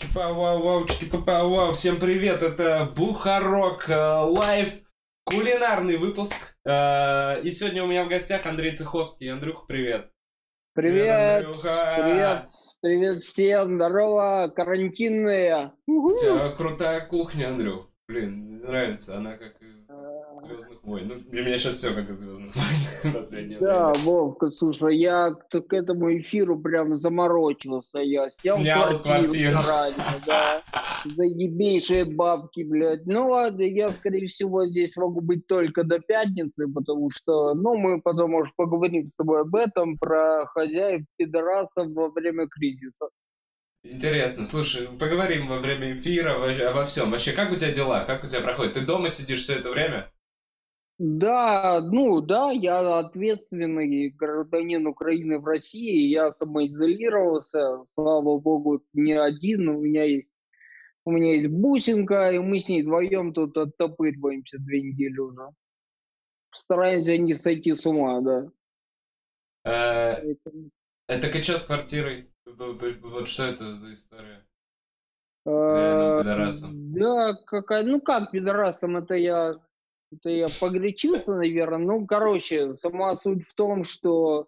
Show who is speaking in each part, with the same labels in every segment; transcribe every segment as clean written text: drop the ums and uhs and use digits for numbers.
Speaker 1: Вау, всем привет, это Бухарок лайв, кулинарный выпуск. И сегодня у меня в гостях Андрей Цеховский. Андрюха, привет.
Speaker 2: Привет, привет,
Speaker 1: Андрюха.
Speaker 2: привет всем, здорово, карантинные.
Speaker 1: У тебя крутая кухня, Андрюх. Блин, мне нравится, она как из Звездных войн. Ну, для меня сейчас все как из Звездных войн в последнее
Speaker 2: Да,
Speaker 1: время.
Speaker 2: Вовка, слушай, я к этому эфиру прям заморочился, я снял
Speaker 1: Снял
Speaker 2: квартиру
Speaker 1: квартиру.
Speaker 2: заранее, да, за ебейшие бабки, блядь. Ну ладно, я, скорее всего, здесь могу быть только до пятницы, потому что, ну, мы потом, может, поговорим с тобой об этом, про хозяев пидорасов во время кризиса.
Speaker 1: Интересно, слушай, поговорим во время эфира обо всем. Вообще, как у тебя дела? Как у тебя проходит? Ты дома сидишь все это время?
Speaker 2: Да, ну да, я ответственный гражданин Украины в России, я самоизолировался, слава богу, не один, у меня есть бусинка, и мы с ней вдвоем тут оттопыриваемся 2 недели уже. Стараемся не сойти с ума, да.
Speaker 1: Э,
Speaker 2: Поэтому,
Speaker 1: Это как с квартирой? Вот что это за история? Реальным пидорасом.
Speaker 2: да, какая, ну как пидорасом, это я погорячился, наверное. Ну, короче, сама суть в том, что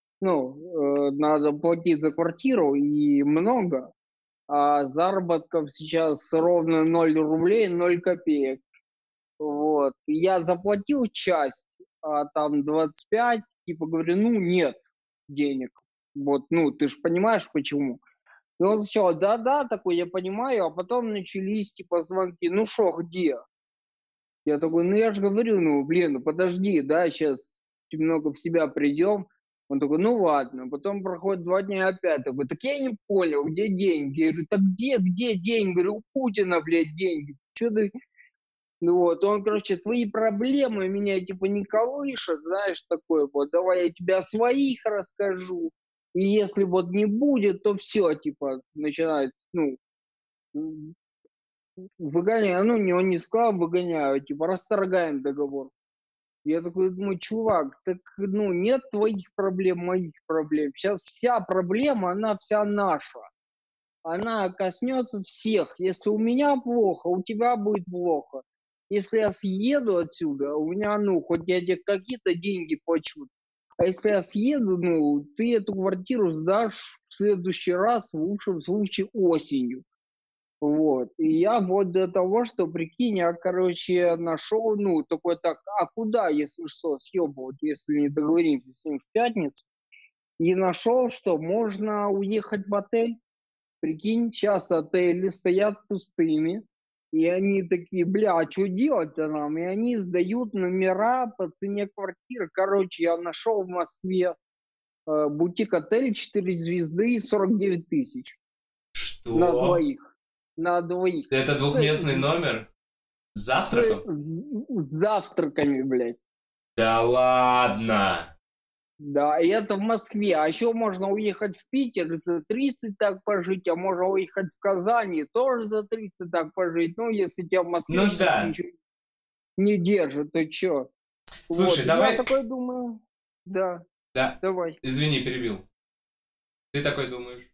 Speaker 2: надо платить за квартиру и много, а заработков сейчас ровно 0 рублей, 0 копеек. Вот. Я заплатил часть, а там 25, типа говорю, ну нет денег. Вот, ну ты же понимаешь почему. И он сначала, да-да, такой, я понимаю, а потом начались типа звонки, ну шо, где? Я такой, ну я же говорю, ну блин, ну подожди, да, сейчас немного в себя придем. Он такой, ну ладно. Потом проходит 2 дня опять такой, так я не понял, где деньги? Я говорю, так где деньги? Говорю, у Путина, блядь, деньги. Что ты? Ну вот, он, короче, твои проблемы меня типа не колышат, знаешь, такое вот, давай я тебе о своих расскажу. И если вот не будет, то все, типа, начинает, ну, выгоняю, ну, не, он не сказал, выгоняю, типа, расторгаем договор. Я такой думаю, чувак, так, ну, нет твоих проблем, моих проблем. Сейчас вся проблема, она вся наша. Она коснется всех. Если у меня плохо, у тебя будет плохо. Если я съеду отсюда, у меня, ну, хоть я тебе какие-то деньги плачу, а если я съеду, ну, ты эту квартиру сдашь в следующий раз, в лучшем случае, осенью. Вот. И я вот до того, что, прикинь, я, короче, нашел, ну, такой так, а куда, если что, съебывать, если не договоримся с ним в пятницу. И нашел, что можно уехать в отель. Прикинь, сейчас отели стоят пустыми, и они такие, бля, а что делать-то нам? И они сдают номера по цене квартиры. Короче, я нашел в Москве бутик-отель 4 звезды, 49 тысяч на
Speaker 1: Что?
Speaker 2: двоих. На двоих.
Speaker 1: Это двухместный номер? С
Speaker 2: С,
Speaker 1: завтраком?
Speaker 2: с завтраками, блядь.
Speaker 1: Да ладно!
Speaker 2: Да, и это в Москве. А еще можно уехать в Питер за 30 так пожить, а можно уехать в Казань тоже за 30 так пожить. Ну, если тебя в Москве
Speaker 1: Ну
Speaker 2: сейчас
Speaker 1: да.
Speaker 2: ничего не держит, то чё?
Speaker 1: Слушай,
Speaker 2: Вот, я
Speaker 1: давай...
Speaker 2: такой думаю, да,
Speaker 1: Да,
Speaker 2: давай.
Speaker 1: извини, перебил. Ты такой думаешь?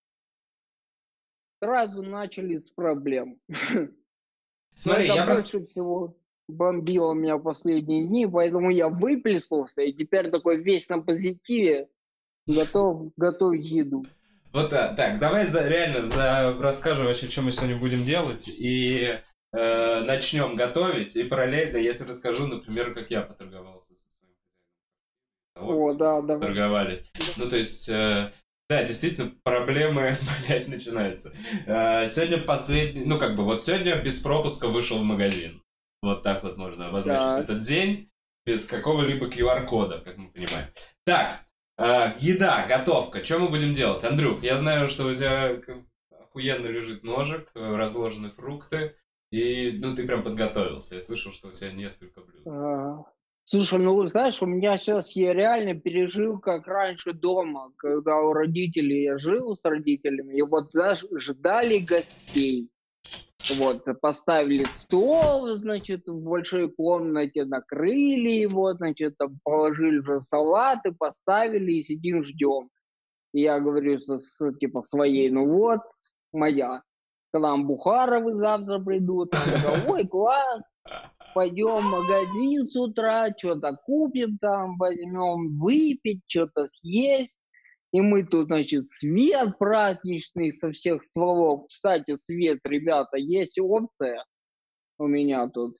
Speaker 2: Сразу начали с проблем. Но
Speaker 1: Смотри,
Speaker 2: это
Speaker 1: я просто...
Speaker 2: больше всего бомбило меня в последние дни, поэтому я выплеснулся, и теперь такой весь на позитиве, готов готовить еду.
Speaker 1: Вот так, давай реально расскажем вообще, что мы сегодня будем делать, и начнем готовить, и параллельно я тебе расскажу, например, как я поторговался со своим хозяином
Speaker 2: О,
Speaker 1: офиса, мы
Speaker 2: да,
Speaker 1: там
Speaker 2: давай.
Speaker 1: торговались. Ну, то есть, да, действительно, проблемы, блядь, начинаются. Сегодня последний, ну, как бы, вот сегодня без пропуска вышел в магазин. Вот так вот можно обозначить
Speaker 2: Так.
Speaker 1: этот день, без какого-либо QR-кода, как мы понимаем. Так, еда, готовка. Что мы будем делать? Андрюх, я знаю, что у тебя охуенно лежит ножик, разложены фрукты, и, ну, ты прям подготовился. Я слышал, что у тебя несколько блюд.
Speaker 2: Слушай, ну знаешь, у меня сейчас я реально пережил, как раньше дома, когда у родителей я жил с родителями, и вот, знаешь, ждали гостей. Вот, поставили стол, значит, в большой комнате, накрыли его, значит, там положили уже салаты, поставили и сидим ждем. И я говорю типа своей, ну вот, моя. к нам Бухаровы завтра придут. Он такой, ой, класс, пойдем в магазин с утра, что-то купим там, возьмем выпить, что-то съесть. И мы тут, значит, свет праздничный со всех стволов. Кстати, свет, ребята, есть опция у меня тут.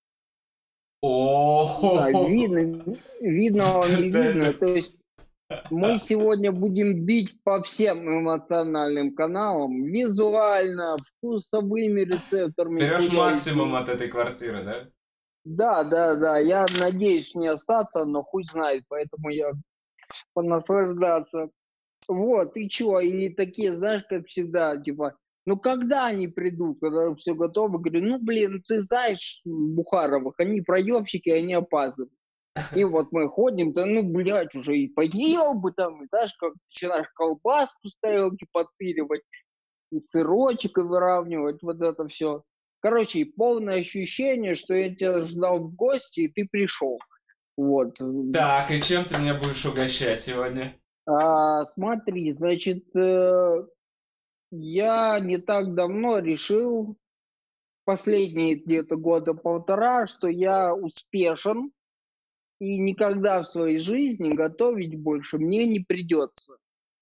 Speaker 2: Да, видно вам, не видно. То есть мы сегодня будем бить по всем эмоциональным каналам, визуально, вкусовыми рецепторами.
Speaker 1: Берешь максимум от этой квартиры, да?
Speaker 2: Да. Я надеюсь не остаться, но хуй знает, поэтому я понаслаждаться. Вот, и чё, и такие, знаешь, как всегда, типа, ну когда они придут, когда все готово, говорю, ну блин, ты знаешь Бухаровых, они проебщики, они опаздывают. И вот мы ходим, да ну, блядь, уже и поел бы там, и знаешь, как начинаешь колбаску с тарелки подпиливать, и сырочек и выравнивать, вот это все. Короче, и полное ощущение, что я тебя ждал в гости, и ты пришел. Вот.
Speaker 1: Так, и чем ты меня будешь угощать сегодня?
Speaker 2: Смотри, значит, я не так давно решил, последние где-то года полтора, что я успешен, и никогда в своей жизни готовить больше мне не придется.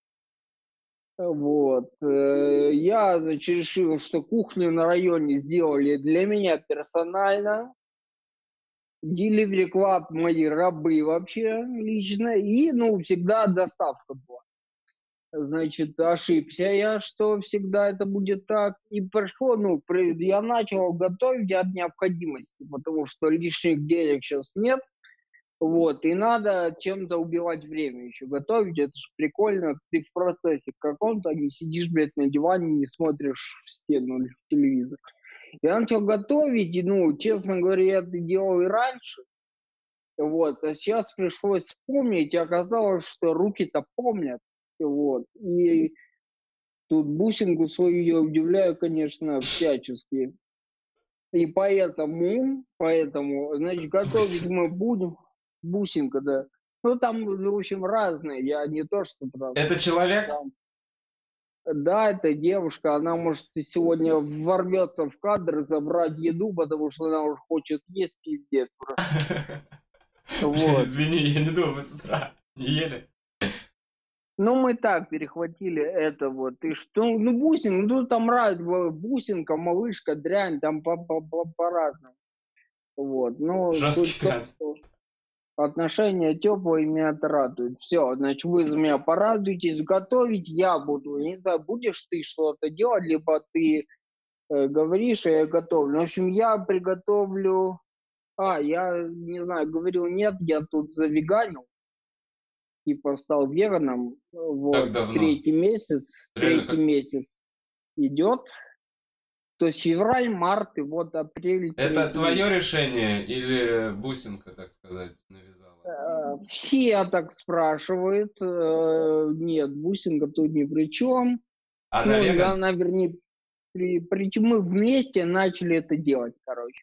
Speaker 2: Вот. Я, значит, решил, что кухню на районе сделали для меня персонально. Delivery Club мои рабы вообще лично. И, ну, всегда доставка была. Значит, ошибся я, что всегда это будет так. И пришло, ну, я начал готовить от необходимости, потому что лишних денег сейчас нет. Вот, и надо чем-то убивать время еще. Готовить, это же прикольно. Ты в процессе каком-то, не сидишь, блядь, на диване, не смотришь в стену или в телевизор. Я начал готовить, и, ну, честно говоря, я это делал и раньше. Вот, а сейчас пришлось вспомнить, и оказалось, что руки-то помнят. Вот, и тут бусинку свою я удивляю, конечно, всячески. И поэтому, значит, готовить мы будем. Бусинка, да. Ну, там, в общем, разные. Я не то, что там...
Speaker 1: Это человек?
Speaker 2: Там, да, это девушка. Она, может, сегодня ворвется в кадр забрать еду, потому что она уже хочет есть, пиздец.
Speaker 1: Вот. Извини, я не думал, мы с утра не ели.
Speaker 2: Ну, мы так перехватили это вот. И что, ну, бусин, ну, там бусинка, малышка, дрянь, там по-разному. Вот, ну, отношения теплые меня это радует. Все, значит, вы за меня порадуетесь, готовить я буду. Не знаю, будешь ты что-то делать, либо ты говоришь, а я готовлю. В общем, я приготовлю... я не знаю, говорил нет, я тут завеганил. Типа стал веганом. Вот, третий месяц идет. То есть февраль, март и вот апрель.
Speaker 1: Это твое решение или бусинка, так сказать, навязала?
Speaker 2: Все так спрашивают. Нет, бусинка тут ни при чем.
Speaker 1: Она веган?
Speaker 2: Она, вернее, причем мы вместе начали это делать, короче.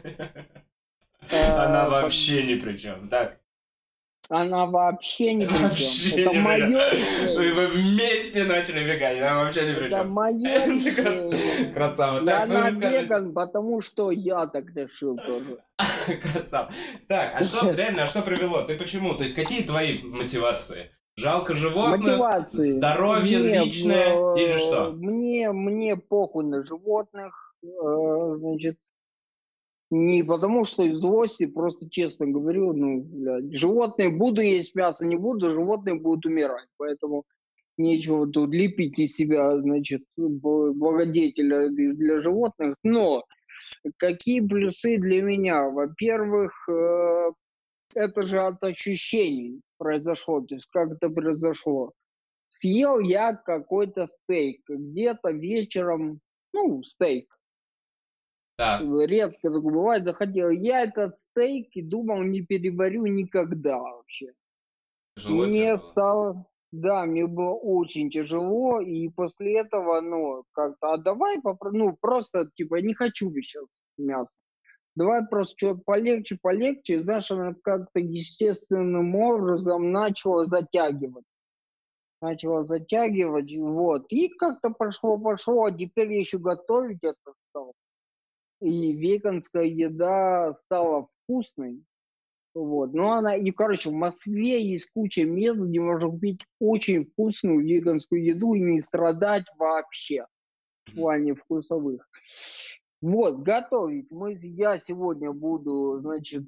Speaker 1: Она вообще ни при чем, так?
Speaker 2: Она вообще ни при чем. Это мое решение.
Speaker 1: Вы вместе начали веганить, она вообще ни при чем.
Speaker 2: Это мое решение.
Speaker 1: Красава.
Speaker 2: Так, она веган, потому что я так решил тоже.
Speaker 1: Красава. Так, а что привело? Ты почему? То есть какие твои мотивации? Жалко животных? Здоровье личное или что?
Speaker 2: Мне похуй на животных. Значит, не потому что из злости, просто честно говорю, животные буду есть мясо, не буду, животные будут умирать. Поэтому нечего тут лепить из себя, значит, благодетеля для животных. Но какие плюсы для меня? Во-первых, это же от ощущений произошло. То есть как это произошло? Съел я какой-то стейк где-то вечером, стейк.
Speaker 1: Так.
Speaker 2: Редко такое бывает, захотел. Я этот стейк и думал, не переварю никогда вообще. Мне стало... Да, мне было очень тяжело, и после этого, как-то, давай просто, типа, не хочу сейчас мясо. Давай просто что-то полегче, знаешь, она как-то естественным образом начала затягивать. начало затягивать, вот. И как-то пошло, а теперь я еще готовить это стал. И веганская еда стала вкусной. Вот. Ну, короче, в Москве есть куча мест, где можно купить очень вкусную веганскую еду и не страдать вообще в плане вкусовых. Вот, готовить. Я сегодня буду, значит,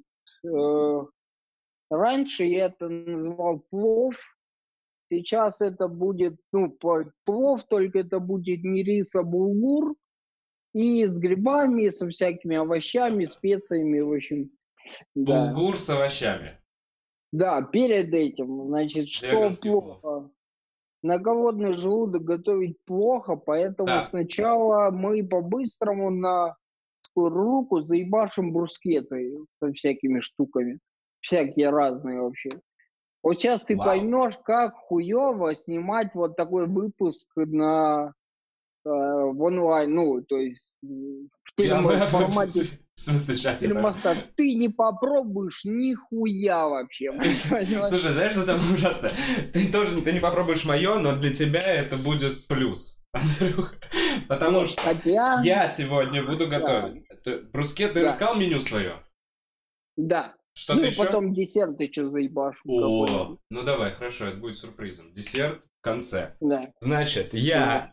Speaker 2: раньше я это называл плов. Сейчас это будет, плов, только это будет не рис, а булгур. И с грибами, со всякими овощами, специями, в общем.
Speaker 1: Булгур
Speaker 2: Да.
Speaker 1: с овощами.
Speaker 2: Да, перед этим, значит, что плохо. На голодный желудок готовить плохо, поэтому сначала мы по-быстрому на скорую руку заебашим брускеты со всякими штуками. Всякие разные вообще. Вот сейчас ты поймешь, как хуево снимать вот такой выпуск в онлайн, то есть в формате.
Speaker 1: В смысле, сейчас
Speaker 2: ты не попробуешь нихуя вообще.
Speaker 1: Слушай, знаешь, что самое ужасное? Ты не попробуешь мое, но для тебя это будет плюс, Андрюх. Потому что я сегодня буду готовить. Брускет, ты рассказал меню свое?
Speaker 2: Да.
Speaker 1: Что-то еще?
Speaker 2: Потом десерт ты что заебашь.
Speaker 1: Ну давай, хорошо, это будет сюрпризом. Десерт в конце.
Speaker 2: Да.
Speaker 1: Значит, я...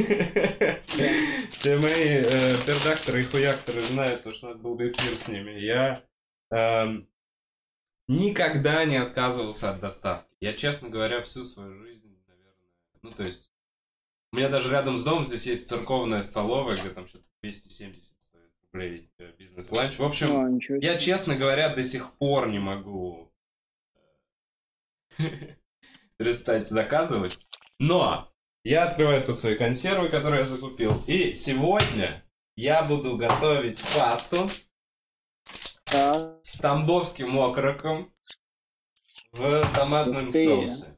Speaker 1: Те мои пердакторы и хуякторы знают, что у нас был эфир с ними. Я никогда не отказывался от доставки. Я, честно говоря, всю свою жизнь, наверное... то есть, у меня даже рядом с домом здесь есть церковная столовая, где там что-то 270 стоит рублей бизнес-ланч. В общем, я, честно говоря, до сих пор не могу перестать заказывать. Но... Я открываю тут свои консервы, которые я закупил. И сегодня я буду готовить пасту с тамбовским окороком в томатном соусе.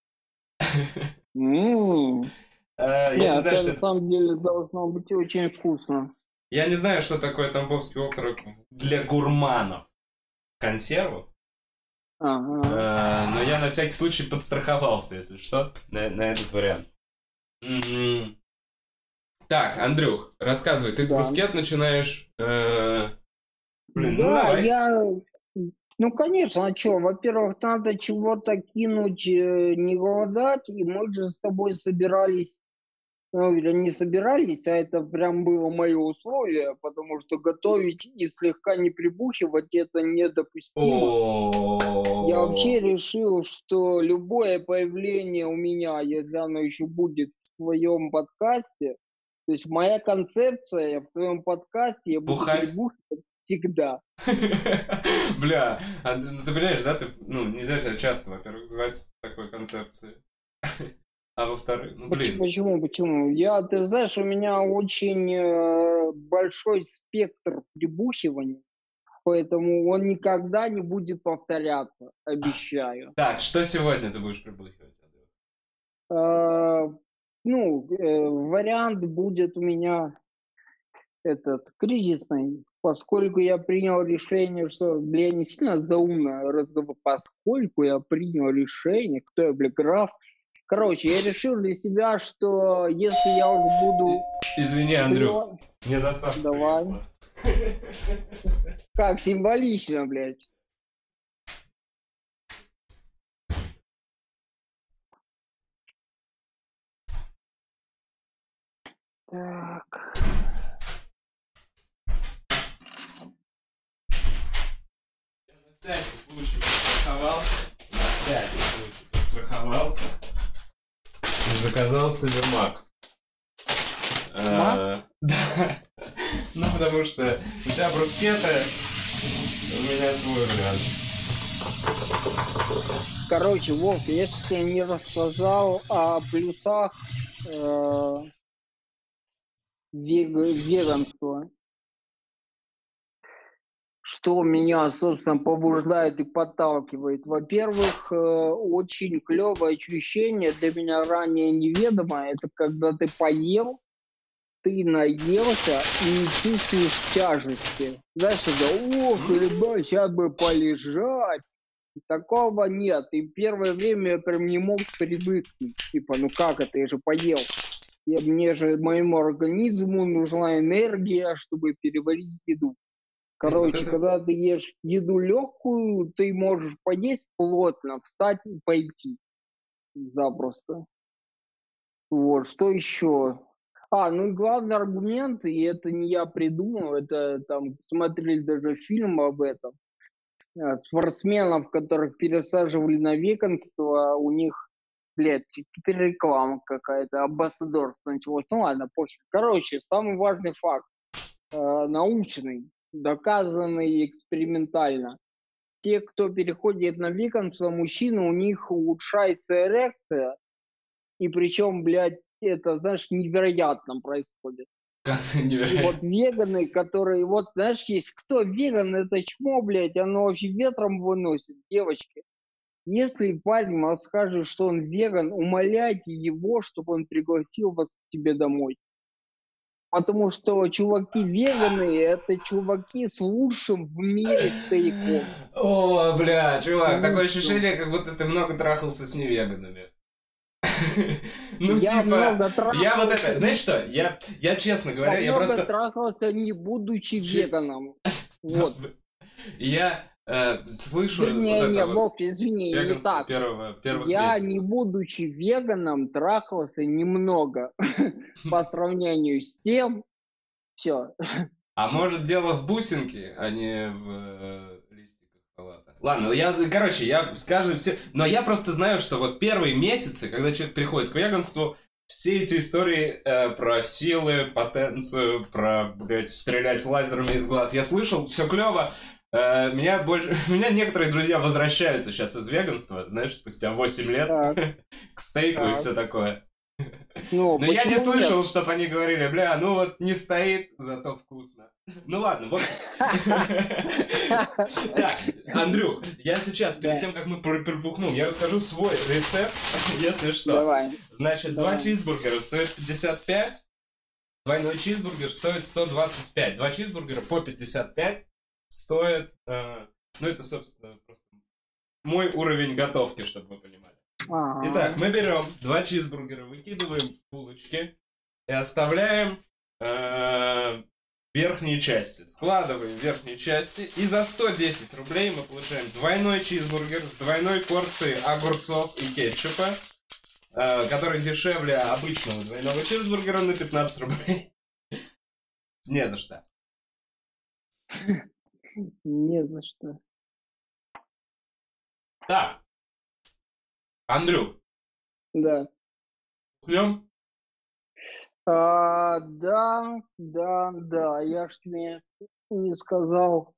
Speaker 2: Это на самом деле должно быть очень вкусно.
Speaker 1: Я не знаю, что такое тамбовский окорок для гурманов. Консерву? Но я на всякий случай подстраховался, если что, на этот вариант. Так, Андрюх, рассказывай, ты с брускет начинаешь...
Speaker 2: давай. Конечно, а что, во-первых, надо чего-то кинуть, не голодать, и мы же с тобой собирались, или не собирались, а это прям было мое условие, потому что готовить и слегка не прибухивать, это недопустимо. Я вообще решил, что любое появление у меня, если оно еще будет в твоем подкасте, то есть моя концепция в твоем подкасте, я буду прибухивать всегда.
Speaker 1: Бля, ты понимаешь, да, нельзя себя часто, во-первых, звать такой концепцией. А во-вторых,
Speaker 2: Почему? Ты знаешь, у меня очень большой спектр прибухивания, поэтому он никогда не будет повторяться, обещаю.
Speaker 1: Так, что сегодня ты будешь прибухивать?
Speaker 2: Вариант будет у меня кризисный, поскольку я принял решение, что, я не сильно заумно разговор, поскольку я принял решение, кто я, граф. Короче, я решил для себя, что если я уже буду...
Speaker 1: Извини, Андрюх, мне доставка.
Speaker 2: Давай. Как символично, блядь. Так.
Speaker 1: На всякий случай подстраховался. И заказал себе Мак. Да. Потому что у тебя брускеты, у меня свой вариант.
Speaker 2: Короче, Вов, если ты не рассказал о плюсах веганства, что меня, собственно, побуждает и подталкивает. Во-первых, очень клевое ощущение, для меня ранее неведомое, это когда ты поел, ты наелся и не чувствуешь тяжести. Знаешь, ох, ребят, сейчас бы полежать. Такого нет. И первое время я прям не мог привыкнуть. Типа, ну как это, я же поел. Мне же, моему организму нужна энергия, чтобы переварить еду. Короче, когда ты ешь еду легкую, ты можешь поесть плотно, встать и пойти. Запросто. Вот, что еще? Ну и главный аргумент, и это не я придумал, это там смотрели даже фильм об этом. Спортсменов, которых пересаживали на веганство, у них, блядь, теперь реклама какая-то, амбассадорство началось. Ну ладно, похер. Короче, самый важный факт, научный, доказанный экспериментально. Те, кто переходит на веганство, мужчины, у них улучшается эрекция, и причем, блядь, это, знаешь, невероятно происходит. И вот веганы, которые, вот, знаешь, есть кто веган, это чмо, блядь, оно вообще ветром выносит, девочки. Если парень вам скажет, что он веган, умоляйте его, чтобы он пригласил вас к себе домой. Потому что чуваки веганы, это чуваки с лучшим в мире стейком.
Speaker 1: О, бля, чувак, такое ощущение, как будто ты много трахался с невеганами. Ну,
Speaker 2: я
Speaker 1: типа, я вот это, знаешь что, я честно говоря, я просто...
Speaker 2: трахался, не будучи веганом. Вот.
Speaker 1: Я слышу...
Speaker 2: Вернее, Вов, извини, не так. Я,
Speaker 1: не
Speaker 2: будучи веганом, трахался немного по сравнению с тем. Все.
Speaker 1: А может, дело в бусинке, а не в листиках салата? Ладно, я с каждым все... Но я просто знаю, что вот первые месяцы, когда человек приходит к веганству, все эти истории про силы, потенцию, про, блядь, стрелять лазерами из глаз, я слышал, все клево. Меня некоторые друзья возвращаются сейчас из веганства, знаешь, спустя 8 лет к стейку и все такое. Но я не слышал, чтобы они говорили, бля, ну вот не стоит, зато вкусно. Ну ладно, вот. Так, Андрюх, я сейчас, перед тем, как мы припухнем, я расскажу свой рецепт, если что.
Speaker 2: Давай.
Speaker 1: Значит, 2 чизбургера стоят 55, двойной чизбургер стоит 125. 2 чизбургера по 55 стоит, ну это, собственно, просто мой уровень готовки, чтобы вы понимали. Итак, мы берем 2 чизбургера, выкидываем булочки и оставляем верхние части. Складываем верхние части. И за 110 рублей мы получаем двойной чизбургер с двойной порцией огурцов и кетчупа, который дешевле обычного двойного чизбургера на 15 рублей. Не за что.
Speaker 2: Не за что.
Speaker 1: Так. Андрюх.
Speaker 2: Да.
Speaker 1: Пьем?
Speaker 2: Да. Я ж тебе не сказал.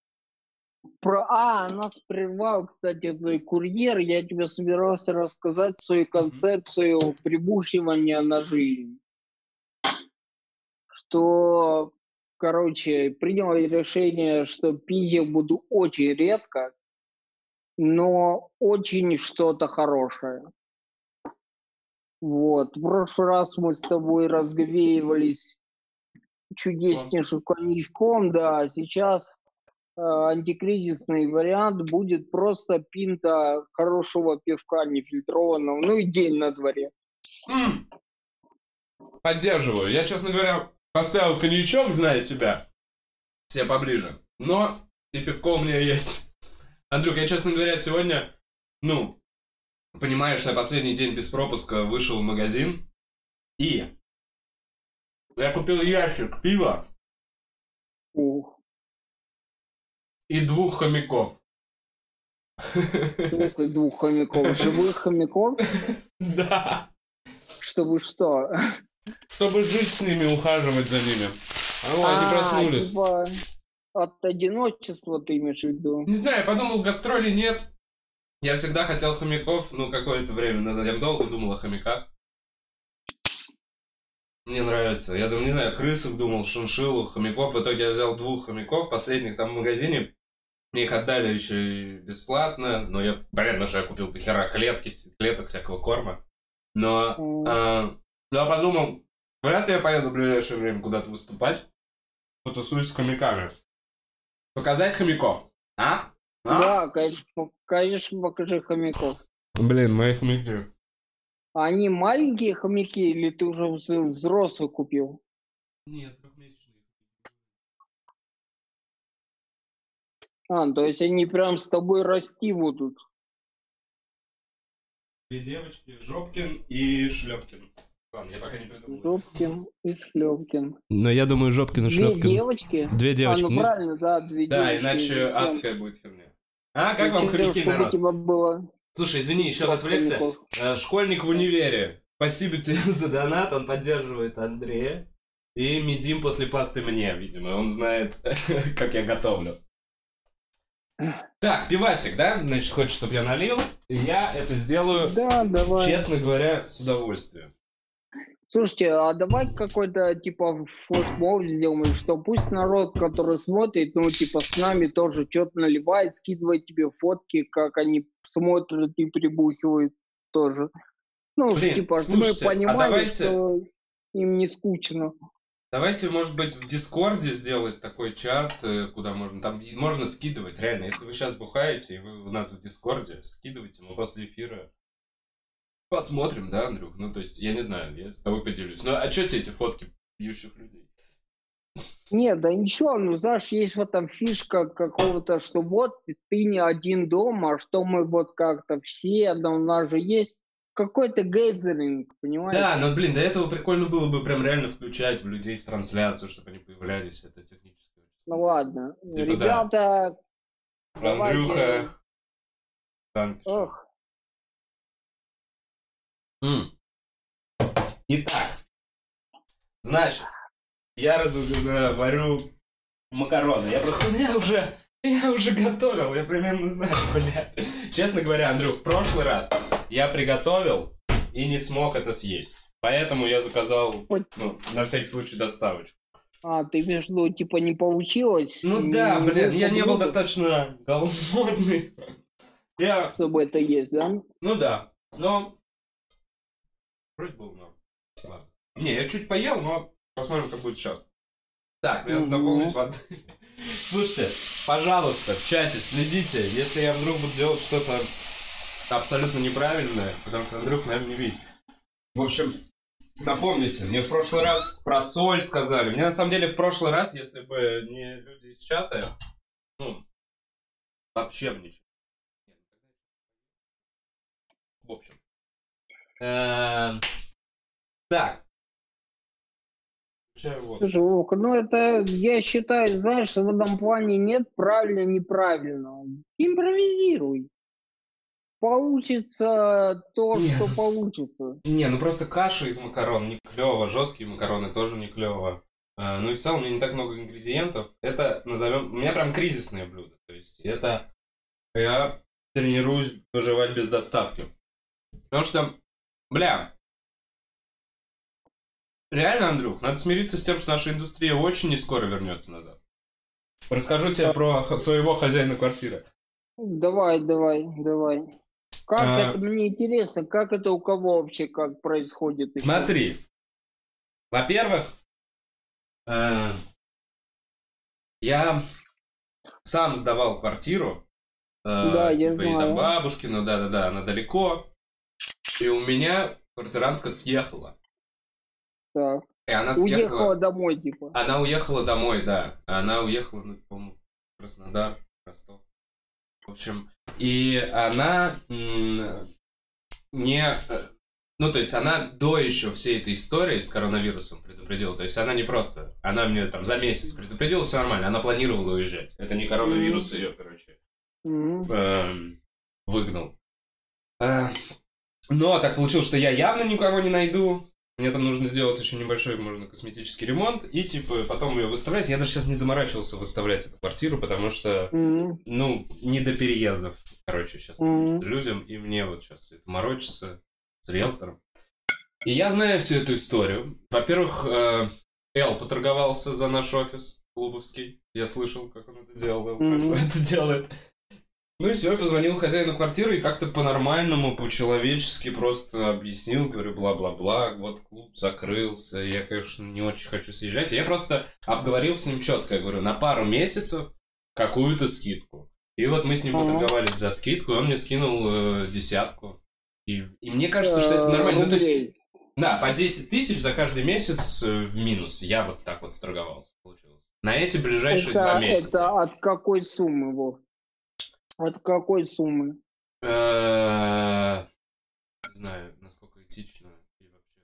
Speaker 2: Нас прервал, кстати, твой курьер. Я тебе собирался рассказать свою концепцию прибухивания на жизнь. Что, принял решение, что пить я буду очень редко, но очень что-то хорошее. Вот. В прошлый раз мы с тобой разговеивались чудеснейшим коньячком, да, сейчас антикризисный вариант будет просто пинта хорошего пивка нефильтрованного, ну и день на дворе.
Speaker 1: Поддерживаю. Я, честно говоря, поставил коньячок, зная тебя, все поближе, но и пивко у меня есть. Андрюх, я, честно говоря, сегодня, понимаю, что я последний день без пропуска вышел в магазин, и я купил ящик пива и 2 хомяков.
Speaker 2: Слушай, 2 хомяков? Живых хомяков?
Speaker 1: Да.
Speaker 2: Чтобы что?
Speaker 1: Чтобы жить с ними, ухаживать за ними. Они проснулись.
Speaker 2: Типа от одиночества ты имеешь в виду?
Speaker 1: Не знаю, я подумал, гастролей нет. Я всегда хотел хомяков, какое-то время назад. Я долго думал о хомяках. Мне нравится. Я думаю, не знаю, крысах думал, шиншиллу, хомяков. В итоге я взял 2 хомяков, последних там в магазине. Мне их отдали еще и бесплатно. Но понятно, что я купил до хера клеток, всякого корма. Но я подумал, вряд ли я поеду в ближайшее время куда-то выступать. Потусуюсь с хомяками. Показать хомяков, а? А?
Speaker 2: Да, конечно, покажи хомяков.
Speaker 1: Блин, мои хомяки.
Speaker 2: Они маленькие хомяки или ты уже взрослый купил?
Speaker 1: Нет, трехмесячные.
Speaker 2: То есть они прям с тобой расти будут.
Speaker 1: Две девочки, Жопкин и Шлепкин. Ладно, я пока не придумал.
Speaker 2: Жопкин и Шлепкин.
Speaker 1: Но я думаю, Жопкин и
Speaker 2: Две
Speaker 1: Шлепкин.
Speaker 2: девочки?
Speaker 1: Две девочки.
Speaker 2: Ну правильно, да, две
Speaker 1: Да,
Speaker 2: девочки.
Speaker 1: иначе адская будет херня. А, как вам
Speaker 2: Хотел,
Speaker 1: хомяки,
Speaker 2: чтобы у
Speaker 1: народ?
Speaker 2: тебя было
Speaker 1: Слушай, извини, еще отвлекся.
Speaker 2: хомяков.
Speaker 1: Школьник в универе. Спасибо тебе за донат, он поддерживает Андрея. И мизим после пасты мне, видимо. Он знает, как я готовлю. Так, пивасик, да? Значит, хочешь, чтобы я налил? И я это сделаю,
Speaker 2: Да, давай.
Speaker 1: честно говоря, с удовольствием.
Speaker 2: Слушайте, а давай какой-то типа флешмоб сделаем, что пусть народ, который смотрит, ну типа с нами тоже что-то наливает, скидывает тебе фотки, как они смотрят и прибухивают тоже. Ну,
Speaker 1: Блин,
Speaker 2: типа, чтобы мы
Speaker 1: слушайте, а
Speaker 2: понимали,
Speaker 1: давайте-
Speaker 2: что им не скучно.
Speaker 1: Давайте, может быть, в Дискорде сделать такой чат, куда можно... Там можно скидывать, реально. Если вы сейчас бухаете, и вы у нас в Дискорде, скидывайте, мы после эфира посмотрим, да, Андрюх? Ну, то есть, я не знаю, я с тобой поделюсь. Ну, а что тебе эти фотки пьющих людей?
Speaker 2: Нет, да ничего, ну знаешь, есть в этом фишка какого-то, что вот ты не один дома, а что мы вот как-то все, да у нас же есть какой-то гейзеринг, понимаешь?
Speaker 1: Да, но, блин, до этого прикольно было бы прям реально включать в людей в трансляцию, чтобы они появлялись, это технически.
Speaker 2: Ну ладно,
Speaker 1: Типа,
Speaker 2: ребята,
Speaker 1: Андрюха. Танк.
Speaker 2: ох,
Speaker 1: Итак, значит, я варю макароны. Я уже готовил, я примерно знаю, блядь. Честно говоря, Андрюх, в прошлый раз я приготовил и не смог это съесть. Поэтому я заказал, на всякий случай, доставочку.
Speaker 2: ты имеешь в виду, типа, не получилось?
Speaker 1: Ну да, блин, я не был
Speaker 2: блюдо,
Speaker 1: достаточно голодный.
Speaker 2: чтобы это есть, да?
Speaker 1: Ну да, но... Вроде был, но... Ладно. Не, я чуть поел, но посмотрим, как будет сейчас. Так, мне надо дополнить воды. Слушайте, пожалуйста, в чате следите, если я вдруг буду делать что-то абсолютно неправильное, потому что Андрюх, наверное, не видит. В общем, напомните, мне в прошлый раз про соль сказали. Мне на самом деле в прошлый раз, если бы не люди из чата, вообще бы ничего. В общем. Так.
Speaker 2: Слушай, Вовка, ну это, я считаю, знаешь, в этом плане нет правильно-неправильно. Импровизируй. Получится то,
Speaker 1: Нет.
Speaker 2: что получится.
Speaker 1: Не, ну просто каша из макарон не клево, жесткие макароны тоже не клево. Ну и в целом у меня не так много ингредиентов. Это, назовем, у меня прям кризисное блюдо. То есть это я тренируюсь выживать без доставки. Потому что, реально, Андрюх, надо смириться с тем, что наша индустрия очень не скоро вернется назад. Расскажу тебе про своего хозяина квартиры.
Speaker 2: Давай. Как это, мне интересно, как это у кого вообще, как происходит?
Speaker 1: Смотри, во-первых, я сам сдавал квартиру.
Speaker 2: Да, я
Speaker 1: типа, и
Speaker 2: знаю.
Speaker 1: там бабушкину, да, она далеко. И у меня квартирантка съехала.
Speaker 2: Так.
Speaker 1: И она
Speaker 2: Уехала домой, типа.
Speaker 1: Она уехала домой, да. Она уехала, по-моему, в Краснодар, Ростов. В общем, и она не... Ну, то есть она до еще всей этой истории с коронавирусом предупредила. То есть она не просто... Она мне там за месяц предупредила, все нормально. Она планировала уезжать. Это не коронавирус ее, короче, выгнал. Но так получилось, что я явно никого не найду. Мне там нужно сделать еще небольшой, можно, косметический ремонт. И, типа, потом ее выставлять. Я даже сейчас не заморачивался выставлять эту квартиру, потому что, ну, не до переездов, короче, сейчас людям. И мне вот сейчас это морочится с риэлтором. И я знаю всю эту историю. Во-первых, Эл поторговался за наш офис клубовский. Я слышал, как он это делал. Эл хорошо это делает. Ну и все, я позвонил хозяину квартиры и как-то по-нормальному, по-человечески просто объяснил, говорю, бла-бла-бла, вот клуб закрылся, я, конечно, не очень хочу съезжать. Я просто обговорил с ним четко, я говорю, на пару месяцев какую-то скидку. И вот мы с ним поторговались за скидку, и он мне скинул 10. И мне кажется, что это нормально. Ну, то есть, да, по 10 тысяч за каждый месяц в минус. Я вот так вот сторговался, получилось. На эти ближайшие 2 месяца.
Speaker 2: Это от какой суммы, Вов? От какой суммы?
Speaker 1: Не знаю, насколько этично и вообще.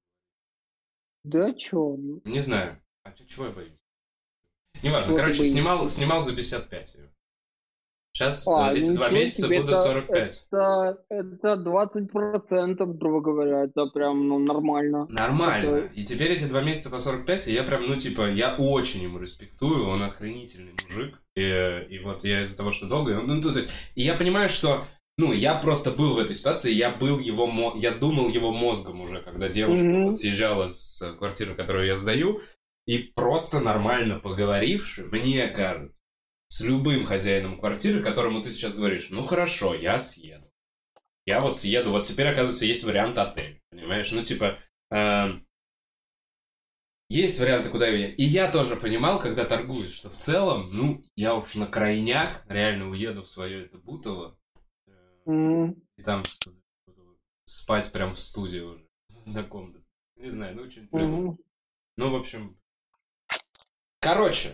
Speaker 2: Да чё?
Speaker 1: Не знаю. А чего я боюсь? Неважно, короче, снимал за 55 ее. Сейчас эти 2 месяца буду 45.
Speaker 2: Это 20%, грубо говоря, это прям, нормально.
Speaker 1: Нормально. И теперь эти 2 месяца по 45, и я прям, я очень ему респектую, он охренительный мужик. И вот я из-за того, что долго, то есть, и я понимаю, что, я просто был в этой ситуации, я думал его мозгом уже, когда девушка вот съезжала с квартиры, которую я сдаю, и просто нормально поговоривши, мне кажется, с любым хозяином квартиры, которому ты сейчас говоришь, хорошо, я съеду. Я вот съеду, вот теперь, оказывается, есть вариант отель, понимаешь? Есть варианты, куда я... И я тоже понимал, когда торгуюсь, что в целом, я уж на крайняк реально уеду в свое это Бутово. И там спать прям в студии уже, на комнате. Не знаю, что-нибудь придумать. В общем... Короче,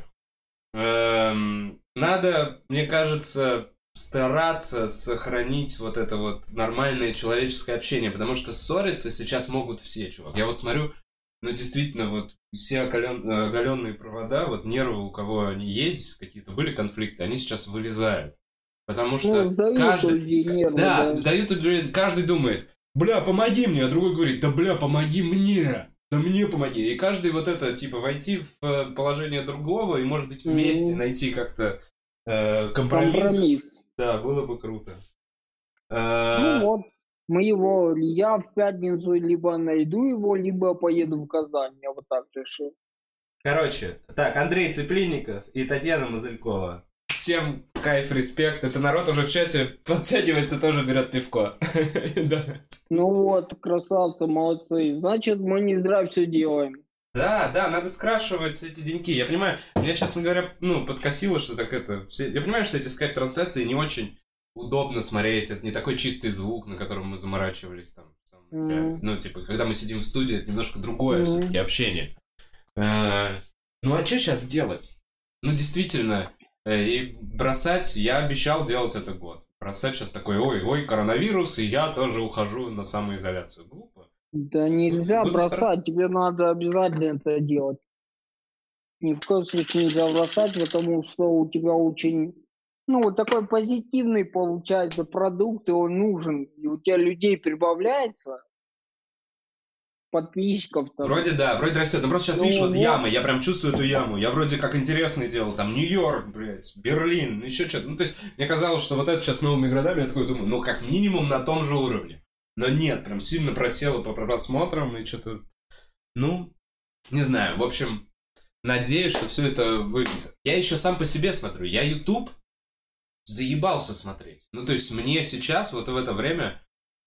Speaker 1: надо, мне кажется, стараться сохранить вот это вот нормальное человеческое общение, потому что ссориться сейчас могут все, чувак. Я вот смотрю, действительно, вот все оголенные провода, вот нервы, у кого они есть, какие-то были конфликты, они сейчас вылезают. Потому что каждый... Нервы, да, сдают людей, каждый думает, бля, помоги мне, а другой говорит, да бля, помоги мне. Да мне помоги. И каждый вот это, войти в положение другого и, может быть, вместе найти как-то компромисс. Да, было бы круто.
Speaker 2: Вот, я в пятницу либо найду его, либо поеду в Казань. Я вот так решил.
Speaker 1: Короче, так, Андрей Цыплинников и Татьяна Мазылькова. Всем кайф, респект. Это народ уже в чате подтягивается, тоже берет пивко.
Speaker 2: Красавцы, молодцы. Значит, мы не зря все делаем.
Speaker 1: Да, надо скрашивать эти деньки. Я понимаю, меня, честно говоря, подкосило, что так это... Я понимаю, что эти скайп-трансляции не очень удобно смотреть. Это не такой чистый звук, на котором мы заморачивались там. Когда мы сидим в студии, это немножко другое все-таки общение. А что сейчас делать? Действительно... И бросать, я обещал делать это год. Бросать сейчас такой, ой, коронавирус, и я тоже ухожу на самоизоляцию. Глупо.
Speaker 2: Да нельзя бросать, тебе надо обязательно это делать. Ни в коем случае нельзя бросать, потому что у тебя очень, такой позитивный получается продукт, и он нужен. И у тебя людей прибавляется, подписчиков.
Speaker 1: Вроде растет. Но просто сейчас, видишь, яма, я прям чувствую эту яму. Я вроде как интересный делал, там, Нью-Йорк, блядь, Берлин, еще что-то. То есть, мне казалось, что вот это сейчас с новыми городами, я такой думаю, как минимум на том же уровне. Но нет, прям сильно просело по просмотрам и что-то, не знаю. В общем, надеюсь, что все это выйдет. Я еще сам по себе смотрю. Я YouTube заебался смотреть. То есть, мне сейчас, вот в это время,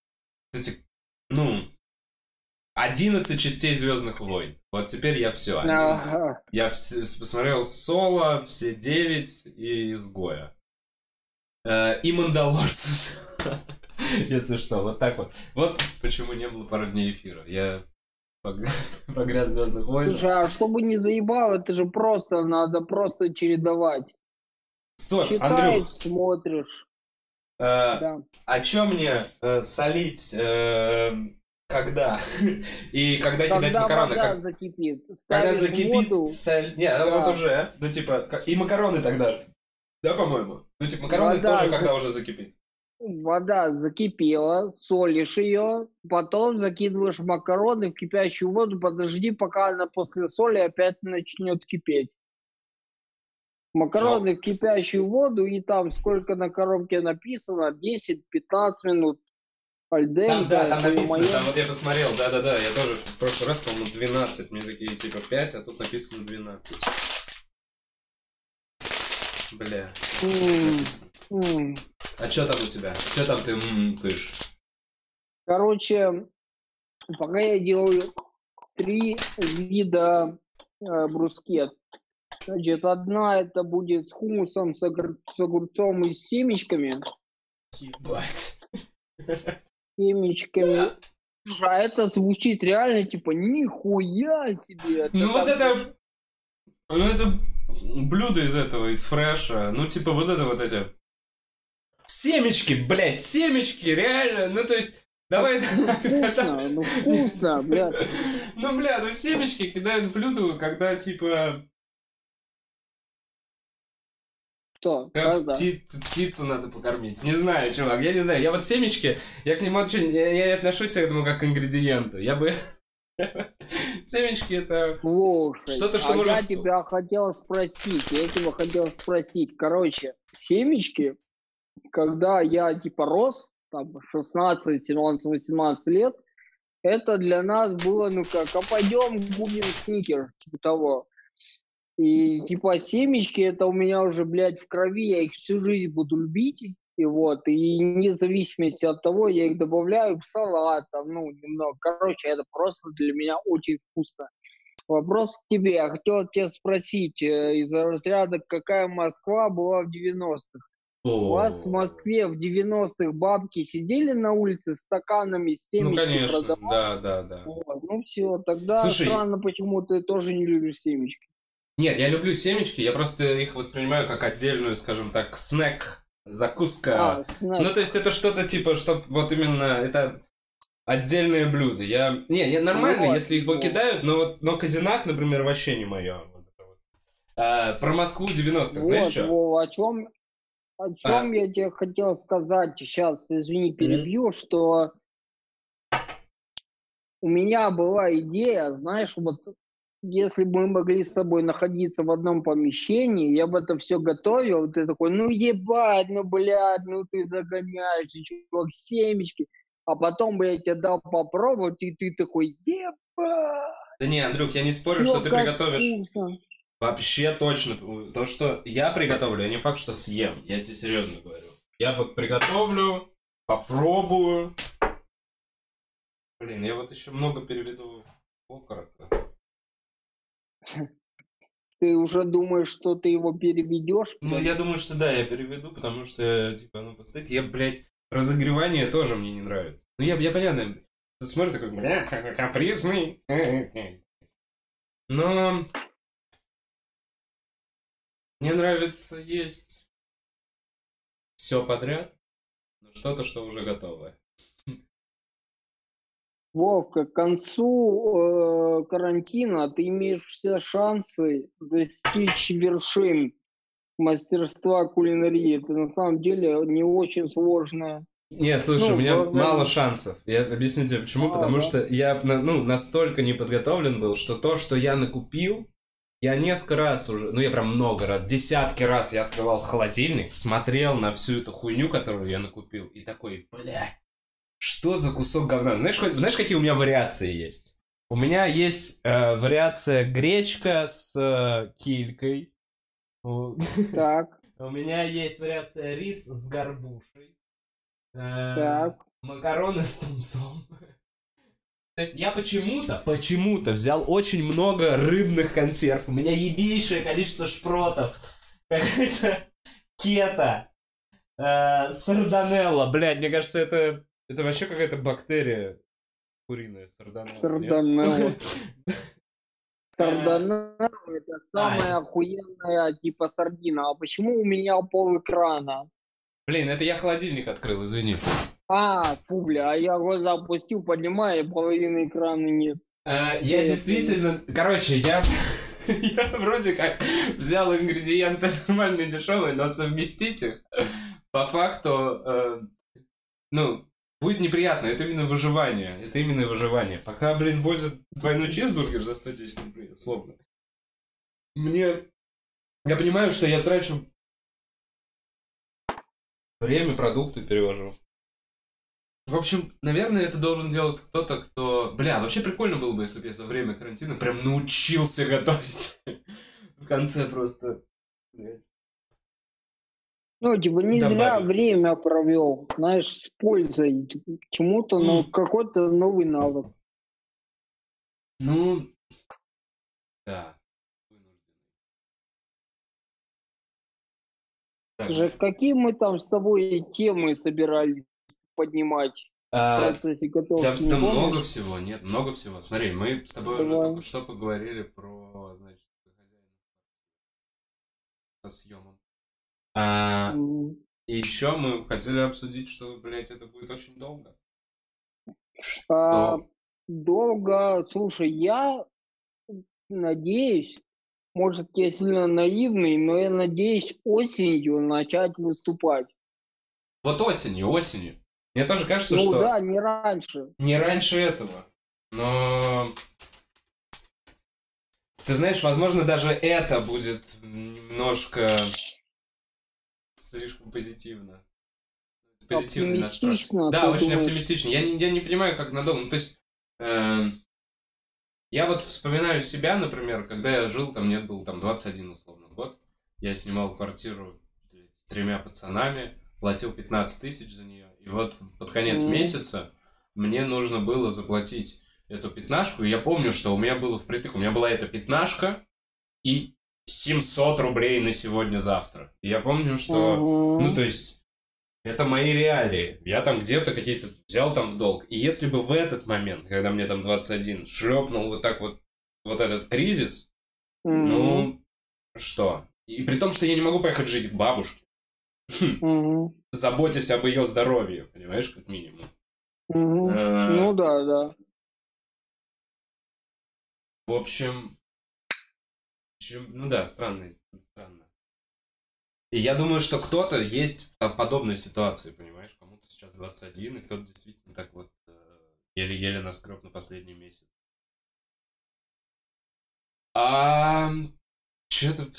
Speaker 1: 11 частей «Звездных войн». Вот теперь я все. Я посмотрел «Соло», все 9 и «Изгоя». И «Мандалорцев». Если что, вот так вот. Вот почему не было пару дней эфира. Я погряз в «Звездных войнах».
Speaker 2: Слушай, а чтобы не заебал, это же надо просто чередовать.
Speaker 1: Стоп,
Speaker 2: читаешь,
Speaker 1: Андрюх.
Speaker 2: Смотришь.
Speaker 1: Да. А чё мне солить... Когда? И когда кидать макароны?
Speaker 2: Вода закипит.
Speaker 1: Когда закипит
Speaker 2: воду.
Speaker 1: вот уже. И макароны тогда же. Да, по-моему? Макароны тоже, когда уже закипит.
Speaker 2: Вода закипела, солишь ее, потом закидываешь макароны в кипящую воду, подожди, пока она после соли опять начнет кипеть. Макароны в кипящую воду, и там сколько на коробке написано, 10-15 минут.
Speaker 1: Там написано, там вот я посмотрел, да, я тоже в прошлый раз, по-моему, 12, мне такие 5, а тут написано 12. Бля. А что там у тебя? Что там ты пышешь?
Speaker 2: Короче, пока я делаю 3 вида брускет. Значит, одна это будет с хумусом, с огурцом и с семечками.
Speaker 1: Ебать.
Speaker 2: Семечками. Слушай, а это звучит реально, типа, нихуя себе.
Speaker 1: Ну вот это... Ну это блюдо из этого, из фреша. Ну типа вот это вот эти... Семечки, блядь, семечки, реально. Ну то есть... Давай...
Speaker 2: Ну вкусно, блядь.
Speaker 1: Ну, бля, ну семечки кидают в блюдо, когда типа...
Speaker 2: Что?
Speaker 1: Как птицу надо покормить. Не знаю, чувак, я не знаю. Я вот семечки, я к нему очень... Я отношусь к этому как к ингредиенту. Я бы... Семечки это...
Speaker 2: Слушай,
Speaker 1: что-то, что может...
Speaker 2: я тебя хотел спросить. Короче, семечки, когда я типа рос, там 16, 17, 18 лет, это для нас было, ну как, а пойдем купим сникерс, типа того. И типа семечки, это у меня уже, блядь, в крови, я их всю жизнь буду любить. И вот, и вне зависимости от того, я их добавляю в салат, там, ну, немного. Короче, это просто для меня очень вкусно. Вопрос к тебе. Я хотел тебя спросить из разряда, какая Москва была в 90-х? У вас в Москве в 90-х бабки сидели на улице с стаканами, с
Speaker 1: Ну,
Speaker 2: семечки
Speaker 1: конечно,
Speaker 2: продавали?
Speaker 1: да.
Speaker 2: Вот, ну все, тогда
Speaker 1: Слушай,
Speaker 2: странно, почему ты тоже не любишь семечки.
Speaker 1: нет, я люблю семечки, я просто их воспринимаю как отдельную, скажем так, снэк, закуска.
Speaker 2: Снэк.
Speaker 1: Ну, то есть это что-то типа, что вот именно, это отдельное блюдо. Не, нормально,
Speaker 2: Вот,
Speaker 1: если его кидают, но казинак, например, вообще не мое. Про Москву 90-х, знаешь что?
Speaker 2: Вова, о чем я тебе хотел сказать сейчас, извини, перебью, что у меня была идея, знаешь, вот если бы мы могли с собой находиться в одном помещении, я бы это все готовил, ты такой, ну ебать, ну блядь, ну ты загоняешь, чувак, семечки, а потом бы я тебе дал попробовать, и ты такой, ебать.
Speaker 1: Да не, Андрюх, я не спорю, что ты приготовишь. Вкусно. Вообще точно. То, что я приготовлю, а не факт, что съем. Я тебе серьезно говорю. Я вот приготовлю, попробую. Блин, я вот еще много переведу окорока.
Speaker 2: Ты уже думаешь, что ты его переведешь?
Speaker 1: Ну, я думаю, что да, я переведу, потому что, типа, ну, посмотрите, я, блядь, разогревание тоже мне не нравится. Ну, я понятно, тут смотрю такой, бля, какой капризный. Но мне нравится есть все подряд, но что-то, что уже готовое.
Speaker 2: Вовка, к концу карантина ты имеешь все шансы достичь вершин мастерства кулинарии. Это на самом деле не очень сложное.
Speaker 1: Не, слушай, у меня мало шансов. Я объясню тебе почему. Потому что я настолько не подготовлен был, что то, что я накупил, я несколько раз уже, я прям много раз, десятки раз я открывал холодильник, смотрел на всю эту хуйню, которую я накупил, и такой, блядь, что за кусок говна? Знаешь, какие у меня вариации есть? У меня есть вариация гречка с килькой.
Speaker 2: Так.
Speaker 1: У меня есть вариация рис с горбушей.
Speaker 2: Так.
Speaker 1: Макароны с тунцом. То есть я почему-то взял очень много рыбных консерв. У меня ебейшее количество шпротов. Какая-то кета. Сардонелла. Блядь, мне кажется, это вообще какая-то бактерия куриная. Сардонелла.
Speaker 2: Сардонелла это самая охуенная типа сардина. А почему у меня пол экрана?
Speaker 1: Блин, это я холодильник открыл, извини.
Speaker 2: Фу, бля, я глаза опустил, поднимаю, половины экрана нет.
Speaker 1: Я действительно... Короче, я вроде как взял ингредиенты нормальные, дешевые, но совместить их по факту, будет неприятно. Это именно выживание. Пока, блин, будет двойной чизбургер за 110 рублей, условно. Я понимаю, что я трачу время, продукты перевожу. В общем, наверное, это должен делать кто-то, кто... Бля, вообще прикольно было бы, если бы я за время карантина прям научился готовить. В конце просто...
Speaker 2: Типа не зря время провел, знаешь, с пользой чему-то, какой-то новый навык.
Speaker 1: Да. Так.
Speaker 2: Жек, какие мы там с тобой темы собирались поднимать в процессе
Speaker 1: Да,
Speaker 2: готовки? Не
Speaker 1: да много
Speaker 2: помнишь?
Speaker 1: всего, нет, много всего. Смотри, мы с тобой уже
Speaker 2: Давай.
Speaker 1: только что поговорили про, значит, со съемом.
Speaker 2: М.
Speaker 1: И еще мы хотели обсудить, что, блядь, это будет очень долго.
Speaker 2: А,
Speaker 1: То
Speaker 2: долго, слушай, я надеюсь, может, я сильно наивный, но я надеюсь осенью начать выступать.
Speaker 1: вот осенью. Мне тоже кажется,
Speaker 2: Ну
Speaker 1: что
Speaker 2: да, не раньше.
Speaker 1: не раньше этого. Но ты знаешь, возможно, даже это будет немножко слишком позитивно. Позитивный настрой.
Speaker 2: Оптимистично,
Speaker 1: Да,
Speaker 2: ты
Speaker 1: очень
Speaker 2: думаешь?
Speaker 1: оптимистично. Я не понимаю, как надолго. Ну, то есть, я вот вспоминаю себя, например, когда я жил, там, мне был там 21 условно год. Я снимал квартиру с 3 пацанами, платил 15 тысяч за нее. И вот под конец
Speaker 2: М.
Speaker 1: месяца мне нужно было заплатить эту пятнашку. И я помню, что у меня было впритык. У меня была эта пятнашка и 700 рублей на сегодня-завтра. И я помню, что, ну, то
Speaker 2: Мгм.
Speaker 1: есть, это мои реалии. Я там где-то какие-то взял там в долг. И если бы в этот момент, когда мне там 21, шлепнул вот так вот этот кризис,
Speaker 2: Мгм.
Speaker 1: ну, что? И при том, что я не могу поехать жить к бабушке,
Speaker 2: Мгм.
Speaker 1: заботясь об ее здоровье, понимаешь, как минимум.
Speaker 2: Мгм.
Speaker 1: Э,
Speaker 2: Ну да, да.
Speaker 1: В общем, ну да, странно. И я думаю, что кто-то есть в подобной ситуации, понимаешь? Кому-то сейчас 21, и кто-то действительно так вот еле-еле наскреб на последний месяц. А что-то...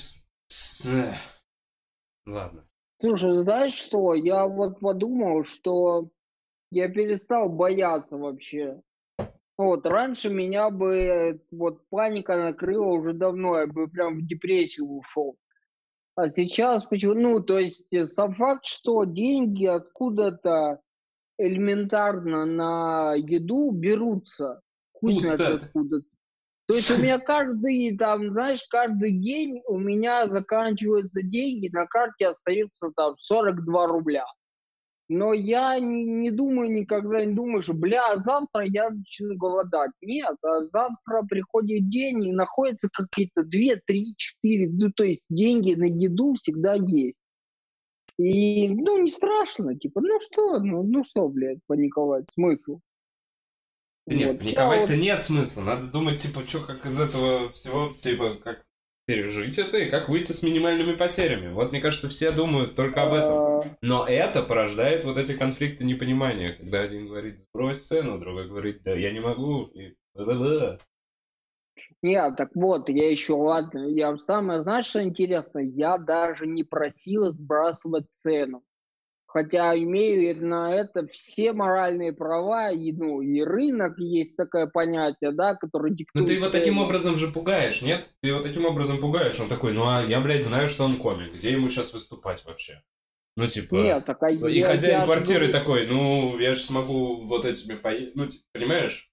Speaker 1: Ладно.
Speaker 2: Слушай, знаешь что? Я вот подумал, что я перестал бояться вообще. Вот, раньше меня бы вот паника накрыла уже давно, я бы прям в депрессию ушел. А сейчас почему? Ну, то есть сам факт, что деньги откуда-то элементарно на еду берутся, хуй знает
Speaker 1: Откуда-то.
Speaker 2: откуда. То есть у меня каждый, там, знаешь, каждый день у меня заканчиваются деньги, на карте остается там 42 рубля. Но я не думаю, никогда не думаю, что, бля, завтра я начну голодать. Нет, а завтра приходит день и находятся какие-то 2, 3, 4, ну, то есть деньги на еду всегда есть. И, ну, не страшно, типа, ну что, блядь, паниковать, смысл?
Speaker 1: Да нет,
Speaker 2: Вот, я
Speaker 1: паниковать-то
Speaker 2: вот,
Speaker 1: нет смысла. Надо думать, типа, что, как из этого всего, типа, как пережить это и как выйти с минимальными потерями. Вот, мне кажется, все думают только об этом.
Speaker 2: э,
Speaker 1: Но это порождает вот эти конфликты непонимания, когда один говорит, сбрось цену, другой говорит, да я не могу, и да-да-да.
Speaker 2: нет, так вот, я еще, ладно, я самое, знаешь, что интересно, я даже не просил сбрасывать цену. Хотя имею на это все моральные права, и, ну, и рынок есть такое понятие, да, который
Speaker 1: Ну ты
Speaker 2: диктует
Speaker 1: его таким
Speaker 2: цену.
Speaker 1: образом же пугаешь, нет? Ты его таким образом пугаешь. Он такой, ну а я, блядь, знаю, что он комик. Где ему сейчас выступать вообще? Ну, типа...
Speaker 2: Нет, так а
Speaker 1: И хозяин
Speaker 2: я же
Speaker 1: квартиры
Speaker 2: говорю,
Speaker 1: такой, ну, я же смогу вот этими Ну, понимаешь?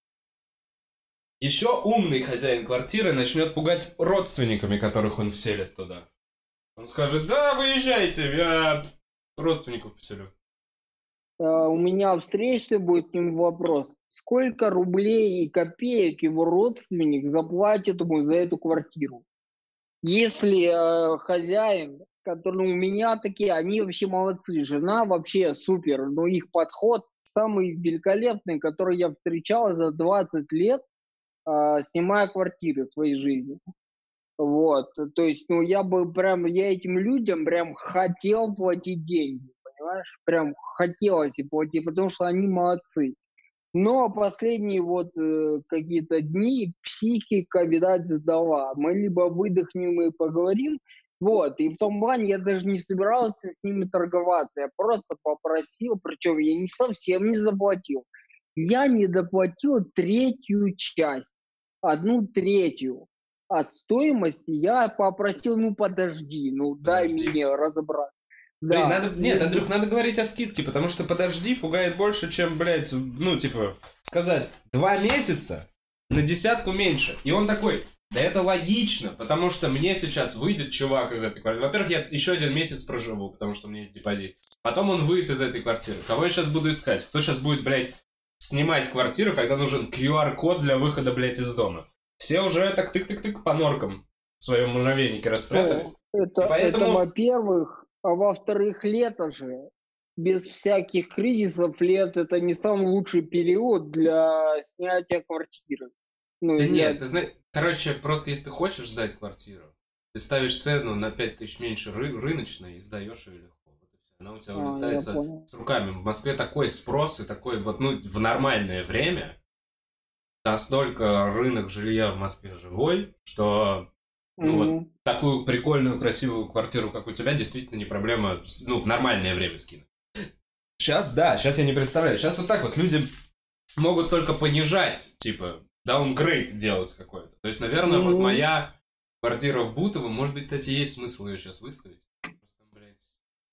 Speaker 1: Еще умный хозяин квартиры начнет пугать родственниками, которых он вселит туда. Он скажет, да, выезжайте, я родственников поселю.
Speaker 2: у меня встречный будет к нему вопрос, сколько рублей и копеек его родственник заплатит ему за эту квартиру? Если хозяин, который, ну, у меня такие, они вообще молодцы, жена вообще супер, но их подход самый великолепный, который я встречал за 20 лет, снимая квартиры в своей жизни. Вот, то есть, ну, я этим людям прям хотел платить деньги, понимаешь? Прям хотелось и платить, потому что они молодцы. Но последние вот какие-то дни психика, видать, сдала. Мы либо выдохнем и поговорим, вот, и в том плане я даже не собирался с ними торговаться, я просто попросил, причем я не совсем не заплатил. Я не доплатил третью часть, 1/3 от стоимости. Я попросил, ну подожди, ну дай
Speaker 1: Подожди.
Speaker 2: мне разобрать.
Speaker 1: Блин,
Speaker 2: Да,
Speaker 1: надо... Нет, Андрюх, надо говорить о скидке, потому что подожди пугает больше, чем, блядь, ну, типа, сказать 2 месяца на 10 меньше. И он такой, Да это логично, потому что мне сейчас выйдет чувак из этой квартиры. Во-первых, я еще 1 месяц проживу, потому что у меня есть депозит. Потом он выйдет из этой квартиры. Кого я сейчас буду искать? Кто сейчас будет, блядь, снимать квартиру, когда нужен QR-код для выхода, блядь, из дома? Все уже так тык-тык-тык по норкам в своем муравейнике распрятались.
Speaker 2: Это во-первых. А во-вторых, лето же. Без всяких кризисов лет это не самый лучший период для снятия квартиры. Ну,
Speaker 1: да нет, ты знаешь, короче, просто если ты хочешь сдать квартиру, ты ставишь цену на 5000 меньше рыночной и сдаешь ее легко. Она у тебя улетает с руками. В Москве такой спрос и такой вот, ну, в нормальное время настолько рынок жилья в Москве живой, что ну, вот такую прикольную, красивую квартиру, как у тебя, действительно не проблема, ну, в нормальное время скинуть. Сейчас, да, сейчас я не представляю. Сейчас вот так вот люди могут только понижать, типа, даунгрейд делать какой-то. То есть, наверное, вот моя квартира в Бутово, может быть, кстати, есть смысл ее сейчас выставить. Просто, блядь,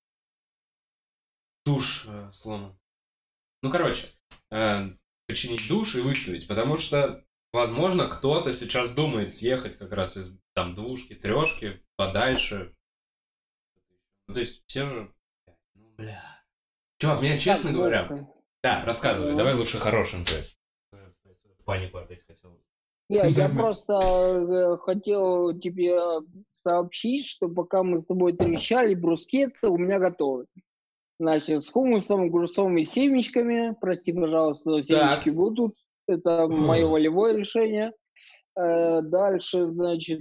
Speaker 1: душ сломан. Ну, короче, починить душ и выставить, потому что, возможно, кто-то сейчас думает съехать как раз из, там, 2-3 подальше. Ну, то есть, все же... Ну, бля... Чувак, мне честно говоря... Да, рассказывай, давай лучше хорошенькое. Панику опять хотел.
Speaker 2: Я просто хотел тебе сообщить, что пока мы с тобой трещали, брускетты у меня готовы. Значит, с хумусом, огурцом и семечками. Прости, пожалуйста, семечки будут. Это мое волевое решение. Дальше, значит,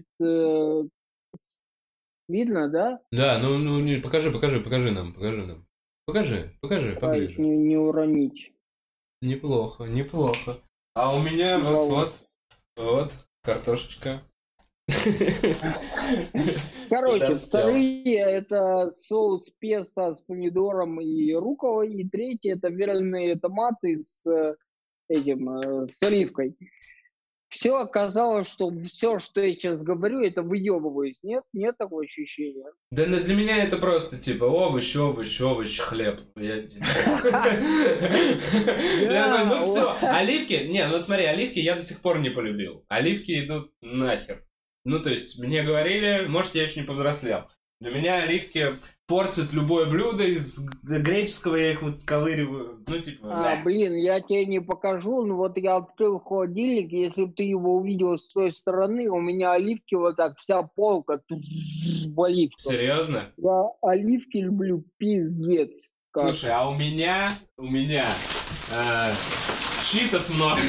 Speaker 2: видно, да?
Speaker 1: Да, ну покажи нам. Покажи, поближе.
Speaker 2: Не уронить.
Speaker 1: Неплохо. А у меня вот, картошечка.
Speaker 2: Короче, вторые это соус песто с помидором и рукколой, и третье это вяленые томаты с оливкой. Все оказалось, что все, что я сейчас говорю, это выебываюсь. Нет такого ощущения.
Speaker 1: Да для меня это просто типа овощ, хлеб. Ну все, оливки, не, ну вот смотри, оливки я до сих пор не полюбил. Оливки идут нахер. Ну то есть мне говорили, может я еще не повзрослел. Для меня оливки портят любое блюдо, из греческого я их вот сковыриваю. Ну, типа, да.
Speaker 2: Блин, я тебе не покажу, но вот я открыл холодильник, если бы ты его увидел с той стороны, у меня оливки вот так, вся полка в оливках.
Speaker 1: Серьезно?
Speaker 2: Я оливки люблю, пиздец.
Speaker 1: Слушай, а у меня читос много.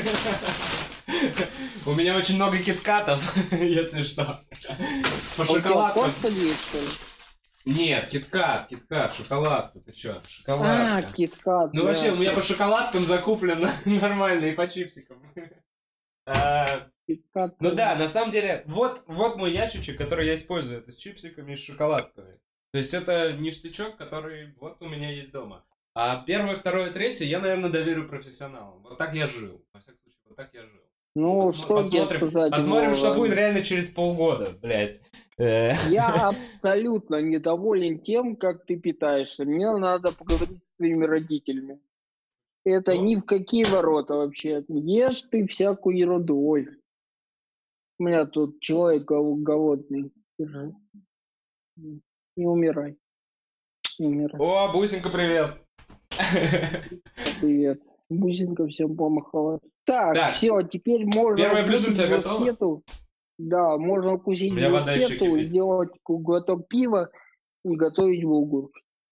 Speaker 1: У меня очень много киткатов, если что. По шоколадку. Нет, киткат, шоколадка, ты чё? Шоколадка.
Speaker 2: Киткат.
Speaker 1: Ну вообще, у меня по шоколадкам закуплено нормально и по чипсикам. Ну да, на самом деле, вот мой ящичек, который я использую, это с чипсиками и с шоколадками. То есть это ништячок, который вот у меня есть дома. А первое, второе, третье я, наверное, доверю профессионалам. Вот так я жил. Во всяком случае, вот так я жил.
Speaker 2: Ну, что тебе сказать?
Speaker 1: Посмотрим, что будет реально через полгода, блядь.
Speaker 2: Я абсолютно недоволен тем, как ты питаешься. Мне надо поговорить с твоими родителями. Это ни в какие ворота вообще. Ешь ты всякую ерунду. Ой, у меня тут человек голодный. Не умирай.
Speaker 1: О, Бусинка, привет.
Speaker 2: Привет. Бусинка всем помахала. Так, все, теперь можно...
Speaker 1: Первое блюдо у тебя готово?
Speaker 2: Да, можно укусить брускетту, сделать глоток пива и готовить булгур.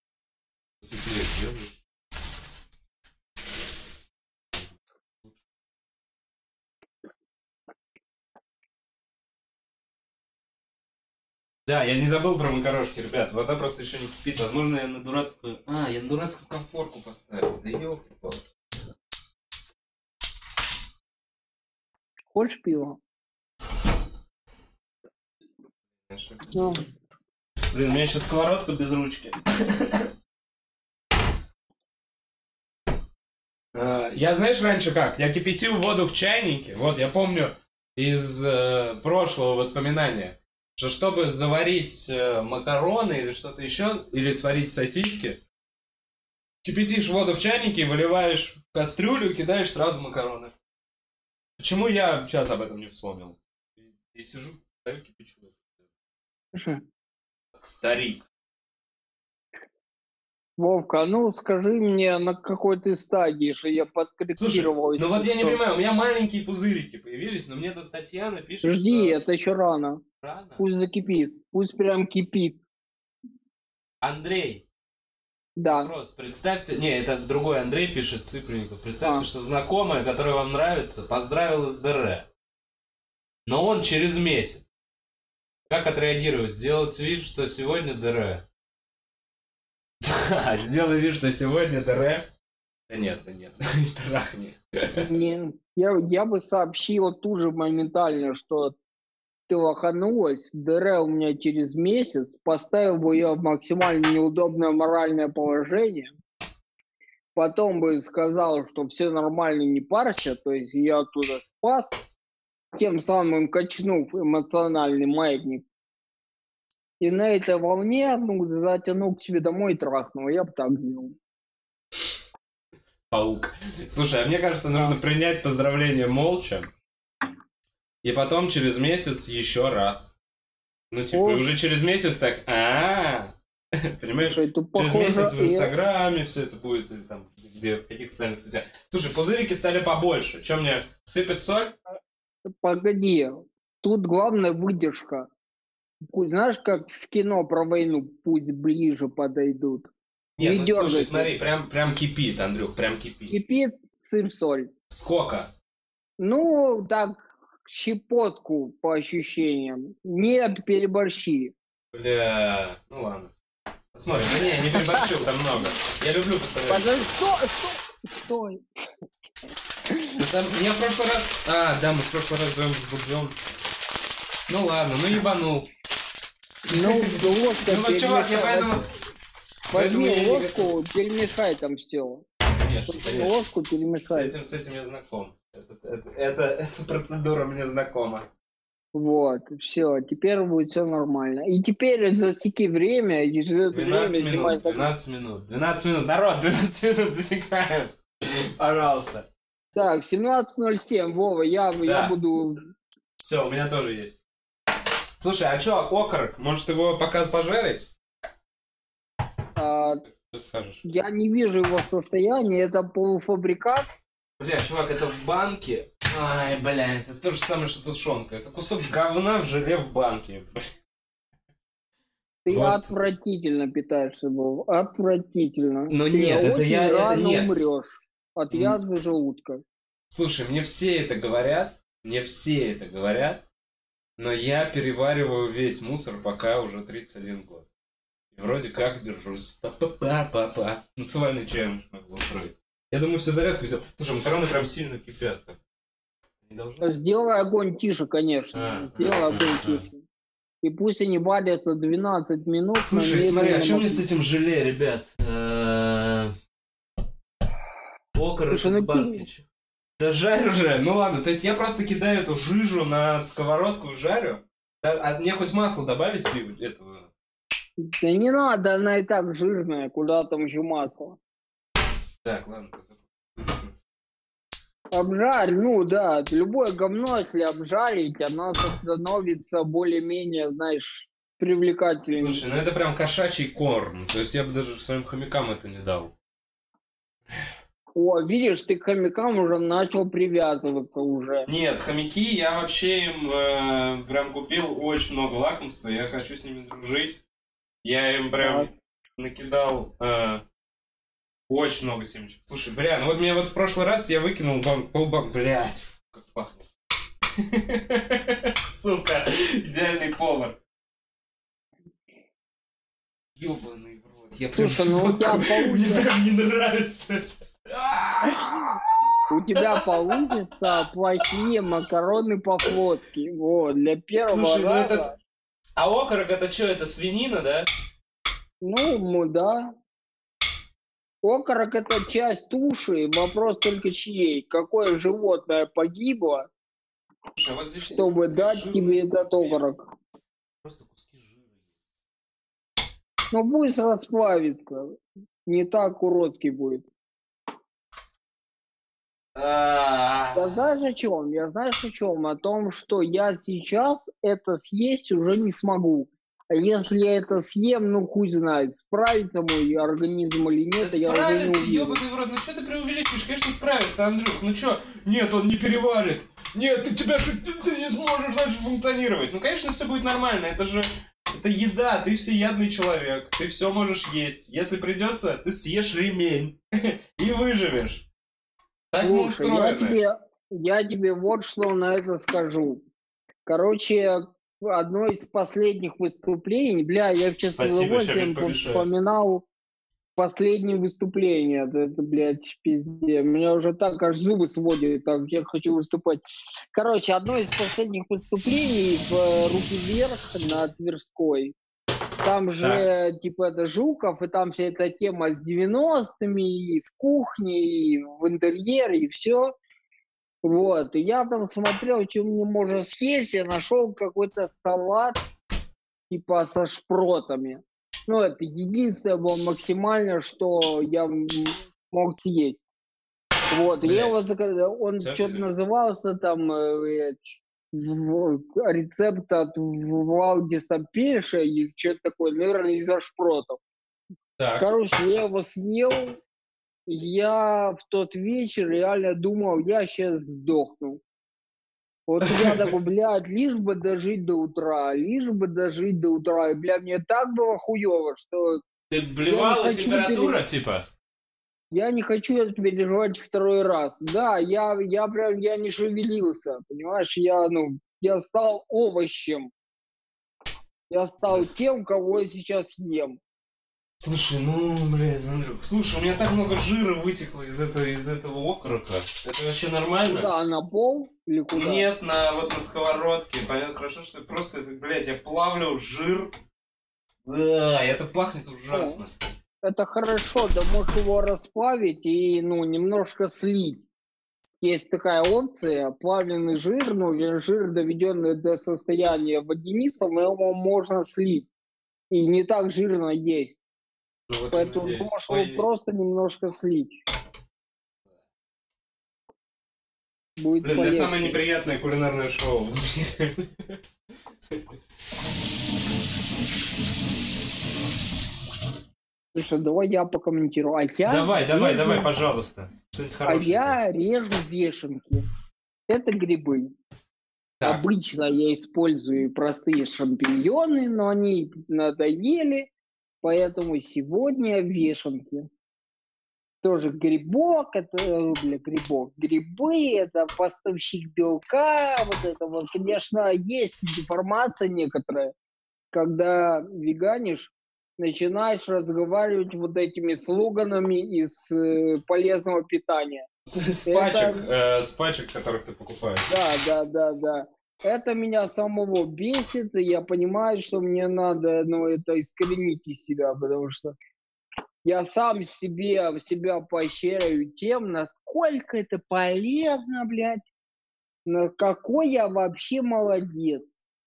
Speaker 1: Да, я не забыл про макарошки, ребят. Вода просто еще не кипит. Возможно, я на дурацкую... я на дурацкую комфорку поставил. Да ёлки-палки.
Speaker 2: Хочешь пиво?
Speaker 1: Ну. Блин, у меня еще сковородка без ручки. Я, знаешь, раньше как? Я кипятил воду в чайнике. Вот, я помню из прошлого воспоминания, что чтобы заварить макароны или что-то еще, или сварить сосиски, кипятишь воду в чайнике, выливаешь в кастрюлю и кидаешь сразу макароны. Почему я сейчас об этом не вспомнил? Я сижу, стою, кипячу.
Speaker 2: Слушай,
Speaker 1: Старик.
Speaker 2: Вовка, ну скажи мне, на какой ты стадии, что я
Speaker 1: Слушай,
Speaker 2: подкорректировал,
Speaker 1: ну вот
Speaker 2: если
Speaker 1: я не
Speaker 2: что.
Speaker 1: понимаю, у меня маленькие пузырики появились, но мне тут Татьяна пишет,
Speaker 2: Жди,
Speaker 1: что
Speaker 2: это еще рано.
Speaker 1: рано.
Speaker 2: Пусть закипит. Пусть прям кипит.
Speaker 1: Андрей,
Speaker 2: Да.
Speaker 1: вопрос. Представьте, не, это другой Андрей пишет, Цыпленников. Представьте,
Speaker 2: А.
Speaker 1: что знакомая, которая вам нравится, поздравила с ДР. Но он через месяц. Как отреагировать? Сделать вид, что сегодня ДР. Сделай вид, что сегодня ДР. Да нет, трахни.
Speaker 2: Не, я бы сообщил тут же моментально, что ты лоханулась, ДР у меня через месяц, поставил бы ее в максимально неудобное моральное положение, потом бы сказал, что все нормально, не парься, то есть я оттуда спас, тем самым качнув эмоциональный маятник. И на этой волне, ну, затянул к себе домой и трахнул. Я бы так сделал.
Speaker 1: Паук. Слушай, а мне кажется, нужно принять поздравление молча. И потом через месяц еще раз. Ну, типа,
Speaker 2: О.
Speaker 1: уже через месяц так, понимаешь?
Speaker 2: Слушай, это
Speaker 1: Через
Speaker 2: похоже,
Speaker 1: месяц в Инстаграме все это будет, или там, где, в каких социальных сетях. Слушай, пузырики стали побольше. Че мне, сыпать соль?
Speaker 2: Погоди, тут главная выдержка. Знаешь, как в кино про войну, пусть ближе подойдут.
Speaker 1: Нет,
Speaker 2: Не
Speaker 1: ну слушай,
Speaker 2: дергайся.
Speaker 1: смотри, прям кипит, Андрюх, прям кипит.
Speaker 2: Кипит, сыпь соль.
Speaker 1: Сколько?
Speaker 2: Ну, так, щепотку по ощущениям. Не переборщи.
Speaker 1: Бля, ну ладно. Посмотрим. Да не переборщил, там много. Я люблю посмотреть.
Speaker 2: Подожди, стой.
Speaker 1: Ну, там, я в прошлый раз... да, мы в прошлый раз вдвоем с Будзом. Ну ладно, ну ебанул.
Speaker 2: Ну, ложка
Speaker 1: Ну вот, чувак, я поэтому...
Speaker 2: Возьми
Speaker 1: я не
Speaker 2: ложку, перемешай там все.
Speaker 1: Конечно.
Speaker 2: Ложку перемешай.
Speaker 1: С этим я знаком. Эта процедура мне знакома.
Speaker 2: Вот, все, теперь будет все нормально. И теперь засеки время, и за это время
Speaker 1: 12
Speaker 2: снимай
Speaker 1: минут, 12 минут. 12 минут. Народ, 12 минут засекаем. Пожалуйста.
Speaker 2: Так, 17:07, Вова, я буду...
Speaker 1: Все, у меня тоже есть. Слушай, а чё, окорок? Может его пока пожарить? Что скажешь?
Speaker 2: Я не вижу его состояния, это полуфабрикат.
Speaker 1: Бля, чувак, это в банке. Ай, бля, это то же самое, что тушенка. Это кусок говна в желе в банке.
Speaker 2: Ты
Speaker 1: Вот.
Speaker 2: отвратительно питаешься, Вов, отвратительно.
Speaker 1: Но
Speaker 2: Ты
Speaker 1: нет, это
Speaker 2: очень
Speaker 1: я...
Speaker 2: рано
Speaker 1: Это нет.
Speaker 2: умрешь от язвы желудка.
Speaker 1: Слушай, мне все это говорят, но я перевариваю весь мусор пока уже 31 год. И вроде как держусь. Па-па-па-па-па. Танцевальный челлендж могу устроить. Я думаю, все зарядку сделал. Слушай, макароны прям сильно кипят. Не должны?
Speaker 2: Сделай огонь тише, конечно. Сделай огонь тише. И пусть они варятся 12 минут.
Speaker 1: Слушай, смотри, а что мне с этим желе, ребят? Окорок из банки. Да жарь уже. Ну ладно, то есть я просто кидаю эту жижу на сковородку и жарю. А мне хоть масло добавить сливу этого?
Speaker 2: Да не надо, она и так жирная, куда там еще масло.
Speaker 1: Так, ладно.
Speaker 2: Обжарь, ну да, любое говно, если обжарить, оно становится более-менее, знаешь, привлекательным.
Speaker 1: Слушай, ну это прям кошачий корм. То есть я бы даже своим хомякам это не дал.
Speaker 2: О, видишь, ты к хомякам уже начал привязываться уже.
Speaker 1: Нет, хомяки, я вообще им прям купил очень много лакомства. Я хочу с ними дружить. Я им прям накидал очень много семечек. Слушай, бля, ну вот мне вот в прошлый раз я выкинул полбак, блядь, как пахнет. Сука, идеальный повар. Ёбаный в рот. Я прям
Speaker 2: Слушай, ну у тебя
Speaker 1: мне
Speaker 2: получится...
Speaker 1: прям не нравится.
Speaker 2: У тебя получится плохие макароны по-флотски. Вот, для первого
Speaker 1: Слушай, ну
Speaker 2: раза...
Speaker 1: это... А окорок это что, это свинина, да?
Speaker 2: Ну, да. Окорок — это часть туши, вопрос только чьей. Какое животное погибло,
Speaker 1: Слушай, а вот здесь
Speaker 2: чтобы дать тебе этот окорок.
Speaker 1: Просто куски жира.
Speaker 2: Ну пусть расплавится, не так уродский будет. Я знаешь о чем? Я знаешь о чем? О том, что я сейчас это съесть уже не смогу. А если я это съем, ну хуй знает, справится мой организм или нет, я уже не
Speaker 1: Справится,
Speaker 2: уверен.
Speaker 1: ёбаный в рот, ну что ты преувеличиваешь? Конечно, справится, Андрюх, ну чё? Нет, он не переварит. Нет, ты не сможешь дальше функционировать. Ну, конечно, все будет нормально, это же... Это еда, ты всеядный человек, ты все можешь есть. Если придется, ты съешь ремень и выживешь. Так мы
Speaker 2: Слушай,
Speaker 1: устроены.
Speaker 2: я тебе вот что на это скажу. Короче, одно из последних выступлений, бля, я сейчас с
Speaker 1: Спасибо, сейчас
Speaker 2: удовольствием
Speaker 1: помешаю.
Speaker 2: вспоминал последнее выступление. Это, блядь, пиздец. Меня уже так аж зубы сводят, так я хочу выступать. Короче, одно из последних выступлений в «Руки вверх» на Тверской. Там
Speaker 1: Так,
Speaker 2: же, типа, это Жуков, и там вся эта тема с 90-ми, и в кухне, и в интерьере, и все. Вот, и я там смотрел, что мне можно съесть, я нашел какой-то салат, типа, со шпротами. Ну, это единственное было максимально, что я мог съесть. Вот, и я его
Speaker 1: блядь.
Speaker 2: заказал, он
Speaker 1: Все,
Speaker 2: что-то назывался там, рецепт от Валдиса Пельша, и что-то такое, наверное, из-за шпротов.
Speaker 1: Так.
Speaker 2: Короче, я его съел, я в тот вечер реально думал, я сейчас сдохну. Вот я такой, блядь, лишь бы дожить до утра, лишь бы дожить до утра. И, бля, мне так было хуево, что
Speaker 1: Ты
Speaker 2: я не
Speaker 1: блевала
Speaker 2: хочу
Speaker 1: температура, типа?
Speaker 2: я не хочу это переживать второй раз. Да, я прям, я не шевелился, понимаешь, я стал овощем. Я стал тем, кого я сейчас ем.
Speaker 1: Слушай, ну, блин, Андрюх, слушай, у меня так много жира вытекло из этого окорока. Это вообще нормально?
Speaker 2: Куда, на пол или куда?
Speaker 1: Нет, вот на сковородке. Понятно, хорошо, что просто, это, блядь, я плавлю жир. Да, это пахнет
Speaker 2: Ну,
Speaker 1: ужасно.
Speaker 2: это хорошо, ты можешь его расплавить и, ну, немножко слить. Есть такая опция, плавленый жир, ну, или жир, доведенный до состояния водянистого, его можно слить. И не так жирно есть.
Speaker 1: Ну, вот и
Speaker 2: Поэтому ты
Speaker 1: надеюсь.
Speaker 2: можешь его
Speaker 1: Ой,
Speaker 2: просто немножко слить. Будет
Speaker 1: блин, у меня самое
Speaker 2: полегче.
Speaker 1: неприятное кулинарное шоу.
Speaker 2: Слушай, давай я покомментирую.
Speaker 1: Давай, пожалуйста. Что-нибудь хорошенькое.
Speaker 2: Режу вешенки. Это грибы.
Speaker 1: Так,
Speaker 2: Обычно я использую простые шампиньоны, но они надоели, поэтому сегодня вешенки. Тоже грибок, это, бля, грибок. Грибы, это поставщик белка, вот это вот, конечно, есть деформация некоторая, когда веганишь, начинаешь разговаривать вот этими слоганами из полезного питания. Это,
Speaker 1: с пачек, которых ты покупаешь.
Speaker 2: да. Это меня самого бесит, и я понимаю, что мне надо, ну, это искоренить из себя, потому что я сам себя поощряю тем, насколько это полезно, блядь, на какой я вообще молодец.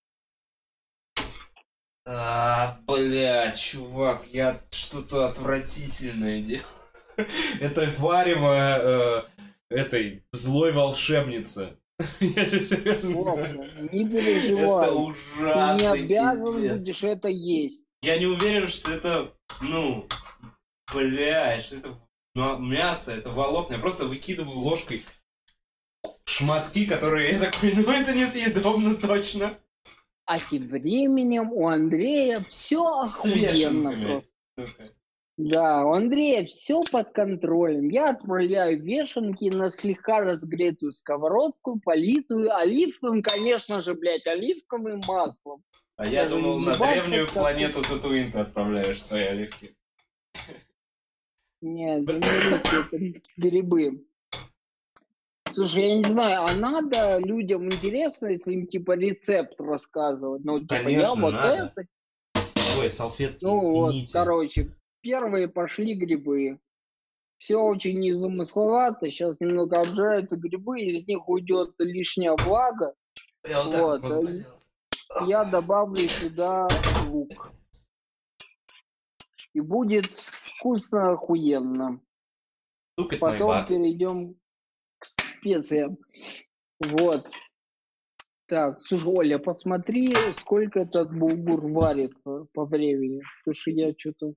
Speaker 1: Блядь, чувак, я что-то отвратительное делаю. Это варево этой злой волшебницы. Я тебе серьезно
Speaker 2: Хлопцы,
Speaker 1: говорю.
Speaker 2: не
Speaker 1: Это
Speaker 2: переживай, ты не
Speaker 1: ужасный
Speaker 2: обязан
Speaker 1: пиздец.
Speaker 2: будешь это есть.
Speaker 1: Я не уверен, что это, ну, блядь, что это мясо, это волокна. Я просто выкидываю ложкой шматки, которые, я такой, ну это несъедобно точно.
Speaker 2: А тем временем у Андрея все
Speaker 1: С
Speaker 2: охуенно
Speaker 1: вешенками.
Speaker 2: просто. Да, у Андрея все под контролем. Я отправляю вешенки на слегка разгретую сковородку, политую оливковым, конечно же, блядь, оливковым маслом.
Speaker 1: А я
Speaker 2: Даже
Speaker 1: думал,
Speaker 2: не
Speaker 1: на
Speaker 2: ебаться
Speaker 1: древнюю
Speaker 2: как-то.
Speaker 1: планету Татуин ты отправляешь свои оливки.
Speaker 2: Нет, это не оливки, это грибы. Слушай, я не знаю, а надо людям интересно, если им типа рецепт рассказывать? Ну, типа, я
Speaker 1: Конечно,
Speaker 2: вот
Speaker 1: надо.
Speaker 2: это.
Speaker 1: Ой, салфетки,
Speaker 2: Ну вот,
Speaker 1: извините.
Speaker 2: короче, первые пошли грибы. Все очень незамысловато, сейчас немного обжарятся грибы, из них уйдет лишняя влага.
Speaker 1: Я вот так вот могу поделать.
Speaker 2: Я добавлю сюда лук. И будет вкусно охуенно.
Speaker 1: Look at my
Speaker 2: Потом
Speaker 1: butt.
Speaker 2: к специям. Вот. Так, слушай, Оля, посмотри, сколько этот булгур варится по времени. Потому что я что-то...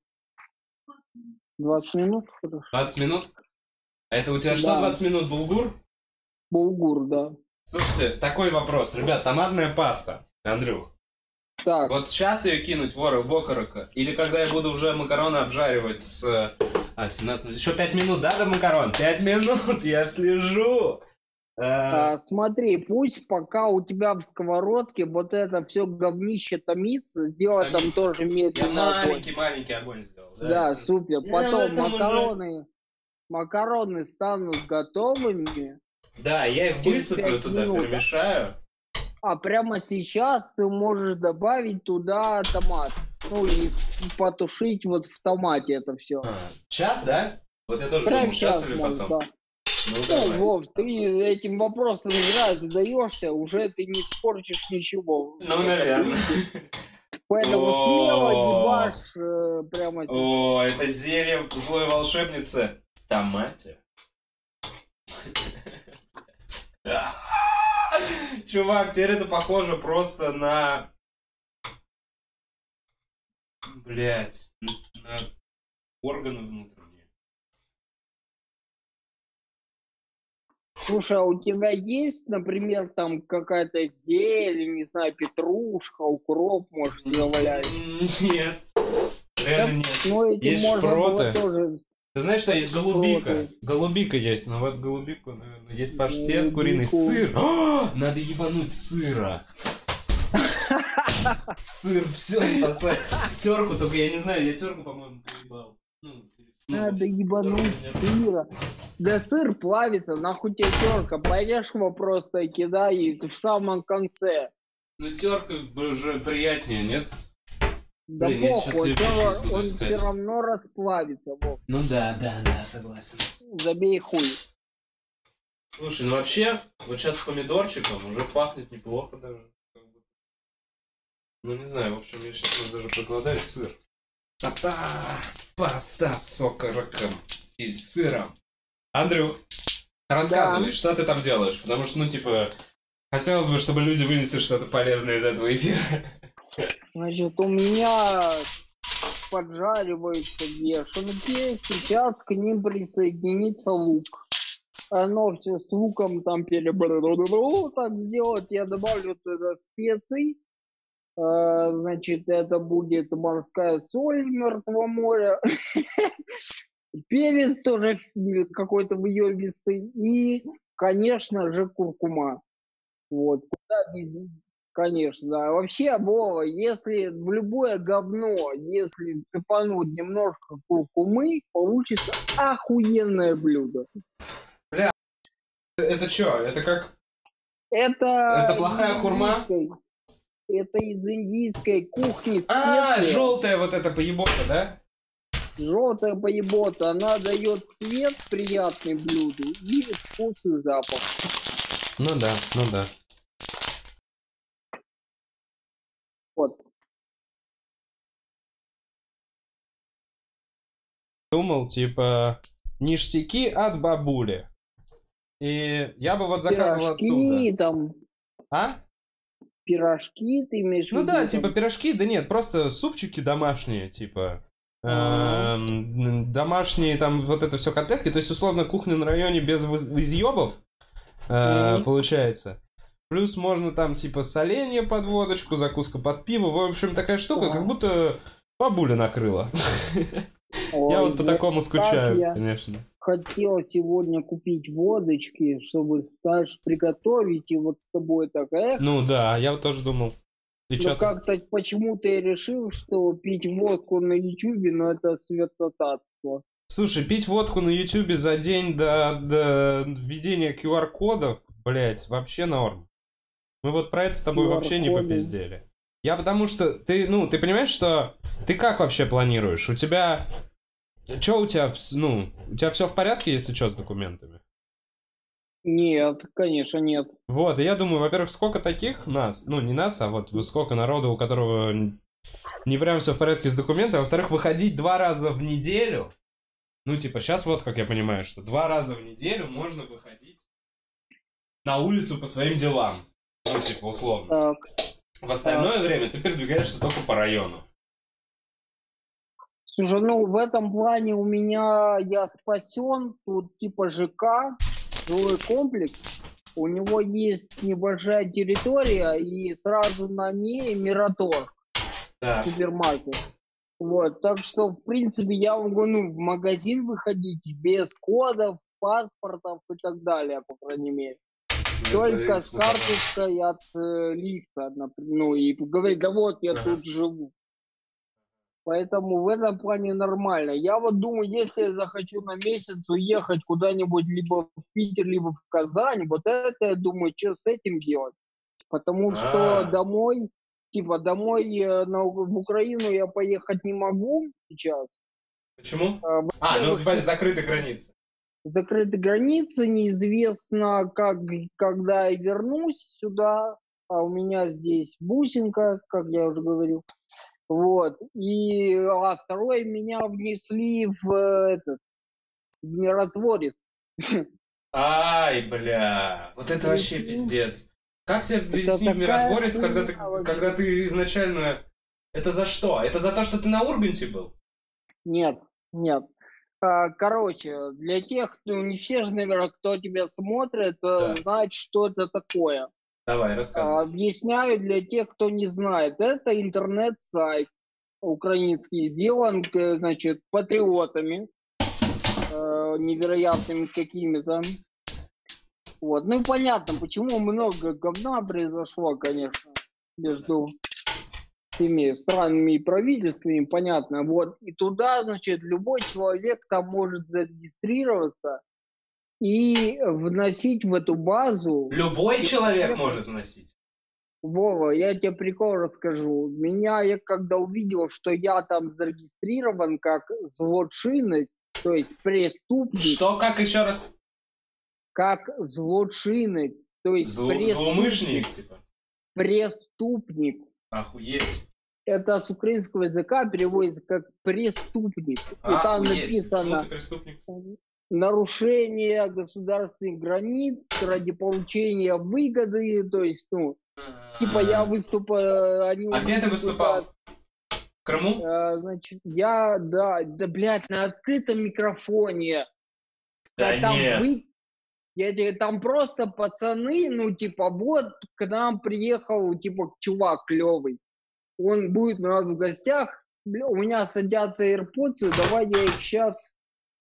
Speaker 2: 20 минут? Хорошо.
Speaker 1: 20 минут? А это у тебя что,
Speaker 2: Да.
Speaker 1: 20 минут булгур?
Speaker 2: Булгур, да.
Speaker 1: Слушайте, такой вопрос. Ребят, томатная паста. Андрюх,
Speaker 2: Так,
Speaker 1: вот сейчас ее кинуть в окорока? Или когда я буду уже макароны обжаривать с... 17... Еще 5 минут, да, до макарон? 5 минут, я слежу.
Speaker 2: смотри, пусть пока у тебя в сковородке вот это все говнище томится, сделай там тоже
Speaker 1: Я
Speaker 2: медленно огонь.
Speaker 1: маленький огонь сделал.
Speaker 2: Да, супер.
Speaker 1: Я
Speaker 2: Потом
Speaker 1: в этом
Speaker 2: макароны станут готовыми.
Speaker 1: Да, я их
Speaker 2: Через
Speaker 1: высыплю
Speaker 2: 5
Speaker 1: туда,
Speaker 2: минут.
Speaker 1: перемешаю.
Speaker 2: А прямо сейчас ты можешь добавить туда томат. Ну и потушить вот в томате это все.
Speaker 1: Сейчас, да? Вот я тоже
Speaker 2: Прямо
Speaker 1: думал, сейчас
Speaker 2: сейчас
Speaker 1: или
Speaker 2: можешь,
Speaker 1: потом.
Speaker 2: да.
Speaker 1: Ну,
Speaker 2: Ну,
Speaker 1: давай.
Speaker 2: Вов, ты этим вопросом зря задаешься, уже ты не испортишь ничего.
Speaker 1: Ну, наверное.
Speaker 2: Поэтому смело ебашь прямо сейчас.
Speaker 1: О, это зелье злой волшебницы в томате. Чувак, теперь это похоже просто на... Блять, на органы внутренние.
Speaker 2: Слушай, а у тебя есть, например, там какая-то зелень, не знаю, петрушка, укроп, может, завалять?
Speaker 1: Нет. Реально нет.
Speaker 2: Ну, этим
Speaker 1: Есть
Speaker 2: можно было
Speaker 1: шпроты.
Speaker 2: тоже...
Speaker 1: Ты знаешь, что есть голубика?
Speaker 2: Шпроты.
Speaker 1: Голубика есть, но вот голубику, наверное, есть паштет,
Speaker 2: Голубику.
Speaker 1: куриный сыр. О, надо ебануть сыра. Сыр, все спасает. Терку, только я не знаю, я терку, по-моему, поебал.
Speaker 2: Надо ебануть сыра. Да сыр плавится, нахуй тебе терка. Порежь его просто и кидай и в самом конце.
Speaker 1: Ну, терка уже приятнее, нет?
Speaker 2: Да
Speaker 1: Блин, я щас
Speaker 2: похуй,
Speaker 1: её сейчас буду
Speaker 2: он
Speaker 1: искать.
Speaker 2: все равно расплавится, Вов.
Speaker 1: Ну да, согласен.
Speaker 2: Забей хуй.
Speaker 1: Слушай, ну вообще, вот сейчас с помидорчиком уже пахнет неплохо даже. Ну не знаю, в общем, я сейчас даже прокладаю сыр. Та-та! Паста с окороком и сыром. Андрюх, рассказывай, что ты там делаешь? Потому что, ну, типа, хотелось бы, чтобы люди вынесли что-то полезное из этого эфира.
Speaker 2: Значит, у меня поджариваются вешенки. Сейчас к ним присоединится лук. Оно все с луком там перебру. Так сделать я добавлю туда специй. Значит, это будет морская соль Мертвого моря. Перец тоже какой-то выебистый. И, конечно же, куркума. Вот. Куда без... Конечно, да. Вообще, Вова, если в любое говно, если цепануть немножко куркумы, получится охуенное блюдо.
Speaker 1: Это что? Это как...
Speaker 2: Это
Speaker 1: плохая хурма?
Speaker 2: Это из индийской кухни
Speaker 1: А,
Speaker 2: специя.
Speaker 1: желтая вот эта поебота, да?
Speaker 2: Желтая поебота, она дает цвет приятный блюду и вкус и запах.
Speaker 1: Ну да.
Speaker 2: Вот.
Speaker 1: Думал, типа, ништяки от бабули. И я бы вот заказывал
Speaker 2: Пирожки
Speaker 1: оттуда.
Speaker 2: там.
Speaker 1: А?
Speaker 2: Пирожки ты имеешь в виду?
Speaker 1: Ну да,
Speaker 2: там?
Speaker 1: типа пирожки, да нет, просто супчики домашние, типа. Домашние там вот это все котлетки, то есть условно кухня на районе без изъебов получается. Плюс можно там типа соленье под водочку, закуска под пиво, в общем такая штука, как будто бабуля накрыла.
Speaker 2: Ой,
Speaker 1: Я вот по такому скучаю,
Speaker 2: я
Speaker 1: конечно.
Speaker 2: хотел сегодня купить водочки, чтобы, знаешь, приготовить, и вот с тобой так,
Speaker 1: Ну да, я вот тоже думал.
Speaker 2: Но как-то почему-то я решил, что пить водку на Ютубе, ну это святотатство.
Speaker 1: Слушай, пить водку на Ютубе за день до введения QR-кодов, блять, вообще норм. Мы вот про это с тобой вообще не попиздели. Я потому что, ты понимаешь, что ты как вообще планируешь? У тебя, что у тебя, у тебя все в порядке, если что, с документами?
Speaker 2: Нет, конечно, нет.
Speaker 1: Вот, и я думаю, во-первых, сколько таких нас, не нас, а вот сколько народу, у которого не прям все в порядке с документами, а во-вторых, выходить 2 раза в неделю, сейчас вот как я понимаю, что 2 раза в неделю можно выходить на улицу по своим делам. Ну, типа, условно.
Speaker 2: Так,
Speaker 1: В остальное время ты передвигаешься только по району.
Speaker 2: слушай, ну в этом плане у меня я спасен, тут типа ЖК, жилой комплекс, у него есть небольшая территория и сразу на ней Мираторг,
Speaker 1: Так.
Speaker 2: супермаркет. Вот, так что, в принципе, я могу, ну, в магазин выходить без кодов, паспортов и так далее, по крайней мере. Только с карточкой от лифта, ну, и говорить, да вот, я тут живу. Поэтому в этом плане нормально. Я вот думаю, если я захочу на месяц уехать куда-нибудь либо в Питер, либо в Казань, вот это, я думаю, что с этим делать. Потому что домой, типа домой в Украину я поехать не могу сейчас.
Speaker 1: Почему? Ну, закрыты границы.
Speaker 2: Закрыты границы, неизвестно, когда я вернусь сюда. А у меня здесь бусинка, как я уже говорил. Вот. И второе, меня внесли в миротворец.
Speaker 1: Ай, бля. Вот это вообще пиздец. Как тебя внесли в миротворец, когда ты изначально... Это за что? Это за то, что ты на Урганте был?
Speaker 2: Нет. Короче, для тех, не все же, наверное, кто тебя смотрит, знает, что это такое.
Speaker 1: Давай, рассказывай.
Speaker 2: Объясняю для тех, кто не знает. Это интернет-сайт украинский, сделан, значит, патриотами, невероятными какими-то. Вот. Ну и понятно, почему много говна произошло, конечно, между теми странами и правительствами, понятно. Вот. И туда, значит, любой человек там может зарегистрироваться и вносить в эту базу...
Speaker 1: Любой человек может вносить?
Speaker 2: Вова, я тебе прикол расскажу. Я когда увидел, что я там зарегистрирован как злочинец, то есть преступник...
Speaker 1: Что? Как еще раз?
Speaker 2: Как злочинец, то есть
Speaker 1: злоумышленник, типа?
Speaker 2: Преступник.
Speaker 1: Охуеть.
Speaker 2: Это с украинского языка переводится как преступник. И там написано нарушение государственных границ ради получения выгоды. То есть, ну, типа я выступаю...
Speaker 1: А где ты выступал? В Крыму?
Speaker 2: Значит, блядь, на открытом микрофоне.
Speaker 1: Да
Speaker 2: там
Speaker 1: нет.
Speaker 2: Там просто пацаны, ну, типа, вот к нам приехал, типа, чувак клевый. Он будет у нас в гостях. У меня садятся AirPods, давай я их сейчас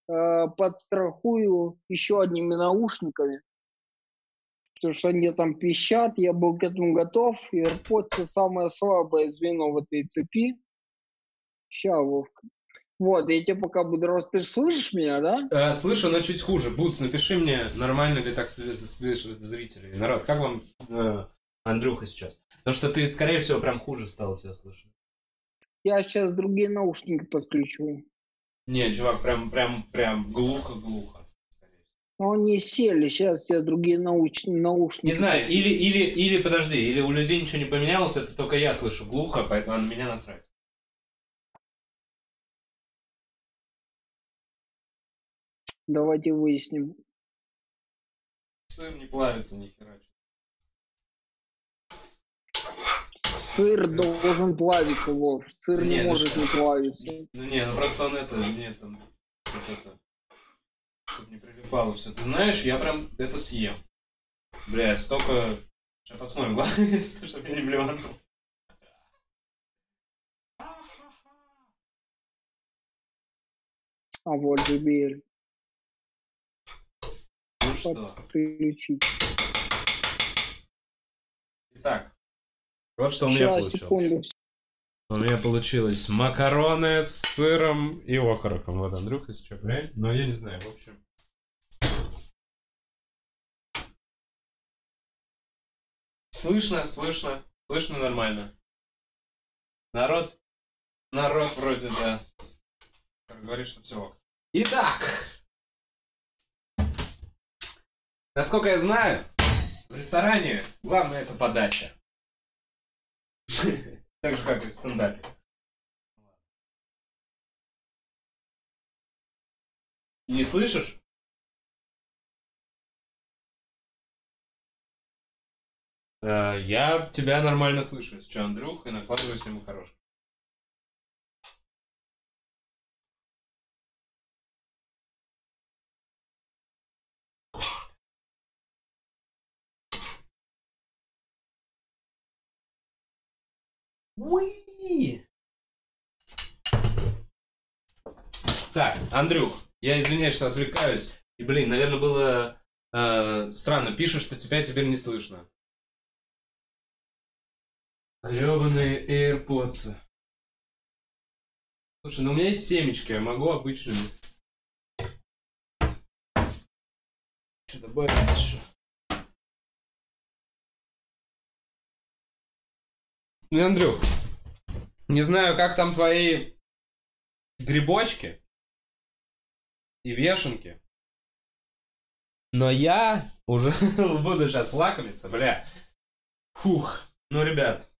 Speaker 2: подстрахую еще одними наушниками. Потому что они там пищат, я был к этому готов. AirPods самое слабое звено в этой цепи. Ща, Вовка. Вот, я тебе пока буду раз. Ты слышишь меня, да?
Speaker 1: Слышу, но чуть хуже. Бутс, напиши мне, нормально ли так слышат зрители. Народ, как вам Андрюха сейчас? Потому что ты, скорее всего, прям хуже стал тебя слышать.
Speaker 2: Я сейчас другие наушники подключу.
Speaker 1: Не, чувак, прям глухо.
Speaker 2: Но они сели, сейчас я другие наушники.
Speaker 1: Не знаю, или подожди, или у людей ничего не поменялось, это только я слышу глухо, поэтому на меня насрать.
Speaker 2: Давайте выясним.
Speaker 1: Сыр не плавится ни хера.
Speaker 2: Сыр должен плавиться, Вов. Сыр не может не плавиться.
Speaker 1: Ну просто он чтобы не прилипало все. Ты знаешь, я прям это съем. Бля, столько... Сейчас посмотрим, главное, чтобы я не блеванул.
Speaker 2: А вот JBL.
Speaker 1: Ну что?
Speaker 2: Подключить.
Speaker 1: Итак, вот что у меня получилось. Секунду. У меня получилось макароны с сыром и окороком. Вот Андрюха сейчас, правильно? Но я не знаю, в общем. Слышно нормально. Народ вроде, да. Как говорит, что все ок. Итак. Насколько я знаю, в ресторане главное это подача. Так же, как и в стендапе. Не слышишь? Я тебя нормально слышу, если что, Андрюх, и накладываю ему хороший. Уи! Так, Андрюх, я извиняюсь, что отвлекаюсь. И, блин, наверное, было странно. Пишет, что тебя теперь не слышно. Гребаные AirPods. Слушай, ну у меня есть семечки, я могу обычными. Что добавить еще? Ну, Андрюх, не знаю, как там твои грибочки и вешенки, но я уже буду сейчас лакомиться, бля. Фух. Ну, ребят.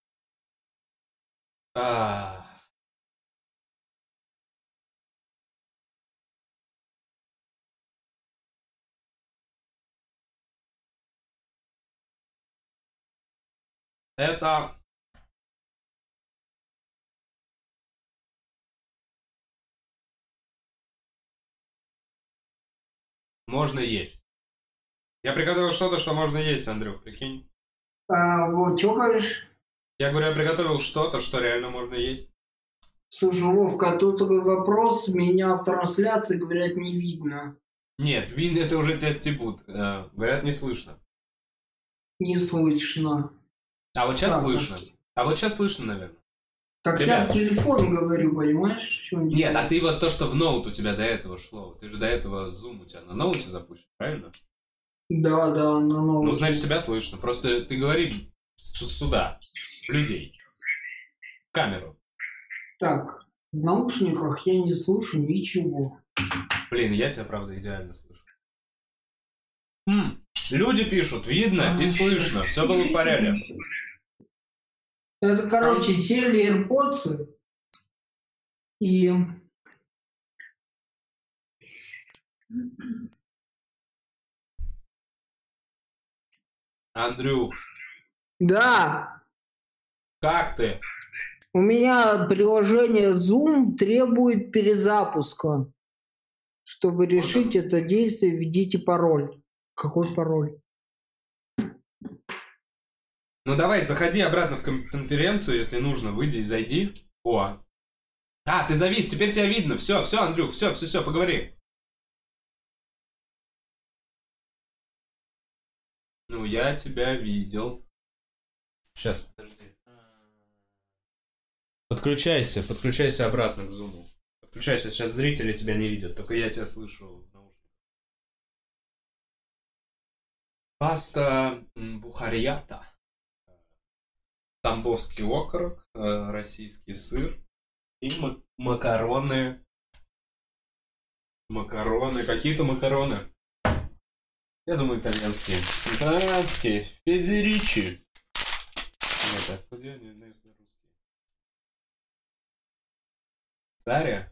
Speaker 1: Это можно есть. Я приготовил что-то, что можно есть, Андрюх, прикинь.
Speaker 2: Вот, что говоришь?
Speaker 1: Я говорю, я приготовил что-то, что реально можно есть.
Speaker 2: Слушай, Вовка, тут такой вопрос, меня в трансляции, говорят, не видно.
Speaker 1: Нет, видно, это уже тебя стебут. Говорят, не слышно.
Speaker 2: Не слышно.
Speaker 1: А вот сейчас
Speaker 2: Так,
Speaker 1: слышно. А вот сейчас слышно, наверное.
Speaker 2: Так
Speaker 1: Ребят.
Speaker 2: я в телефон говорю, понимаешь?
Speaker 1: Нет, а ты вот то, что в ноут у тебя до этого шло. Ты же до этого Zoom у тебя на ноуте запущен, правильно?
Speaker 2: Да, на ноуте.
Speaker 1: Ну, значит, тебя слышно. Просто ты говори сюда, людей. В камеру.
Speaker 2: Так, в наушниках я не слышу ничего.
Speaker 1: Блин, я тебя, правда, идеально слышу. Люди пишут, видно и слышно. Все было в порядке.
Speaker 2: Это, короче, сели AirPods и...
Speaker 1: Андрюх.
Speaker 2: Да.
Speaker 1: Как ты?
Speaker 2: У меня приложение Zoom требует перезапуска. Чтобы решить это действие, введите пароль. Какой пароль?
Speaker 1: Ну давай, заходи обратно в конференцию, если нужно, выйди и зайди. О. Ты завис, теперь тебя видно. Все, Андрюх, все, поговори. Ну, я тебя видел. Сейчас, подожди. Подключайся обратно к зуму. Подключайся, сейчас зрители тебя не видят, только я тебя слышу в наушниках. Паста бухарията. Тамбовский окорок, российский сыр и макароны. Какие-то макароны. Я думаю, итальянские. Итальянские. Федеричи. Нет, студия, наверное, русские. Царя.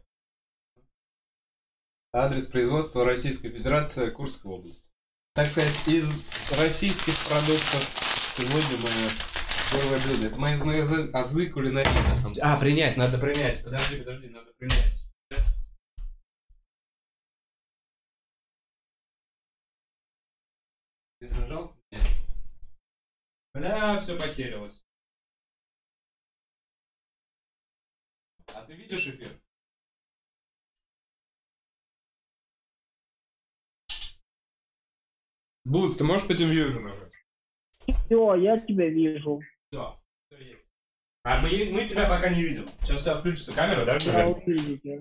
Speaker 1: Адрес производства Российская Федерация, Курская область. Так сказать, из российских продуктов сегодня мы... Первое блюдо. Это мои азы кулинарии, на самом деле. Принять, надо принять. Подожди, надо принять. Сейчас. Ты нажал? Нет. Бля, все похерилось. А ты видишь эфир? Бут, ты можешь по TeamViewer нажать?
Speaker 2: Все, я тебя вижу.
Speaker 1: Все есть. Мы тебя пока не видим. Сейчас у тебя включится камера, да?
Speaker 2: Да, увидите.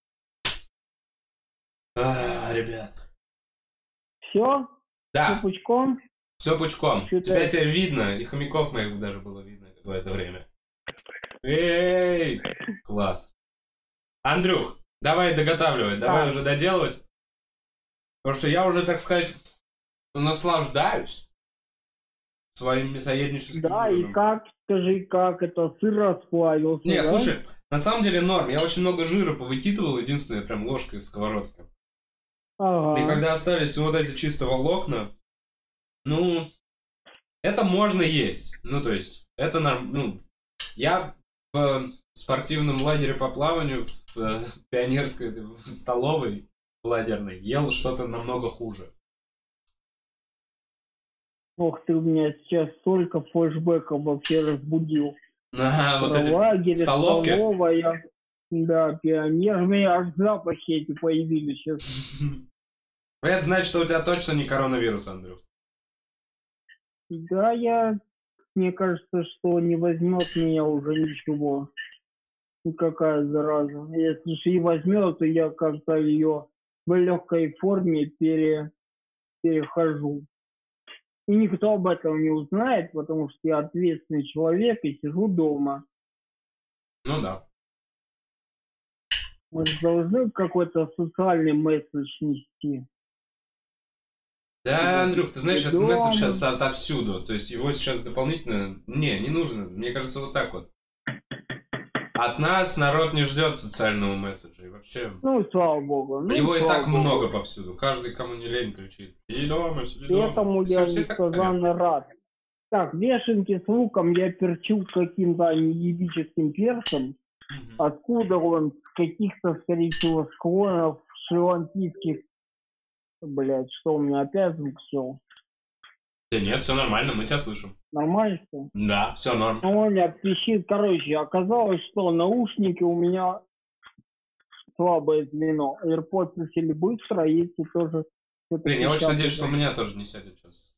Speaker 1: Ребят.
Speaker 2: Все?
Speaker 1: Да.
Speaker 2: Все пучком?
Speaker 1: Все пучком.
Speaker 2: Что-то...
Speaker 1: Тебя видно, и хомяков моих даже было видно какое-то время. Эй! Класс. Андрюх, давай доготавливай, давай уже доделывать. Потому что я уже, так сказать, наслаждаюсь своим мясоедническим
Speaker 2: Да,
Speaker 1: ужином.
Speaker 2: И как, скажи, как это, сыр расплавился?
Speaker 1: Не,
Speaker 2: да?
Speaker 1: слушай, на самом деле норм. Я очень много жира повыкидывал, единственное, прям ложкой из сковородки.
Speaker 2: Ага.
Speaker 1: И когда остались вот эти чисто волокна, ну, Это можно есть. Ну, то есть, это ну, я в спортивном лагере по плаванию, в пионерской столовой лагерной, ел что-то намного хуже.
Speaker 2: Ох, ты у меня сейчас столько флешбеков вообще разбудил.
Speaker 1: Вот
Speaker 2: Про
Speaker 1: эти
Speaker 2: лагерь,
Speaker 1: столовки.
Speaker 2: столовая. Да, пионер. У меня аж запахи эти появились сейчас.
Speaker 1: Это значит, что у тебя точно не коронавирус, Андрюх.
Speaker 2: Да, мне кажется, что не возьмет меня уже ничего. Никакая зараза. Если же и возьмет, то я как-то ее в легкой форме перехожу. И никто об этом не узнает, потому что я ответственный человек и сижу дома.
Speaker 1: Ну да.
Speaker 2: Мы же должны какой-то социальный месседж нести.
Speaker 1: Да, Андрюх, ты знаешь, этот месседж
Speaker 2: Дома.
Speaker 1: сейчас отовсюду. То есть его сейчас дополнительно... Не нужно. Мне кажется, вот так вот. От нас народ не ждет социального месседжа. И вообще...
Speaker 2: Ну, слава богу.
Speaker 1: Его и так
Speaker 2: богу.
Speaker 1: много повсюду. Каждый, кому не лень, кричит. Сиди дома, сиди дома.
Speaker 2: Этому я несказанно рад. Так, вешенки с луком я перчу каким-то неебическим перцем. Откуда он? С каких-то, скорее всего, склонов шри-ланкийских. Блять, что у меня опять звук сел?
Speaker 1: Да нет, все нормально, мы тебя слышим.
Speaker 2: Нормально все?
Speaker 1: Да, все норм.
Speaker 2: Ну, у меня пищит. Короче, оказалось, что наушники у меня слабое звено. AirPods сели быстро, если тоже...
Speaker 1: Блин, я очень надеюсь, что у меня тоже не сядет сейчас.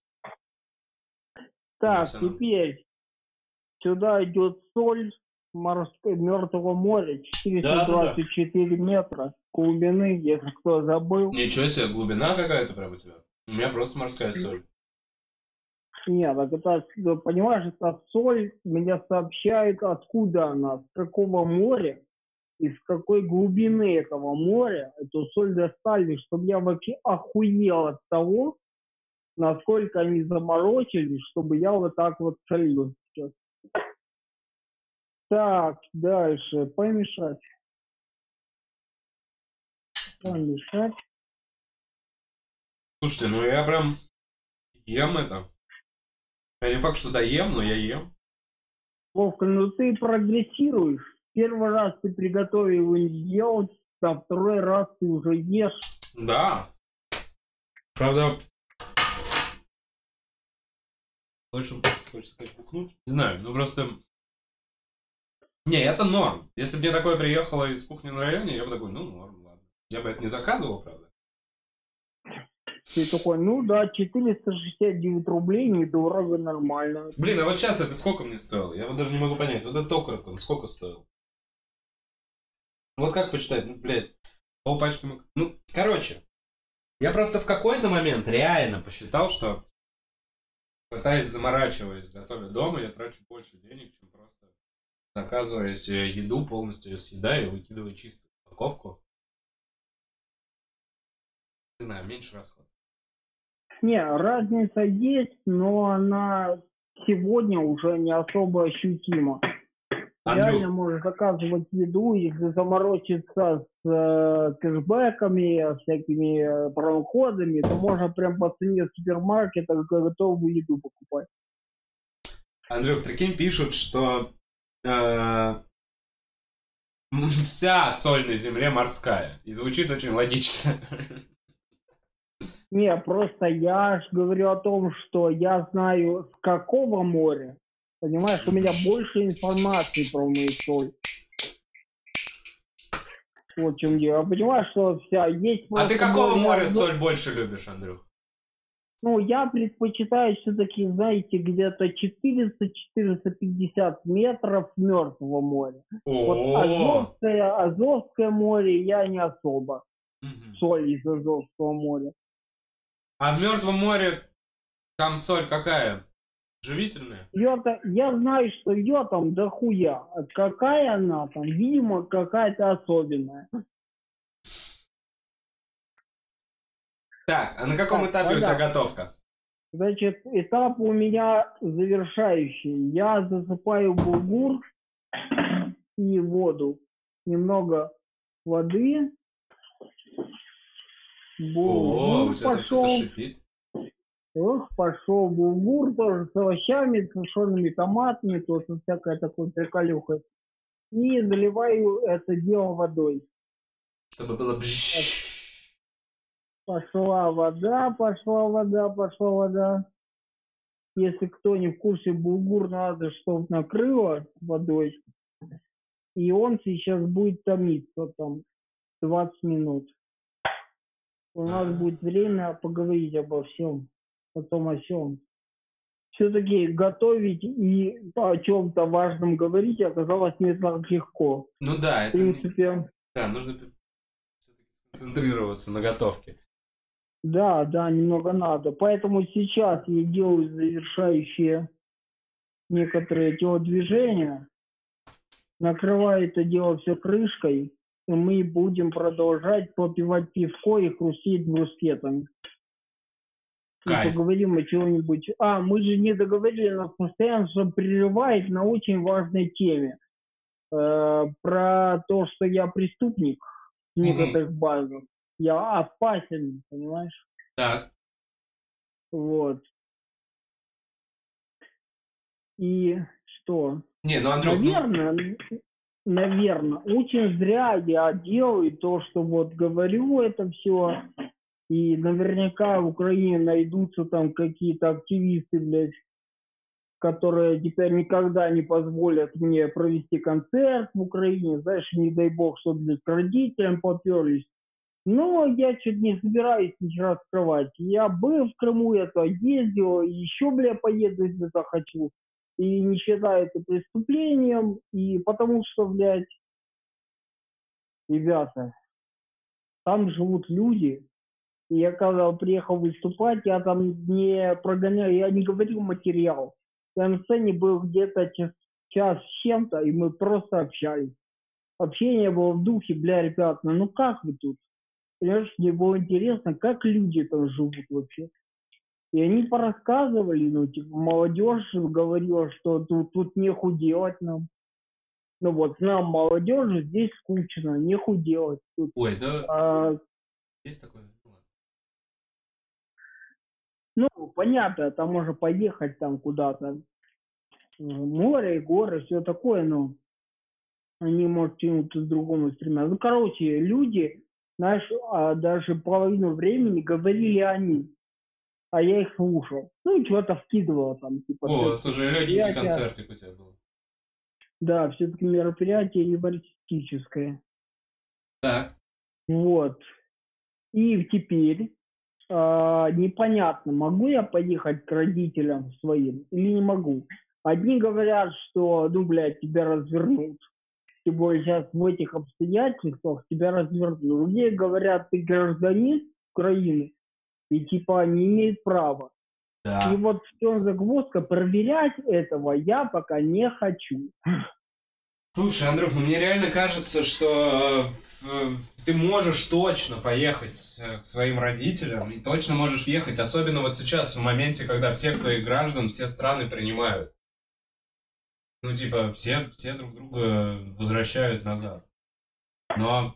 Speaker 2: Так, теперь сюда идет соль Мертвого моря, 424 метра глубины, если кто забыл.
Speaker 1: Ничего себе, глубина какая-то прям у тебя. У меня просто морская соль.
Speaker 2: Нет, так это, понимаешь, это соль меня сообщает, откуда она, с какого моря и с какой глубины этого моря эту соль достали, чтобы я вообще охуел от того, насколько они заморочились, чтобы я вот так вот солил сейчас. Так, дальше. Помешать.
Speaker 1: Слушайте, ну я прям ем это. Я не факт, что доем, но я ем.
Speaker 2: Вовка, ну ты прогрессируешь. Первый раз ты приготовил и ел, а второй раз ты уже ешь.
Speaker 1: Да. Правда, больше хочется сказать пухнуть. Не знаю, ну просто... Не, это норм. Если бы мне такое приехало из кухни на районе, я бы такой, ну норм, ладно. Я бы это не заказывал, правда.
Speaker 2: Ты такой, ну да, 469 рублей, недорого, нормально.
Speaker 1: Блин, а вот сейчас это сколько мне стоило? Я вот даже не могу понять. Вот этот окорок, он сколько стоил? Вот как посчитать? Ну, блядь, полпачки... Ну, короче, я просто в какой-то момент реально посчитал, что пытаясь, заморачиваясь, готовя дома, я трачу больше денег, чем просто заказывая себе еду, полностью ее съедаю и выкидывая чистую упаковку. Не знаю, меньше расход.
Speaker 2: Не, разница есть, но она сегодня уже не особо ощутима. Реально можешь заказывать еду, если заморочиться с кэшбэками, всякими промокодами, то можно прям по цене супермаркета готовую еду покупать.
Speaker 1: Андрюх, прикинь, пишут, что вся соль на земле морская. И звучит очень логично.
Speaker 2: Не, просто я ж говорю о том, что я знаю, с какого моря. Понимаешь, у меня больше информации про мою соль. Вот в чем дело. Понимаешь, что вся есть...
Speaker 1: А ты какого моря соль больше любишь, Андрюх?
Speaker 2: Ну, я предпочитаю все-таки, знаете, где-то 400-450 метров Мертвого моря. Вот Азовское море я не особо. Соль из Азовского моря.
Speaker 1: А в Мертвом море там соль какая? Живительная?
Speaker 2: Я знаю, что ее там дохуя. А какая она там? Видимо, какая-то особенная.
Speaker 1: Так, а на каком этапе у тебя готовка?
Speaker 2: Значит, этап у меня завершающий. Я засыпаю булгур и воду. Немного воды.
Speaker 1: О, у тебя там что-то шипит.
Speaker 2: Ох, пошел булгур тоже с овощами, с сушеными томатами, то со всякой такой приколюхой. И заливаю это дело водой.
Speaker 1: Чтобы было
Speaker 2: Так,
Speaker 1: бжжж.
Speaker 2: пошла вода, пошла вода, пошла вода. Если кто не в курсе, булгур надо, чтобы накрыло водой. И он сейчас будет томиться там 20 минут. У нас
Speaker 1: А,
Speaker 2: будет время поговорить обо всем, потом о всем. Все-таки готовить и о чем-то важном говорить оказалось не так легко.
Speaker 1: ну да,
Speaker 2: В
Speaker 1: это
Speaker 2: принципе,
Speaker 1: да, нужно все-таки сконцентрироваться на готовке.
Speaker 2: да, да, немного надо. Поэтому сейчас я делаю завершающие некоторые телодвижения, накрываю это дело все крышкой, и мы будем продолжать попивать пивко и хрустеть брускетами. И
Speaker 1: Кайф.
Speaker 2: поговорим о чем-нибудь. Мы же не договорили, нас постоянно что прерывает на очень важной теме. Про то, что я преступник в
Speaker 1: Мгм.
Speaker 2: некоторых базах. Я опасен, понимаешь?
Speaker 1: Так.
Speaker 2: Вот. И что?
Speaker 1: Не, ну, Андрюх, ну,
Speaker 2: Наверное, очень зря я делаю то, что вот говорю это все. И наверняка в Украине найдутся там какие-то активисты, блядь, которые теперь никогда не позволят мне провести концерт в Украине. Знаешь, не дай бог, чтобы, блядь, к родителям поперлись. Но я что-то не собираюсь ничего скрывать. Я был в Крыму, я туда ездил, и еще, бля, поеду, если захочу. И не считаю это преступлением, и потому что, блядь, ребята, там живут люди, и я когда приехал выступать, я там не прогоняю, я не говорил материал. Я на сцене был где-то час с чем-то, и мы просто общались. Общение было в духе, бля, ребят, ну как вы тут? Понимаешь, мне было интересно, как люди там живут вообще. И они порассказывали, ну, типа, молодежь говорила, что тут нехуй делать нам. Ну вот, нам, молодежи, здесь скучно, нехуй делать. Тут,
Speaker 1: ой, да,
Speaker 2: а,
Speaker 1: есть такое? Ну, ладно.
Speaker 2: ну, понятно, там можно поехать там куда-то, море, горы, все такое, но они, может, чему-то другому стремятся. Ну, короче, люди, знаешь, даже половину времени говорили они. А я их слушал. Ну, и что-то вкидывал там, типа,
Speaker 1: О, у вас
Speaker 2: все-таки
Speaker 1: уже легенький
Speaker 2: мероприятие.
Speaker 1: концертик у тебя был.
Speaker 2: Да, все-таки мероприятие юмористическое.
Speaker 1: Так.
Speaker 2: Вот. И теперь непонятно, могу я поехать к родителям своим или не могу. Одни говорят, что, ну, блядь, тебя развернут. Тем более сейчас в этих обстоятельствах тебя развернут. Другие говорят, ты гражданин Украины и типа не имеет права. И
Speaker 1: Да.
Speaker 2: вот в чем загвоздка, проверять этого я пока не хочу.
Speaker 1: Слушай, Андрюх, ну мне реально кажется, что ты можешь точно поехать к своим родителям и точно можешь ехать, особенно вот сейчас, в моменте, когда всех своих граждан все страны принимают. Ну, типа, все друг друга возвращают назад. Но,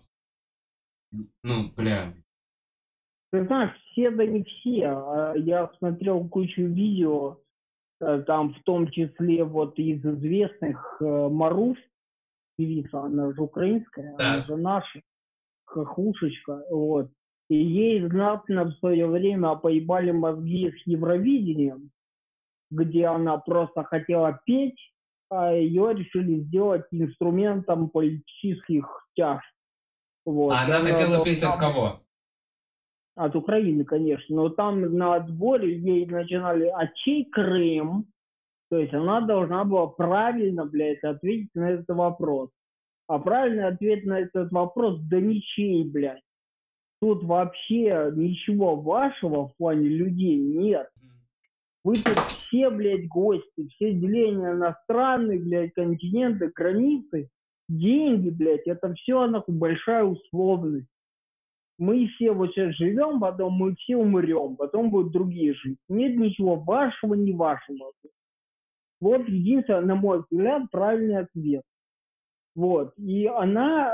Speaker 1: ну, бля.
Speaker 2: Ты знаешь, все да не все. Я смотрел кучу видео, там в том числе вот из известных Маруф, певица, она же украинская, она
Speaker 1: Так.
Speaker 2: же наша, хохлушечка, вот. И ей знатно в свое время поебали мозги с Евровидением, где она просто хотела петь, а ее решили сделать инструментом политических тяж.
Speaker 1: А
Speaker 2: Вот. И
Speaker 1: она
Speaker 2: она
Speaker 1: хотела петь от
Speaker 2: должна
Speaker 1: кого?
Speaker 2: от Украины, конечно, но там на отборе ей начинали, а чей Крым? То есть она должна была правильно, блядь, ответить на этот вопрос. А правильный ответ на этот вопрос, да ничей, блядь. Тут вообще ничего вашего в плане людей нет. Вы тут все, блядь, гости, все деления на страны, блядь, континенты, границы, деньги, блядь, это все, нахуй, большая условность. Мы все вот сейчас живем, потом мы все умрем, потом будут другие жить. Нет ничего вашего, не вашего. Вот единственное, на мой взгляд, правильный ответ. Вот. И она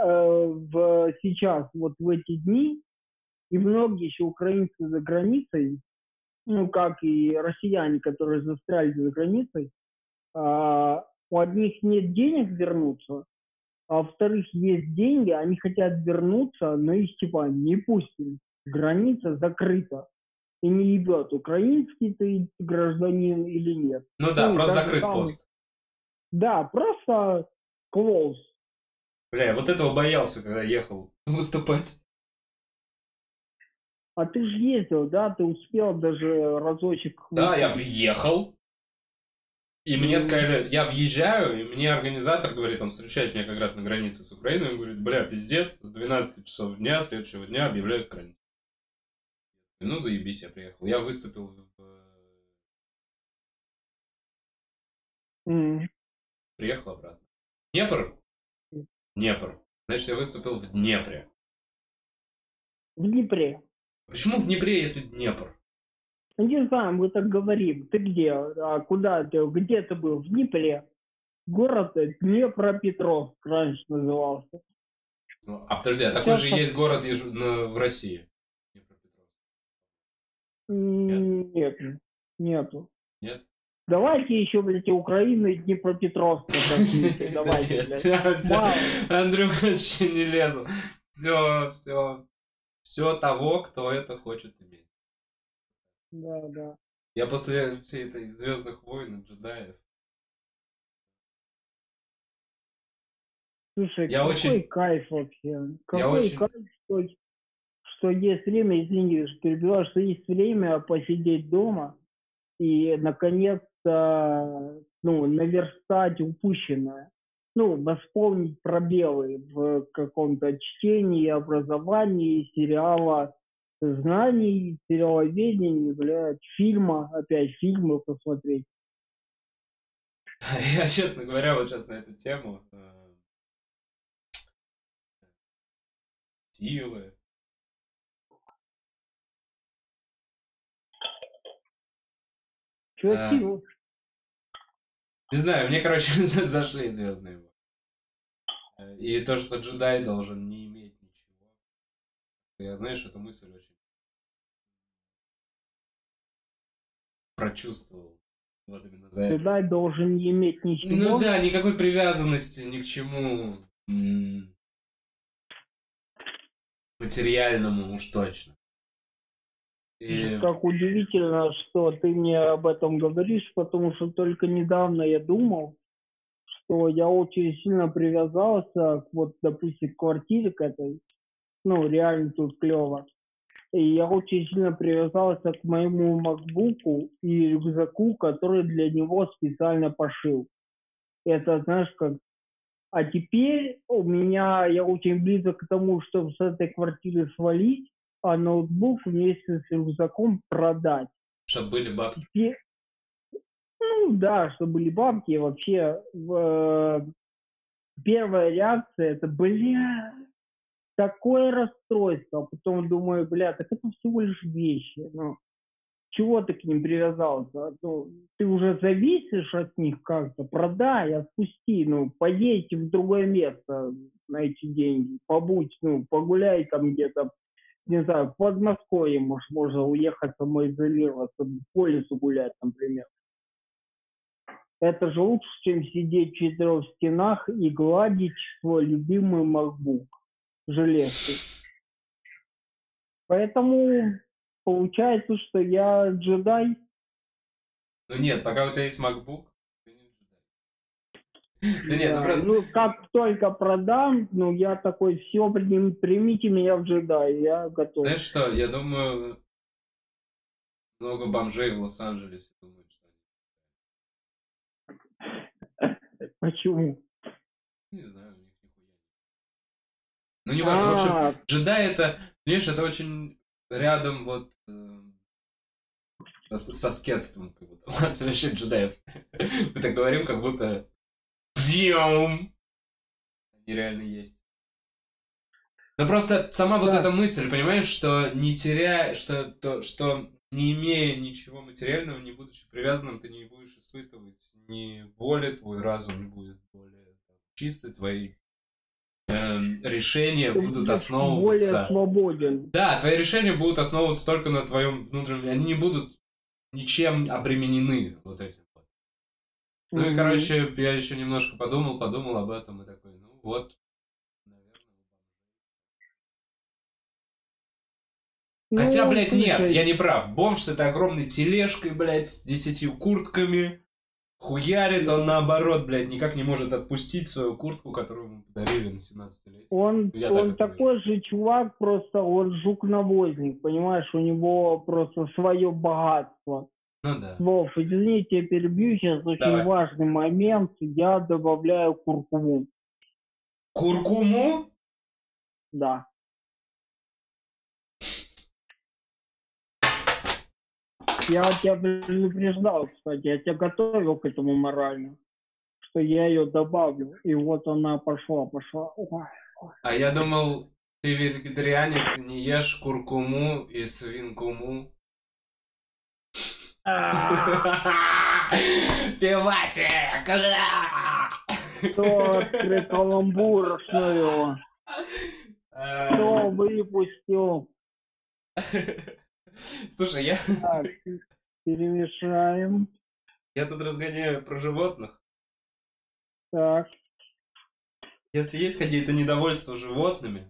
Speaker 2: сейчас, вот в эти дни, и многие еще украинцы за границей, ну, как и россияне, которые застряли за границей, у одних нет денег вернуться, а у вторых есть деньги, они хотят вернуться, но их типа не пустят. Граница закрыта. И не ебет, украинский ты гражданин или нет.
Speaker 1: Ну да,
Speaker 2: Ну,
Speaker 1: просто
Speaker 2: так же
Speaker 1: закрыт
Speaker 2: самое.
Speaker 1: пост.
Speaker 2: Да, просто close.
Speaker 1: Бля, я вот этого боялся, когда ехал выступать.
Speaker 2: А ты же ездил, да? Ты успел даже разочек
Speaker 1: Да, я
Speaker 2: выступить.
Speaker 1: въехал, и мне сказали, я въезжаю, и мне организатор говорит, он встречает меня как раз на границе с Украиной, он говорит, бля, пиздец, с 12 часов дня, следующего дня объявляют границу. Ну, заебись, я приехал. Я выступил
Speaker 2: М.
Speaker 1: приехал обратно. Днепр? Днепр. Значит, я выступил в Днепре.
Speaker 2: В Днепре.
Speaker 1: Почему в Днепре, если Днепр?
Speaker 2: Не знаю, мы так говорим. Ты где? А куда ты? Где ты был? В Днепре. Город Днепропетровск раньше назывался.
Speaker 1: Ну, а подожди, а такой же
Speaker 2: Сейчас
Speaker 1: есть город в России? Днепропетровск. Нет?
Speaker 2: нет, нету.
Speaker 1: Нет?
Speaker 2: Давайте еще, блядь, и Украину и Днепропетровска возьмите. Давайте,
Speaker 1: Нет,
Speaker 2: блядь.
Speaker 1: все,
Speaker 2: Мало.
Speaker 1: Андрюха, вообще не лезу. Все того, кто это хочет иметь.
Speaker 2: Да, да.
Speaker 1: Я после всей этой Звездных войн и джедаев.
Speaker 2: Слушай,
Speaker 1: Я
Speaker 2: какой
Speaker 1: очень,
Speaker 2: кайф вообще.
Speaker 1: я
Speaker 2: Какой
Speaker 1: очень,
Speaker 2: кайф, что есть время, извини, что перебиваю, что есть время посидеть дома и, наконец-то, ну, наверстать упущенное. Ну, восполнить пробелы в каком-то чтении, образовании, сериала, знаний, сериаловедении, блядь, фильма, опять фильмы посмотреть.
Speaker 1: я, честно говоря, вот сейчас на эту тему силы.
Speaker 2: Чего
Speaker 1: э,
Speaker 2: сил?
Speaker 1: Не знаю, мне, короче, зашли Звездные войны. И то, что джедай должен не иметь ничего. Я, знаешь, эту мысль очень прочувствовал. Вот именно за это.
Speaker 2: Джедай должен не иметь
Speaker 1: Ну
Speaker 2: ничего.
Speaker 1: да, никакой привязанности ни к чему материальному уж точно. И
Speaker 2: Как удивительно, что ты мне об этом говоришь, потому что только недавно я думал, что я очень сильно привязался к, вот, допустим, к квартире к этой, ну, реально тут клево. И я очень сильно привязался к моему макбуку и рюкзаку, который для него специально пошил. Это, знаешь, как... А теперь я очень близок к тому, чтобы с этой квартиры свалить, а ноутбук вместе с рюкзаком продать.
Speaker 1: чтобы были бабки.
Speaker 2: Теперь, ну да, чтобы были бабки, вообще первая реакция это, бля, такое расстройство. А потом думаю, бля, так это всего лишь вещи. Ну, чего ты к ним привязался? Ну, ты уже зависишь от них как-то, продай, отпусти, ну, поедь в другое место на эти деньги, побудь, ну, погуляй там где-то, не знаю, в Подмосковье, может, можно уехать самоизолироваться, по лесу гулять, например. Это же лучше, чем сидеть в четырех стенах и гладить свой любимый MacBook железный. Поэтому получается, что я джедай.
Speaker 1: Ну нет, пока у тебя есть MacBook, ты не джедай. Да нет, ну
Speaker 2: Да.
Speaker 1: просто...
Speaker 2: Ну, как только продам, ну, я такой, все, примите меня в джедай, я готов.
Speaker 1: Знаешь что, я думаю, много бомжей в Лос-Анджелесе думают, что
Speaker 2: Почему?
Speaker 1: не знаю, у них нихуя нет. Ну, неважно. В общем, джедай это, понимаешь, это очень рядом вот со скетством, как будто. Ладно, насчет джедаев. Мы так говорим, как будто пьем. Они реально есть. Но просто сама вот
Speaker 2: Да.
Speaker 1: эта мысль, понимаешь, что не теряя, что не имея ничего материального, не будучи привязанным, ты не будешь испытывать ни боли, твой разум не будет более чистый, твои решения
Speaker 2: Ты
Speaker 1: будут
Speaker 2: будешь
Speaker 1: основываться...
Speaker 2: более свободен.
Speaker 1: Да, твои решения будут основываться только на твоем внутреннем... Они не будут ничем обременены вот этим вот. Ну и, короче, я еще немножко подумал об этом и такой, ну вот, наверное. Хотя, блядь,
Speaker 2: слушай,
Speaker 1: нет, я не прав. Бомж с этой огромной тележкой, блядь, с 10 куртками. Хуярит, он наоборот, блядь, никак не может отпустить свою куртку, которую ему подарили на 17-летие.
Speaker 2: Он такой же чувак, просто он жук-навозник, понимаешь, у него просто свое богатство.
Speaker 1: Ну да.
Speaker 2: Вов, извините, я перебью, сейчас очень важный момент, я добавляю куркуму.
Speaker 1: Куркуму?
Speaker 2: Да. Я тебя предупреждал, кстати, я тебя готовил к этому морально, что я ее добавлю, и вот она пошла. Ой.
Speaker 1: А я думал, ты вегетарианец, не ешь куркуму и свинкуму. Пивасик!
Speaker 2: Кто открыл каламбур, что его? Кто выпустил?
Speaker 1: Слушай, я...
Speaker 2: Так, перемешаем.
Speaker 1: Я тут разгоняю про животных.
Speaker 2: Так.
Speaker 1: Если есть какие-то недовольства животными,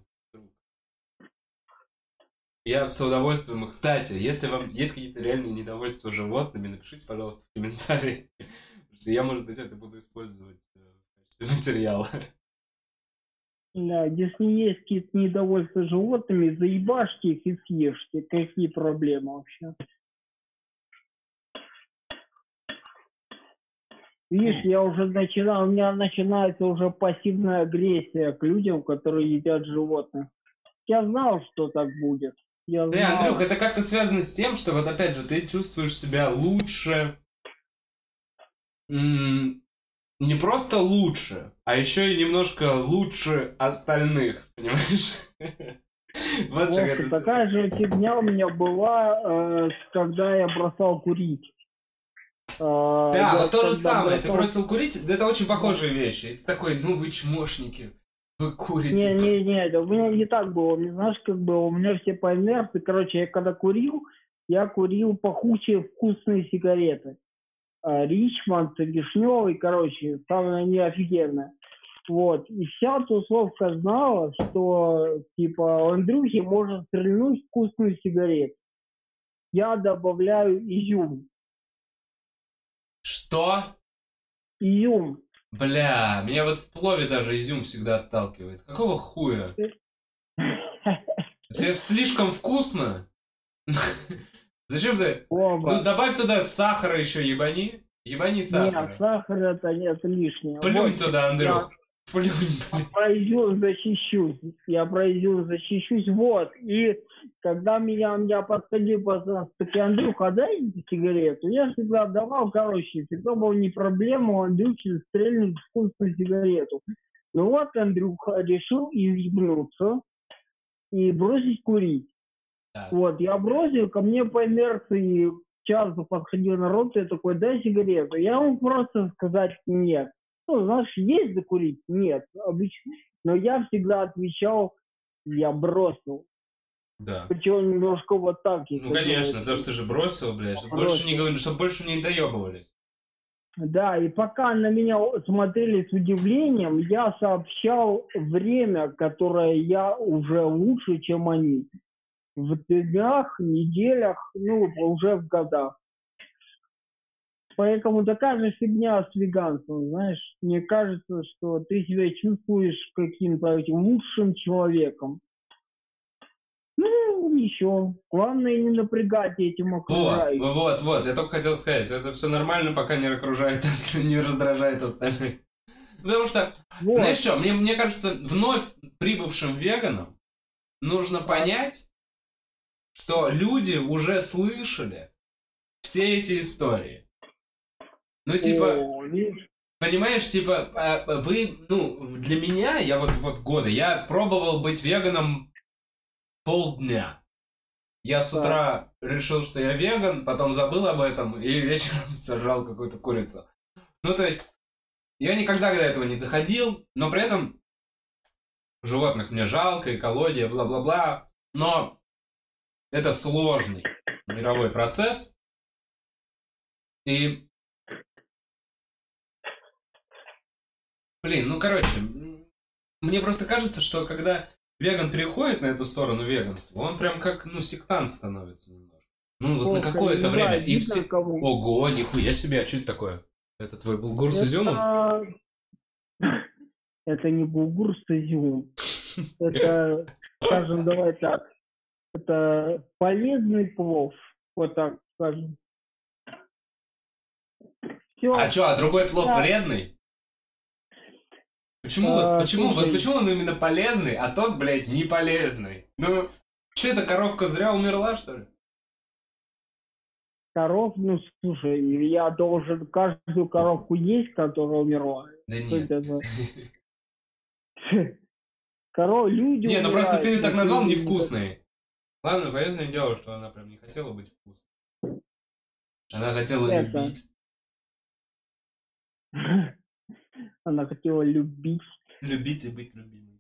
Speaker 1: я с удовольствием... Кстати, если вам есть какие-то реальные недовольства животными, напишите, пожалуйста, в комментарии. Я, может быть, это буду использовать в качестве материала.
Speaker 2: Да, если есть какие-то недовольства животными, заебашьте их и съешьте. Какие проблемы вообще? Видишь, я уже начинаю, у меня начинается уже пассивная агрессия к людям, которые едят животных. Я знал, что так будет.
Speaker 1: Андрюх, это как-то связано с тем, что вот опять же ты чувствуешь себя лучше, не просто лучше, а еще и немножко лучше остальных, понимаешь?
Speaker 2: Вот такая же фигня у меня была, когда я бросал курить.
Speaker 1: Да, вот то же самое. Ты бросил курить, это очень похожие вещи. Ты такой, ну вы чмошники, вы курите.
Speaker 2: Не, у меня не так было. Знаешь, как было? У меня все по инерции. Короче, я когда курил, я курил пахучие вкусные сигареты. Ричмонд, вишневый, короче, самое неофигенное. Вот. И вся тусовка знала, что, типа, у Андрюхи можно стрельнуть вкусную сигарету. Я добавляю изюм.
Speaker 1: Что?
Speaker 2: Изюм.
Speaker 1: Бля, меня вот в плове даже изюм всегда отталкивает. Какого хуя? Тебе слишком вкусно? Зачем ты? Ну, добавь туда сахара еще, ебани. Ебани сахара.
Speaker 2: Нет, сахар это лишнее.
Speaker 1: Плюнь туда, Андрюх. Плюнь.
Speaker 2: Я про изюм защищусь. Вот. И когда меня подходил таки, Андрюха, дай сигарету. Я всегда давал, короче, всегда была не проблема у Андрюхи стрельнуть вкусную сигарету. Ну вот Андрюха решил изъебнуться и бросить курить. Да. Вот, я бросил, ко мне по инерции часто подходил народ, я такой, дай сигарету. Я ему просто сказать нет. Ну, знаешь, есть закурить? Нет, обычно. Но я всегда отвечал, я бросил.
Speaker 1: Да.
Speaker 2: Причем немножко вот так.
Speaker 1: Ну, конечно, потому что ты же бросил, блядь, чтобы больше не говорили, чтобы больше не доебывались.
Speaker 2: Да, и пока на меня смотрели с удивлением, я сообщал время, которое я уже лучше, чем они. В днях, неделях, ну, уже в годах. Поэтому такая же фигня с веганством, знаешь. Мне кажется, что ты себя чувствуешь каким-то лучшим человеком. Ну, ничего. Главное не напрягать этим окружающих.
Speaker 1: Вот. Я только хотел сказать, это все нормально, пока не окружает, не раздражает остальных. Потому что, вот. Знаешь что, мне кажется, вновь прибывшим веганам нужно понять, что люди уже слышали все эти истории. Ну, типа, понимаешь, типа, вы, ну, для меня, я вот года, я пробовал быть веганом полдня. Я с утра решил, что я веган, потом забыл об этом и вечером сожрал какую-то курицу. Ну, то есть, я никогда до этого не доходил, но при этом животных мне жалко, экология, бла-бла-бла, но это сложный мировой процесс, И, блин, ну, короче, мне просто кажется, что когда веган переходит на эту сторону веганства, он прям как, ну, сектант становится немножко. Ну, вот на
Speaker 2: Ох,
Speaker 1: какое-то
Speaker 2: не
Speaker 1: время.
Speaker 2: знаю,
Speaker 1: И
Speaker 2: видно
Speaker 1: все...
Speaker 2: кому.
Speaker 1: Ого, нихуя себе, а что это такое? Это твой булгур с изюмом?
Speaker 2: Это не булгур с изюмом. Это, скажем, давай так, это полезный плов. Вот так скажем. Все.
Speaker 1: А что, а другой плов
Speaker 2: Да.
Speaker 1: вредный? Почему
Speaker 2: Слушай,
Speaker 1: он именно полезный, а тот, блядь, не полезный? Ну, что эта коровка зря умерла, что ли?
Speaker 2: коров, ну слушай, я должен каждую коровку есть, которая умерла.
Speaker 1: Да
Speaker 2: Что
Speaker 1: нет.
Speaker 2: это за- Коров, люди
Speaker 1: Не, ну просто ты ее
Speaker 2: умирают,
Speaker 1: так
Speaker 2: но
Speaker 1: назвал
Speaker 2: ты не-
Speaker 1: невкусной. Главное, понятное дело, что она прям не хотела быть вкусной. Она хотела
Speaker 2: Это.
Speaker 1: любить.
Speaker 2: Она хотела любить.
Speaker 1: Любить и быть любимой.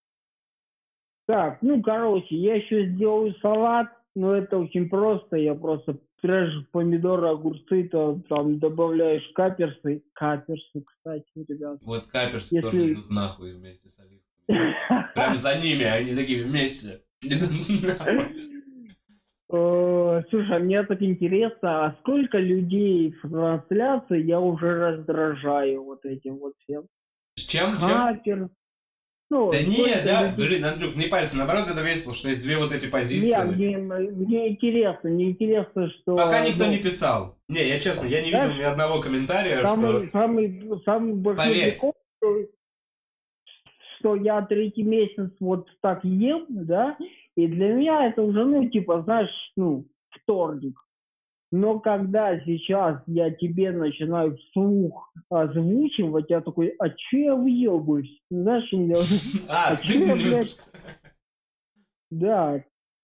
Speaker 2: Так, ну, короче, я еще сделаю салат, но это очень просто. Я просто режу помидоры, огурцы, там добавляешь каперсы. Каперсы, кстати, ребят.
Speaker 1: Вот каперсы
Speaker 2: Если-
Speaker 1: тоже идут нахуй вместе с оливками. Прям за ними, они такие вместе.
Speaker 2: Слушай, а мне так интересно, а сколько людей в трансляции я уже раздражаю вот этим вот всем?
Speaker 1: С чем?
Speaker 2: Капер. Ну,
Speaker 1: Да не,
Speaker 2: сколько
Speaker 1: да,
Speaker 2: людей-
Speaker 1: блин, Андрюк, не парься, наоборот, это весело, что есть две вот эти
Speaker 2: Не,
Speaker 1: позиции.
Speaker 2: мне интересно, что...
Speaker 1: Пока никто
Speaker 2: ну,
Speaker 1: не писал. Не, я честно, я не
Speaker 2: Знаешь,
Speaker 1: видел ни одного комментария, что...
Speaker 2: самый большой
Speaker 1: Поверь.
Speaker 2: прикол, что я третий месяц вот так ем, да, и для меня это уже, ну, типа, знаешь, ну, вторник. Но когда сейчас я тебе начинаю вслух озвучивать, я такой, а че я въебываюсь? Знаешь, у меня...
Speaker 1: А,
Speaker 2: А
Speaker 1: стыдно
Speaker 2: чё, блядь?
Speaker 1: немножко.
Speaker 2: Да,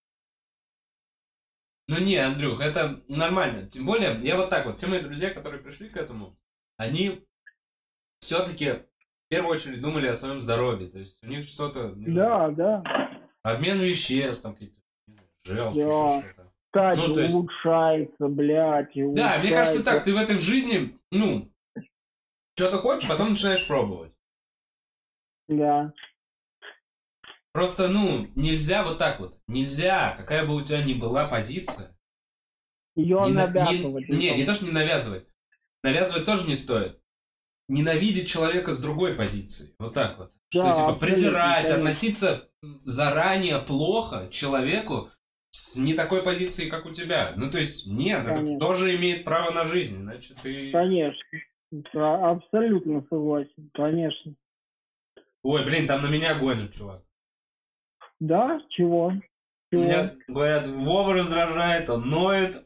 Speaker 1: Ну не, Андрюх, это нормально. Тем более, я вот так вот, все мои друзья, которые пришли к этому, они все-таки в первую очередь думали о своем здоровье. То есть у них что-то... не знаю,
Speaker 2: да.
Speaker 1: обмен веществ, там какие-то, не знаю, желчь,
Speaker 2: Да.
Speaker 1: еще что-то.
Speaker 2: Кстати,
Speaker 1: Ну, то есть-
Speaker 2: улучшается, блядь.
Speaker 1: Да, мне кажется
Speaker 2: улучшается.
Speaker 1: так, ты в этой жизни, ну, что-то хочешь, потом начинаешь пробовать.
Speaker 2: Да.
Speaker 1: Просто, ну, нельзя вот так вот. Нельзя, какая бы у тебя ни была позиция.
Speaker 2: Ее
Speaker 1: не на-
Speaker 2: навязывать.
Speaker 1: не то, что не навязывать. Навязывать тоже не стоит. Ненавидеть человека с другой позиции. Вот так вот. Что,
Speaker 2: Да,
Speaker 1: типа,
Speaker 2: абсолютно,
Speaker 1: презирать,
Speaker 2: конечно.
Speaker 1: относиться заранее плохо к человеку с не такой позиции, как у тебя. Ну, то есть, нет, это
Speaker 2: Конечно.
Speaker 1: тоже имеет право на жизнь. Иначе ты...
Speaker 2: Конечно. Да, абсолютно согласен. Конечно.
Speaker 1: Ой, блин, там на меня гонят, чувак.
Speaker 2: Да? Чего?
Speaker 1: Меня говорят, Вова раздражает, он ноет.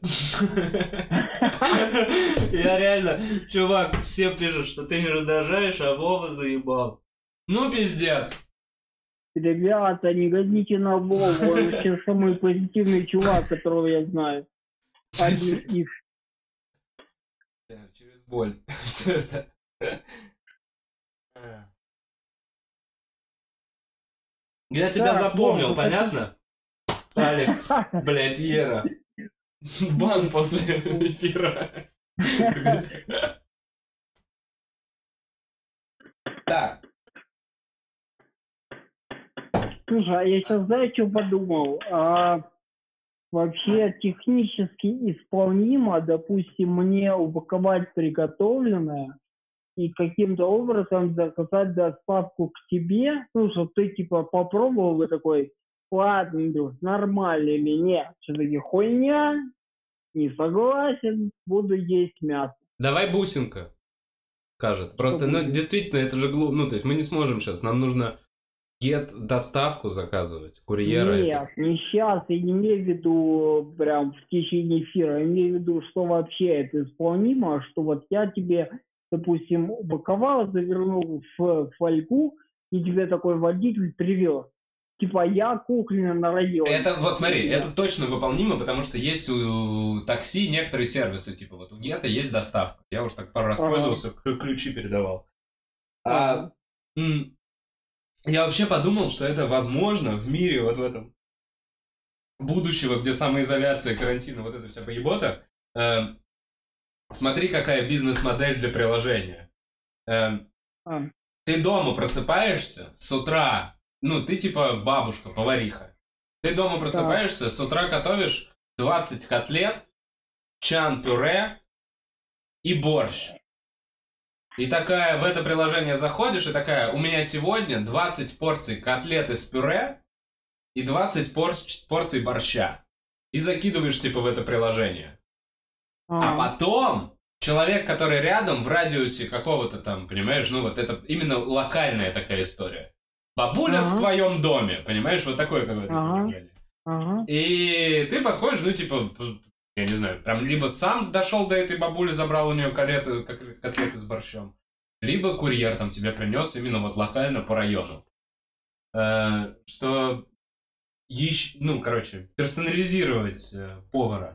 Speaker 1: Я реально, чувак, все пишут, что ты не раздражаешь, а Вова заебал. Ну, пиздец.
Speaker 2: Ребята, не годите на Вову. Он вообще самый позитивный чувак, которого я знаю. Один из.
Speaker 1: Через боль. Все это. Я тебя
Speaker 2: Так,
Speaker 1: запомнил,
Speaker 2: Вова,
Speaker 1: понятно? Алекс, блядь, Ера. Бан после эфира. Так.
Speaker 2: Слушай, а я сейчас, знаешь, что подумал? Вообще технически исполнимо, допустим, мне упаковать приготовленное и каким-то образом заказать доставку к тебе, ну, чтобы ты, типа, попробовал и такой, ладно, Андрюх, нормально или нет, все-таки хуйня, не согласен, буду есть мясо.
Speaker 1: Давай бусинка. Кажет. Просто, ну,
Speaker 2: будет?
Speaker 1: действительно, это же глупо. Ну, то есть мы не сможем сейчас. Нам нужно доставку заказывать. Курьера.
Speaker 2: Нет, не сейчас, я не имею в виду прям в течение эфира, я имею в виду, что вообще это исполнимо, что вот я тебе, допустим, упаковал, завернул в фольгу, и тебе такой водитель привез. Типа я кухня на районе.
Speaker 1: Это, вот смотри,
Speaker 2: Да.
Speaker 1: это точно выполнимо, потому что есть у такси некоторые сервисы, типа вот у Гетто есть доставка. Я уж так пару раз
Speaker 2: Ага.
Speaker 1: пользовался, ключи передавал.
Speaker 2: Ага.
Speaker 1: Я вообще подумал, что это возможно в мире вот в этом будущего, где самоизоляция, карантин, вот эта вся поебота, Смотри, какая бизнес-модель для приложения. Ты дома просыпаешься с утра, ну, ты типа бабушка, повариха. Ты дома просыпаешься, с утра готовишь 20 котлет, чан пюре и борщ. И такая, в это приложение заходишь, и такая, у меня сегодня 20 порций котлеты с пюре и 20 порций борща. И закидываешь, типа, в это приложение. А потом человек, который рядом, в радиусе какого-то там, понимаешь, ну вот это именно локальная такая история. Бабуля в твоем доме, понимаешь, вот такое какое-то приложение. И ты подходишь, ну типа, я не знаю, прям либо сам дошел до этой бабули, забрал у нее котлеты с борщом, либо курьер там тебе принес именно вот локально по району. Что, ну, короче, персонализировать повара.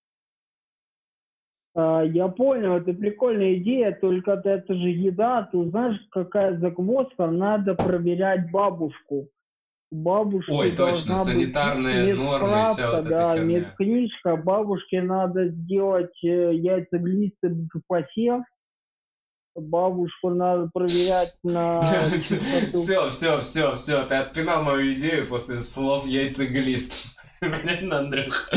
Speaker 2: Я понял, это прикольная идея, только это же еда, ты знаешь, какая загвоздка, надо проверять бабушку. Бабушке
Speaker 1: ой, точно, санитарные нормы и вся вот эта херня.
Speaker 2: Медкнижка, бабушке надо сделать яйцеглистый посев, бабушку надо проверять на...
Speaker 1: Все, ты отпинал мою идею после слов яйцеглист. Понятно, Андрюх?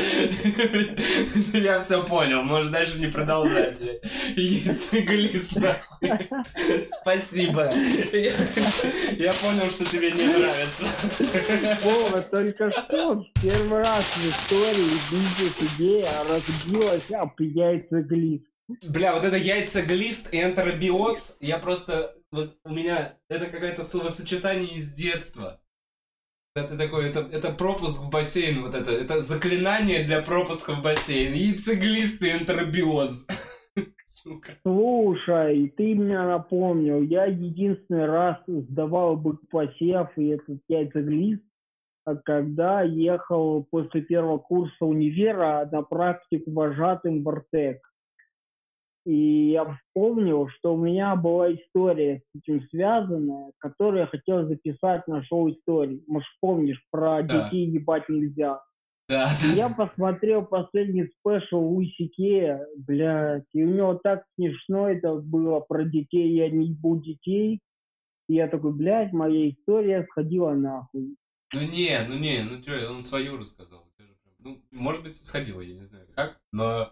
Speaker 1: Я все понял, можешь дальше не продолжать. Яйцеглист, нахуй. Спасибо. Я понял, что тебе не нравится.
Speaker 2: Вова, только что первый раз в истории бизнес-идея разбилась об яйцеглист.
Speaker 1: Бля, вот это яйцеглист и энтеробиоз, я просто... Вот у меня это какое-то словосочетание из детства. Это такой, это пропуск в бассейн, вот это заклинание для пропуска в бассейн. Яйцеглист и энтеробиоз. Сука.
Speaker 2: Слушай, ты меня напомнил, я единственный раз сдавал посев и этот яйцеглист, когда ехал после первого курса универа на практику вожатым в Артек. И я вспомнил, что у меня была история с этим связанная, которую я хотел записать на шоу истории. Может, помнишь, про детей ебать нельзя.
Speaker 1: Да.
Speaker 2: И я посмотрел последний спешл Луиси Кея, блядь, и у него так смешно это было про детей, я не ебу детей. И я такой, блядь, моя история сходила нахуй.
Speaker 1: Ну что, он свою рассказал. Ну, может быть, сходила, я не знаю как, но...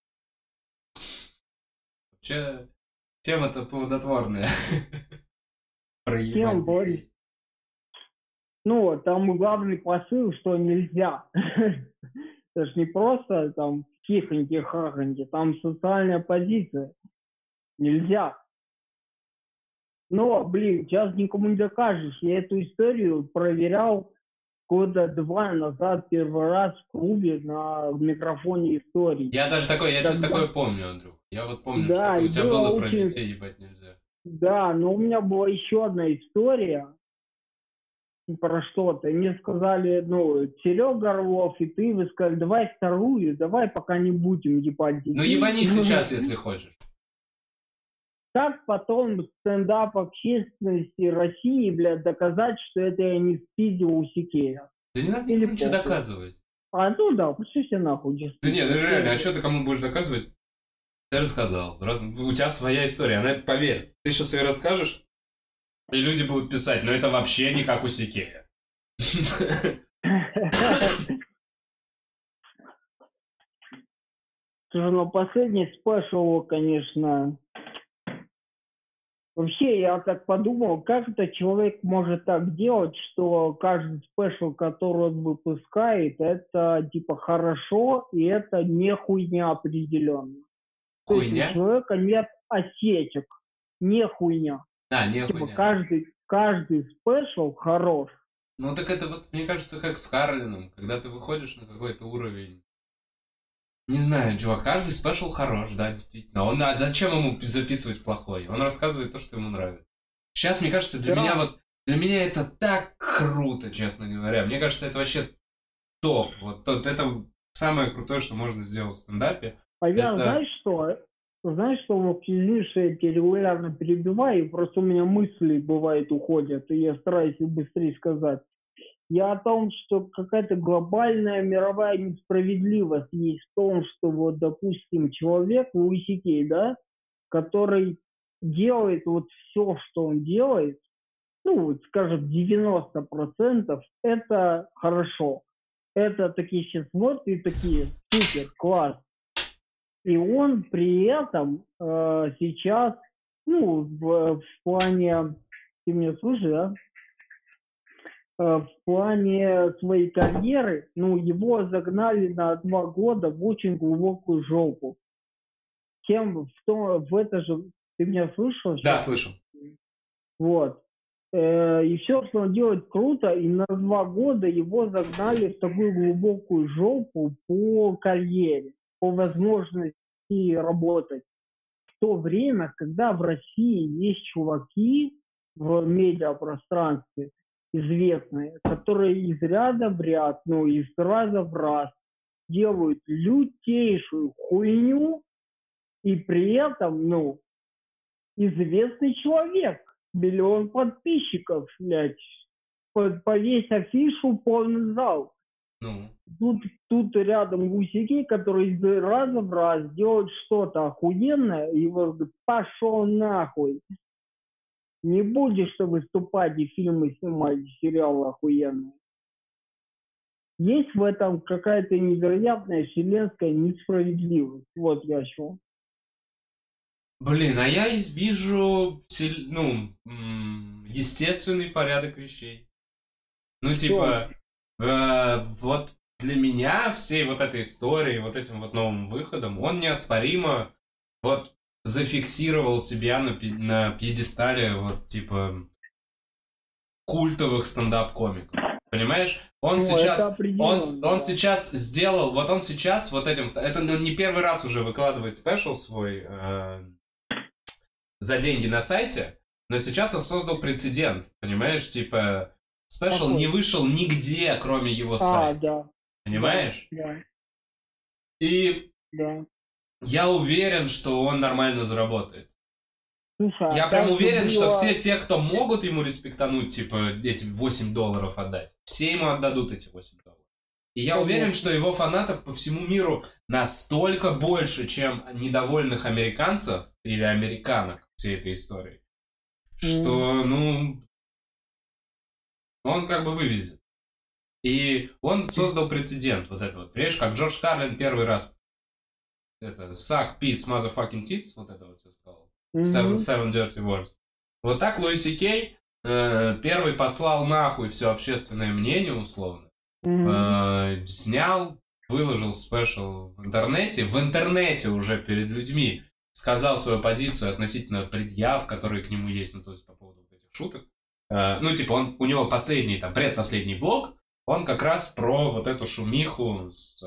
Speaker 1: Вообще, тема-то плодотворная.
Speaker 2: Тем более. Ну, там главный посыл, что нельзя. Это ж не просто там хихоньки-хахоньки, там социальная позиция. Нельзя. Но, блин, сейчас никому не докажешь. Я эту историю проверял года 2 назад первый раз в клубе на микрофоне истории.
Speaker 1: Я даже такое, что-то такое помню, Андрюх. Я вот помню, да, что у тебя было про детей ебать нельзя.
Speaker 2: Да, но у меня была еще одна история про что-то. Мне сказали, Серега Орлов и ты, вы сказали, давай вторую, давай пока не будем ебать детей.
Speaker 1: Ну ебани сейчас, если хочешь.
Speaker 2: Как потом стендап общественности России, блядь, доказать, что это я не спиздил у Сикея?
Speaker 1: Да не надо ничего доказывать.
Speaker 2: Ну да, пошли все нахуй.
Speaker 1: Да нет, реально, а что ты кому будешь доказывать? Ты рассказал. У тебя своя история, она это поверь. Ты сейчас ее расскажешь, и люди будут писать, но это вообще не как у Сикея.
Speaker 2: Слушай, ну последний спешл, конечно... Вообще, я так подумал, как это человек может так делать, что каждый спешл, который он выпускает, это типа хорошо, и это не хуйня определенно.
Speaker 1: Хуйня?
Speaker 2: То есть у человека нет осечек, не хуйня.
Speaker 1: Не
Speaker 2: типа
Speaker 1: хуйня.
Speaker 2: каждый спешл хорош.
Speaker 1: Ну так это вот, мне кажется, как с Карлином, когда ты выходишь на какой-то уровень. Не знаю, чувак, каждый спешл хорош, да, действительно. Зачем ему записывать плохой? Он рассказывает то, что ему нравится. Сейчас, мне кажется, для меня это так круто, честно говоря. Мне кажется, это вообще топ. Это самое крутое, что можно сделать в стендапе.
Speaker 2: Знаешь что? Вот извини, что я тебя регулярно перебиваю, просто у меня мысли, бывает, уходят, и я стараюсь их быстрее сказать. Я о том, что какая-то глобальная мировая несправедливость есть в том, что вот, допустим, человек, Луи Си Кей, да, который делает вот все, что он делает, ну, вот, скажем, 90% это хорошо. Это такие все смотрят и такие, супер, класс. И он при этом сейчас, ну, в плане, ты меня слышишь, да? В плане своей карьеры, ну, его загнали на 2 года в очень глубокую жопу. Тем в это же, ты меня слышал
Speaker 1: Да,
Speaker 2: сейчас?
Speaker 1: слышу.
Speaker 2: Вот. И все, что он делает, круто, и на 2 года его загнали в такую глубокую жопу по карьере, по возможности работать. В то время, когда в России есть чуваки в медиапространстве известные, которые из ряда в ряд, ну, из раза в раз делают лютейшую хуйню, и при этом, ну, известный человек, 1 000 000 подписчиков, блядь, повесь афишу, полный зал.
Speaker 1: Ну.
Speaker 2: Тут рядом гусяки, которые из раза в раз делают что-то охуенное, и вот говорит, пошел нахуй. Не будешь ты выступать и фильмы снимать, и сериалы охуенные. Есть в этом какая-то невероятная вселенская несправедливость. Вот я чего.
Speaker 1: Блин, а я вижу, ну, естественный порядок вещей. Ну, типа, вот для меня всей вот этой историей, вот этим вот новым выходом, он неоспоримо вот зафиксировал себя на пьедестале вот, типа, культовых стендап-комиков. Понимаешь? Он сейчас сделал, вот он сейчас вот этим, это не первый раз уже выкладывает спешл свой за деньги на сайте, но сейчас он создал прецедент, понимаешь? Типа, спешл не вышел нигде, кроме его сайта.
Speaker 2: Да.
Speaker 1: Понимаешь?
Speaker 2: Да.
Speaker 1: И
Speaker 2: да.
Speaker 1: Я уверен, что он нормально заработает.
Speaker 2: Слушай,
Speaker 1: я прям уверен, что все те, кто могут ему респектануть, типа, эти $8 отдать, все ему отдадут эти $8. И я уверен, что его фанатов по всему миру настолько больше, чем недовольных американцев или американок всей этой истории, что, ну, он как бы вывезет. И он создал прецедент вот это вот. Понимаешь, как Джордж Карлин первый раз это suck, peace, motherfucking tits, вот это вот все сказал. Seven dirty words. Вот так Луи Си Кей первый послал нахуй все общественное мнение, условно. Снял, выложил спешл в интернете уже перед людьми, сказал свою позицию относительно предъяв, которые к нему есть, ну, то есть по поводу вот этих шуток. Ну, типа, у него последний, там, предпоследний блог, он как раз про вот эту шумиху с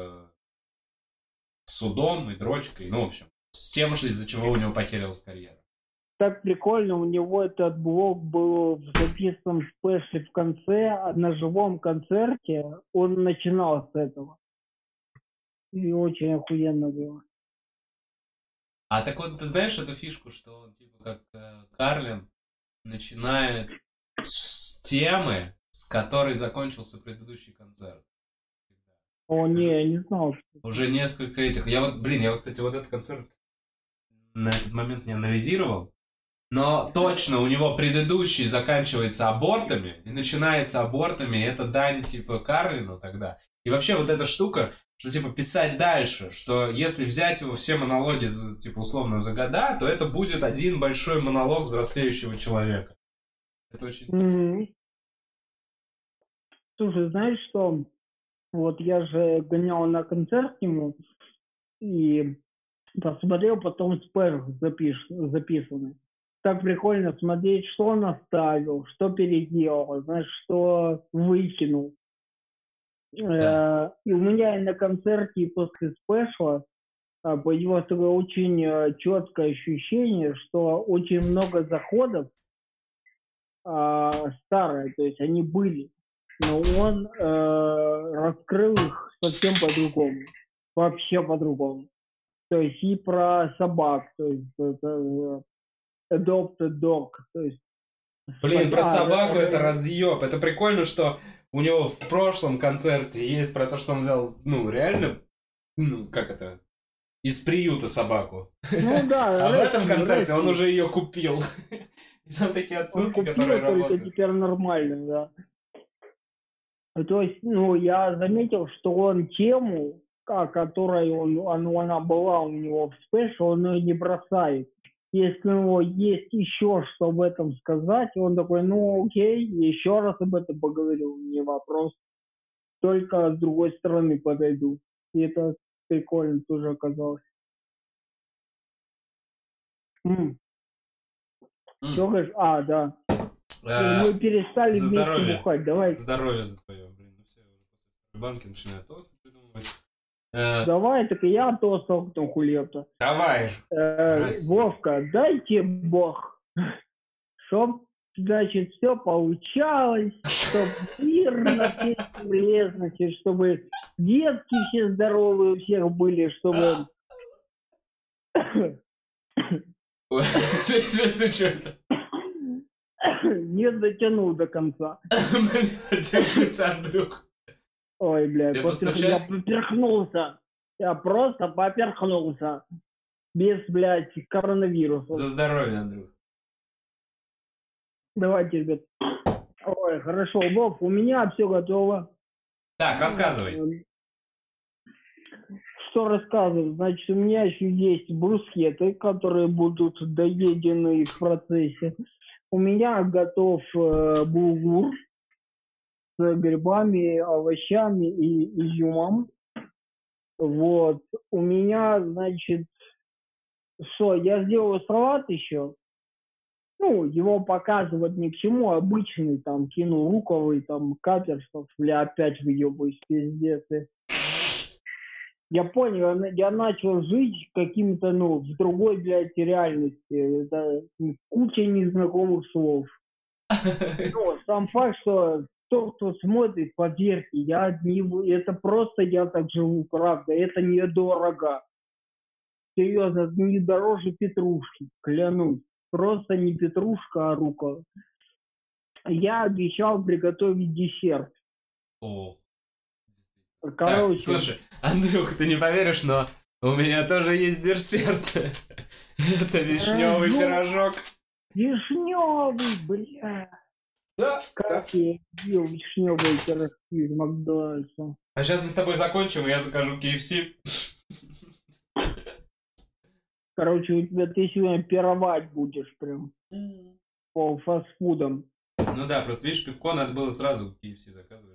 Speaker 1: судом и дрочкой, ну, в общем, с тем, из-за чего у него похерилась карьера.
Speaker 2: Так прикольно, у него этот блог был в записанном спешле в конце, на живом концерте, он начинал с этого. И очень охуенно было.
Speaker 1: А так вот, ты знаешь эту фишку, что он, типа, как Карлин, начинает с темы, с которой закончился предыдущий концерт.
Speaker 2: О, не, я не знал.
Speaker 1: Уже несколько этих... Я вот, кстати, вот этот концерт на этот момент не анализировал, но точно у него предыдущий заканчивается абортами и начинается абортами, и это дань, типа, Карлину тогда. И вообще вот эта штука, что, типа, писать дальше, что если взять его все монологи, типа, условно, за года, то это будет один большой монолог взрослеющего человека. Это очень интересно.
Speaker 2: Слушай, знаешь что? Вот я же гонял на концерт к нему и посмотрел потом спешл записанный. Так прикольно смотреть, что он оставил, что переделал, знаешь, что выкинул. Да. И у меня и на концерте, и после спешла появилось такое очень четкое ощущение, что очень много заходов старые, то есть они были, но он раскрыл их совсем по-другому, вообще по-другому. То есть и про собак, то есть это adopted dog, то есть...
Speaker 1: Блин, про собаку это разъеб. Это прикольно, что у него в прошлом концерте есть про то, что он взял, ну, реально, ну, как это, из приюта собаку.
Speaker 2: Ну да,
Speaker 1: А в этом концерте он
Speaker 2: рэпинг.
Speaker 1: уже ее купил. И там такие
Speaker 2: Он
Speaker 1: отсылки,
Speaker 2: купил,
Speaker 1: которые
Speaker 2: только
Speaker 1: работают.
Speaker 2: теперь нормально, да. То есть, ну, я заметил, что он тему, о которой она была у него в спэше, он ее не бросает. Если у него есть еще что об этом сказать, он такой, ну окей, еще раз об этом поговорю, не вопрос. Только с другой стороны подойду. И это прикольно тоже оказалось. Что говоришь? А, да. Мы перестали
Speaker 1: За
Speaker 2: вместе
Speaker 1: здоровье.
Speaker 2: бухать, давай.
Speaker 1: Здоровье за твое, блин. Ну все, уже после банки начинают тосты придумывать.
Speaker 2: Давай, так и я тостал, потом хулета.
Speaker 1: Давай.
Speaker 2: Вовка, дайте Бог, чтоб, значит, все получалось, чтоб мир на всей полезности, чтобы детки все здоровые у всех были, чтобы...
Speaker 1: Ты что это?
Speaker 2: Не дотянул до конца.
Speaker 1: Держись, Андрюх.
Speaker 2: Ой, блядь,
Speaker 1: Тебе
Speaker 2: я
Speaker 1: постучать?
Speaker 2: поперхнулся. Я просто поперхнулся. Без, блядь, коронавируса.
Speaker 1: За здоровье, Андрюх.
Speaker 2: Давайте, ребят. Ой, хорошо, Вов, у меня все готово.
Speaker 1: Так, рассказывай.
Speaker 2: Что рассказывать? Значит, у меня еще есть брускеты, которые будут доедены в процессе. У меня готов булгур с грибами, овощами и изюмом. Вот. У меня, значит, что, я сделаю салат еще. Ну, его показывать ни к чему. Обычный, там, кину луковый, там, каперсов. Бля, опять выебываюсь, пиздец. Я понял, я начал жить каким-то, ну, в другой, блядь, реальности. Это куча незнакомых слов. Ну, сам факт, что тот, кто смотрит, поверьте, это просто я так живу, правда. Это недорого. Серьезно, не дороже петрушки, клянусь. Просто не петрушка, а рукола. Я обещал приготовить десерт.
Speaker 1: О.
Speaker 2: Короче.
Speaker 1: Так, слушай, Андрюх, ты не поверишь, но у меня тоже есть десерт. Это вишневый пирожок.
Speaker 2: Вишневый, бля.
Speaker 1: Да.
Speaker 2: Как я ел вишневые пирожки из Макдональдса.
Speaker 1: А сейчас мы с тобой закончим, и я закажу KFC.
Speaker 2: Короче, у тебя ты сегодня пировать будешь прям по фастфудам.
Speaker 1: Ну да, просто видишь, пивко надо было сразу KFC заказывать.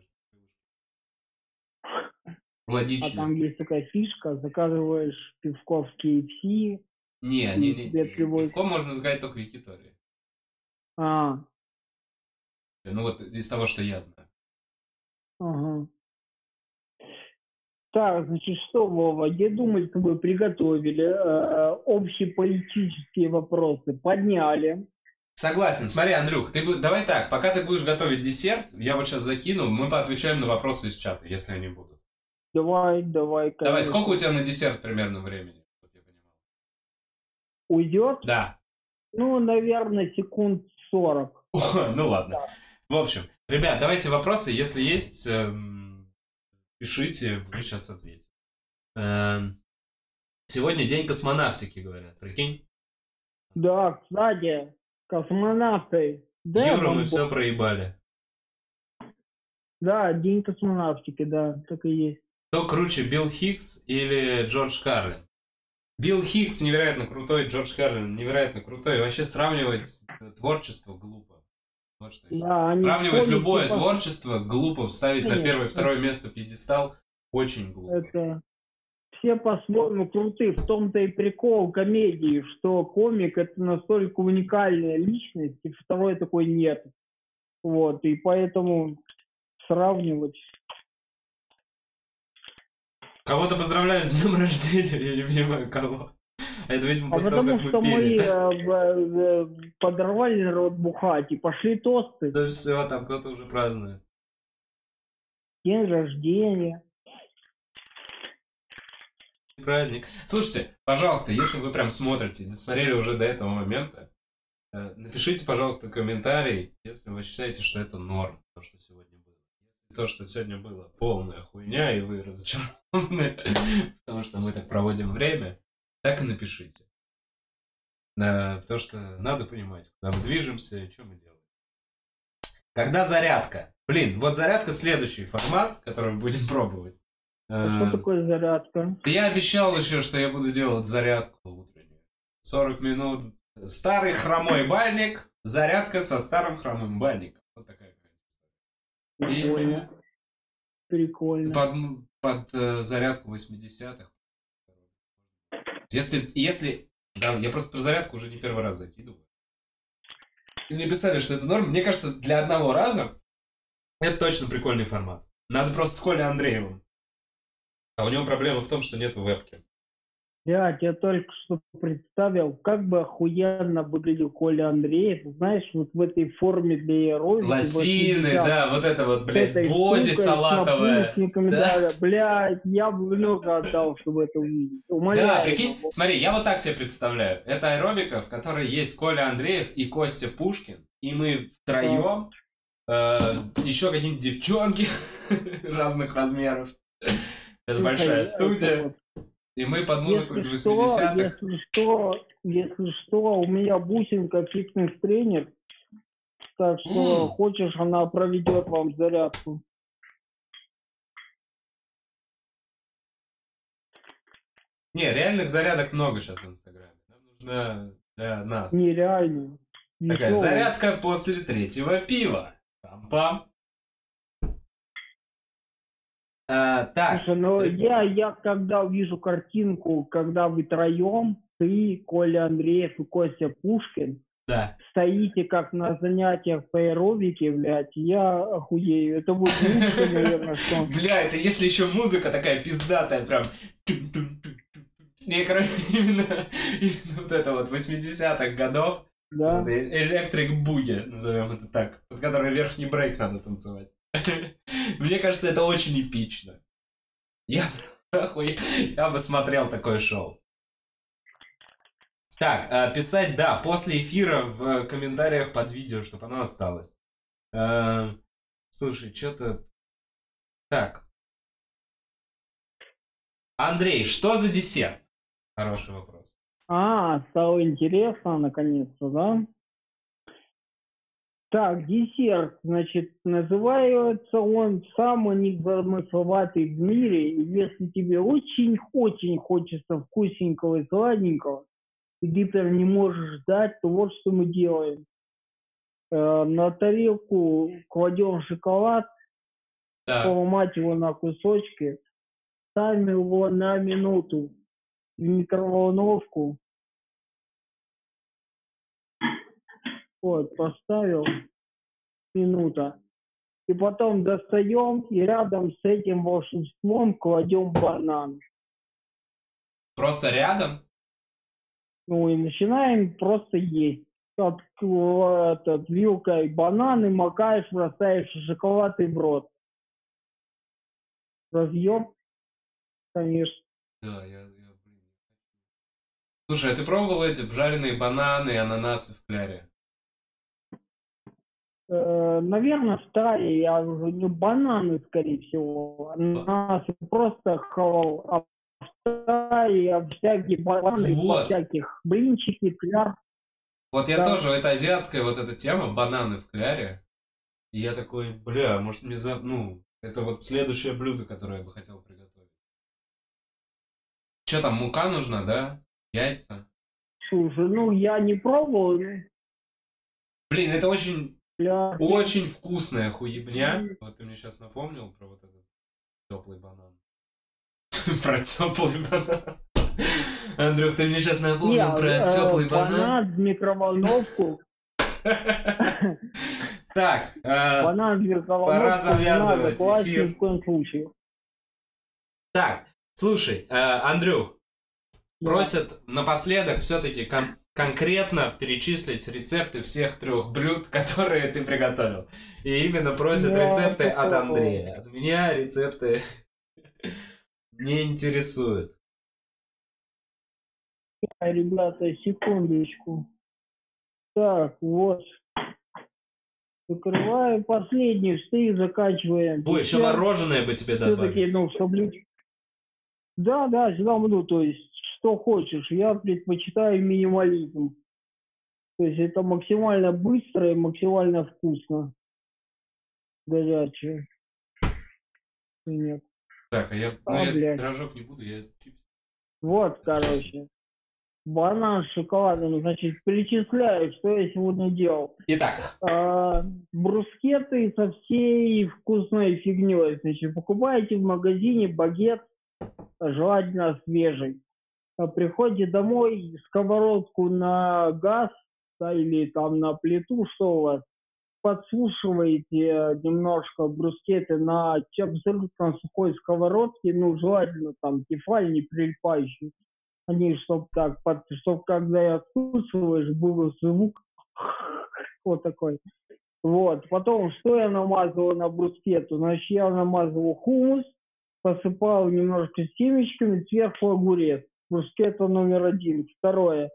Speaker 1: Логично.
Speaker 2: А там есть такая фишка, заказываешь пивко в KFC.
Speaker 1: Не. Пивко можно заказать только в Якитории.
Speaker 2: А.
Speaker 1: Ну вот из того, что я знаю.
Speaker 2: Ага. Так, значит, что, Вова, я думаю, что мы приготовили общеполитические вопросы, подняли.
Speaker 1: Согласен. Смотри, Андрюх, давай так, пока ты будешь готовить десерт, я вот сейчас закину, мы поотвечаем на вопросы из чата, если они будут.
Speaker 2: Давай.
Speaker 1: Давай, сколько у тебя на десерт примерно времени? Чтобы я понимал.
Speaker 2: Уйдет?
Speaker 1: Да.
Speaker 2: Ну, наверное, секунд 40.
Speaker 1: Ну ладно. В общем, ребят, давайте вопросы, если есть, пишите, мы сейчас ответим. Сегодня день космонавтики, говорят, прикинь?
Speaker 2: Да, кстати, космонавты. Да,
Speaker 1: Юра, мы все проебали.
Speaker 2: Да, день космонавтики, да, так и есть.
Speaker 1: Кто круче, Билл Хиггс или Джордж Карлин? Билл Хиггс невероятно крутой, Джордж Карлин невероятно крутой. И вообще сравнивать творчество глупо. Вот что еще.
Speaker 2: Да,
Speaker 1: Сравнивать любое творчество глупо, ставить на первое, второе место пьедестал очень глупо.
Speaker 2: Это все по-своему крутые. В том-то и прикол комедии, что комик — это настолько уникальная личность, и второй такой нет. Вот, и поэтому сравнивать.
Speaker 1: Кого-то поздравляю с днем рождения, я не понимаю, кого. Это, видимо, после того,
Speaker 2: потому
Speaker 1: как
Speaker 2: что
Speaker 1: мы пели.
Speaker 2: мы подорвали народ бухать и пошли тосты.
Speaker 1: Да все, там кто-то уже празднует.
Speaker 2: День рождения.
Speaker 1: Праздник. Слушайте, пожалуйста, если вы прям смотрите, досмотрели уже до этого момента, напишите, пожалуйста, комментарий, если вы считаете, что это норм, то, что сегодня было. то, что сегодня было полная хуйня, и вы разочарованы, потому что мы так проводим время, так и напишите. То, что надо понимать, куда мы движемся и что мы делаем. Когда зарядка? Блин, вот зарядка следующий формат, который мы будем пробовать.
Speaker 2: Что такое зарядка?
Speaker 1: Я обещал еще, что я буду делать зарядку утреннюю. 40 минут. Старый хромой бальник. Зарядка со старым хромым бальником. Вот такая.
Speaker 2: Прикольно. Прикольно.
Speaker 1: Под зарядку 80-х. Если... Да, я просто про зарядку уже не первый раз закидываю. И мне писали, что это норм. Мне кажется, для одного раза это точно прикольный формат. Надо просто с Колей Андреевым. А у него проблема в том, что нет вебки.
Speaker 2: Я только что представил, как бы охуенно выглядел Коля Андреев, знаешь, вот в этой форме для аэробики.
Speaker 1: Лосины, да, вот это вот, блядь, боди салатовое.
Speaker 2: Да, блядь, я бы много отдал, чтобы это увидеть. Умоляю.
Speaker 1: Да, прикинь, смотри, я вот так себе представляю. Это аэробика, в которой есть Коля Андреев и Костя Пушкин, и мы втроем, еще какие-нибудь девчонки разных размеров. Это большая студия. И мы под музыку из 80-х.
Speaker 2: Если что, у меня бусинка фитнес-тренер. Так что, хочешь, она проведет вам зарядку.
Speaker 1: Не, реальных зарядок много сейчас в Инстаграме. Нам нужно для нас.
Speaker 2: Нереально.
Speaker 1: Такая зарядка после 3-го пива. Пам-пам. Так.
Speaker 2: Слушай, ну я когда вижу картинку, когда вы троем, ты, Коля Андреев и Костя Пушкин,
Speaker 1: да,
Speaker 2: стоите как на занятиях по аэробике, блядь, я охуею. Это будет лучше, наверное, что...
Speaker 1: Бля, это если еще музыка такая пиздатая, прям... Не, короче, именно вот это вот 80-х годов.
Speaker 2: Да.
Speaker 1: Электрик буги, назовем это так, под который верхний брейк надо танцевать. Мне кажется, это очень эпично. Я бы смотрел такое шоу. Так, писать, да, после эфира в комментариях под видео, чтобы оно осталось. Слушай, что-то... Так. Андрей, что за десерт? Хороший вопрос.
Speaker 2: Стало интересно, наконец-то, да? Так, десерт, значит, называется он самый незамысловатый в мире. И если тебе очень-очень хочется вкусненького и сладенького, и ты прям не можешь ждать, то вот что мы делаем. На тарелку кладем шоколад, поломать его на кусочки, ставим его на минуту в микроволновку. Вот, поставил, минута. И потом достаем, и рядом с этим волшебством кладем банан.
Speaker 1: Просто рядом?
Speaker 2: Ну и начинаем просто есть. Вилкой бананы макаешь, бросаешь шоколад и в рот. Разъем, конечно.
Speaker 1: Да, блин. Слушай, а ты пробовал эти жареные бананы, ананасы в кляре?
Speaker 2: Наверное, в таре я уже не бананы, скорее всего. Ананасы просто хавал. А в таре всякие бананы,
Speaker 1: вот.
Speaker 2: всяких блинчики, кляр.
Speaker 1: Вот я тоже, это азиатская вот эта тема, бананы в кляре. И я такой, бля, может мне это вот следующее блюдо, которое я бы хотел приготовить. Что там, мука нужна, да? Яйца?
Speaker 2: Слушай, я не пробовал.
Speaker 1: Блин, это очень вкусная хуебня. Вот ты мне сейчас напомнил про вот этот теплый банан. Про теплый банан. Андрюх, ты мне сейчас напомнил про теплый банан.
Speaker 2: Банан в микроволновку.
Speaker 1: Так,
Speaker 2: банан в микроволновку.
Speaker 1: Пора завязывать эфир.
Speaker 2: Ни в коем случае.
Speaker 1: Так, слушай, Андрюх, просят напоследок все-таки конкретно перечислить рецепты всех 3 блюд, которые ты приготовил. И именно просят рецепты от Андрея. От меня рецепты не интересуют.
Speaker 2: Ребята, секундочку. Так, вот. Закрываю последний штырь, заканчиваем.
Speaker 1: Ой, еще мороженое бы тебе добавить.
Speaker 2: Все-таки, ну, чтобы... Да, сюда буду, то есть, что хочешь. Я предпочитаю минимализм. То есть, это максимально быстро и максимально вкусно. Горячее. Нет.
Speaker 1: Так, я пирожок не буду, я чипсы.
Speaker 2: Вот, короче. Банан с шоколадом. Значит, перечисляю, что я сегодня делал.
Speaker 1: Итак.
Speaker 2: Брускеты со всей вкусной фигней. Значит, покупаете в магазине багет, желательно свежий. Приходите домой, сковородку на газ, да, или там на плиту, что у вас, подсушиваете немножко брускеты на абсолютно сухой сковородке, ну, желательно там тефаль не прилипающий. Они, чтобы когда откусываешь, был звук вот такой. Вот. Потом, что я намазывал на брускету? Значит, я намазывал хумус, посыпал немножко семечками, сверху огурец. Брускета номер 1. Второе.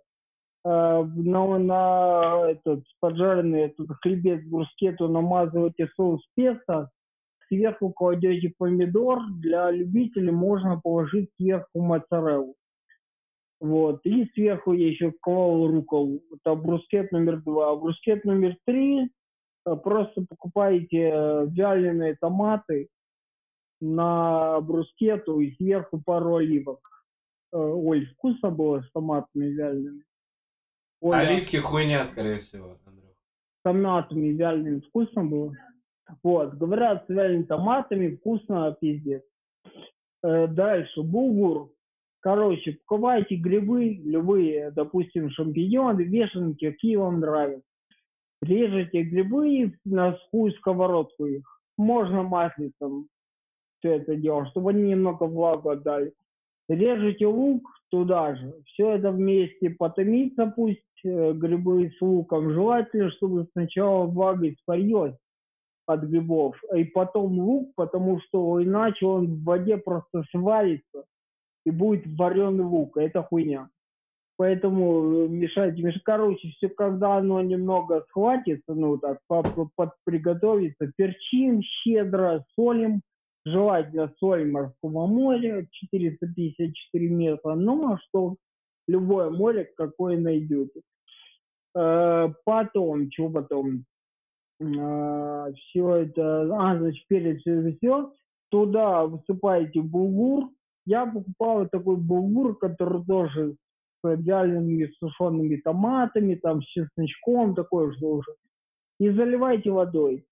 Speaker 2: На этот поджаренный хлебец брускету намазываете соус песто, сверху кладете помидор. Для любителей можно положить сверху моцареллу. Вот. И сверху я еще клал рукколу. Это брускет номер 2. Брускет номер 3. Просто покупаете вяленые томаты на брускету и сверху пару оливок. Ой, вкусно было с томатами вялеными.
Speaker 1: Оливки хуйня, скорее всего, Андрюх.
Speaker 2: С томатами вялеными вкусно было. Вот, говорят, с вялеными томатами вкусно, пиздец. Дальше, булгур. Короче, покупайте грибы, любые, допустим, шампиньоны, вешенки, какие вам нравятся. Режете грибы на сухую сковородку их. Можно маслицем все это делать, чтобы они немного влагу отдали. Режете лук туда же. Все это вместе потомится, пусть грибы с луком. Желательно, чтобы сначала влага испарилась от грибов, и потом лук, потому что иначе он в воде просто сварится и будет вареный лук. Это хуйня. Поэтому мешайте. Короче, все, когда оно немного схватится, ну так, приготовится, перчим щедро, солим. Желательно соль морского моря, 454 метра. Ну, а что любое море, какое найдете. Потом, что потом? Все это, значит, перец все. Туда высыпаете булгур. Я покупал такой булгур, который тоже с вялеными сушеными томатами, там, с чесночком, такое что уже. И заливайте водой.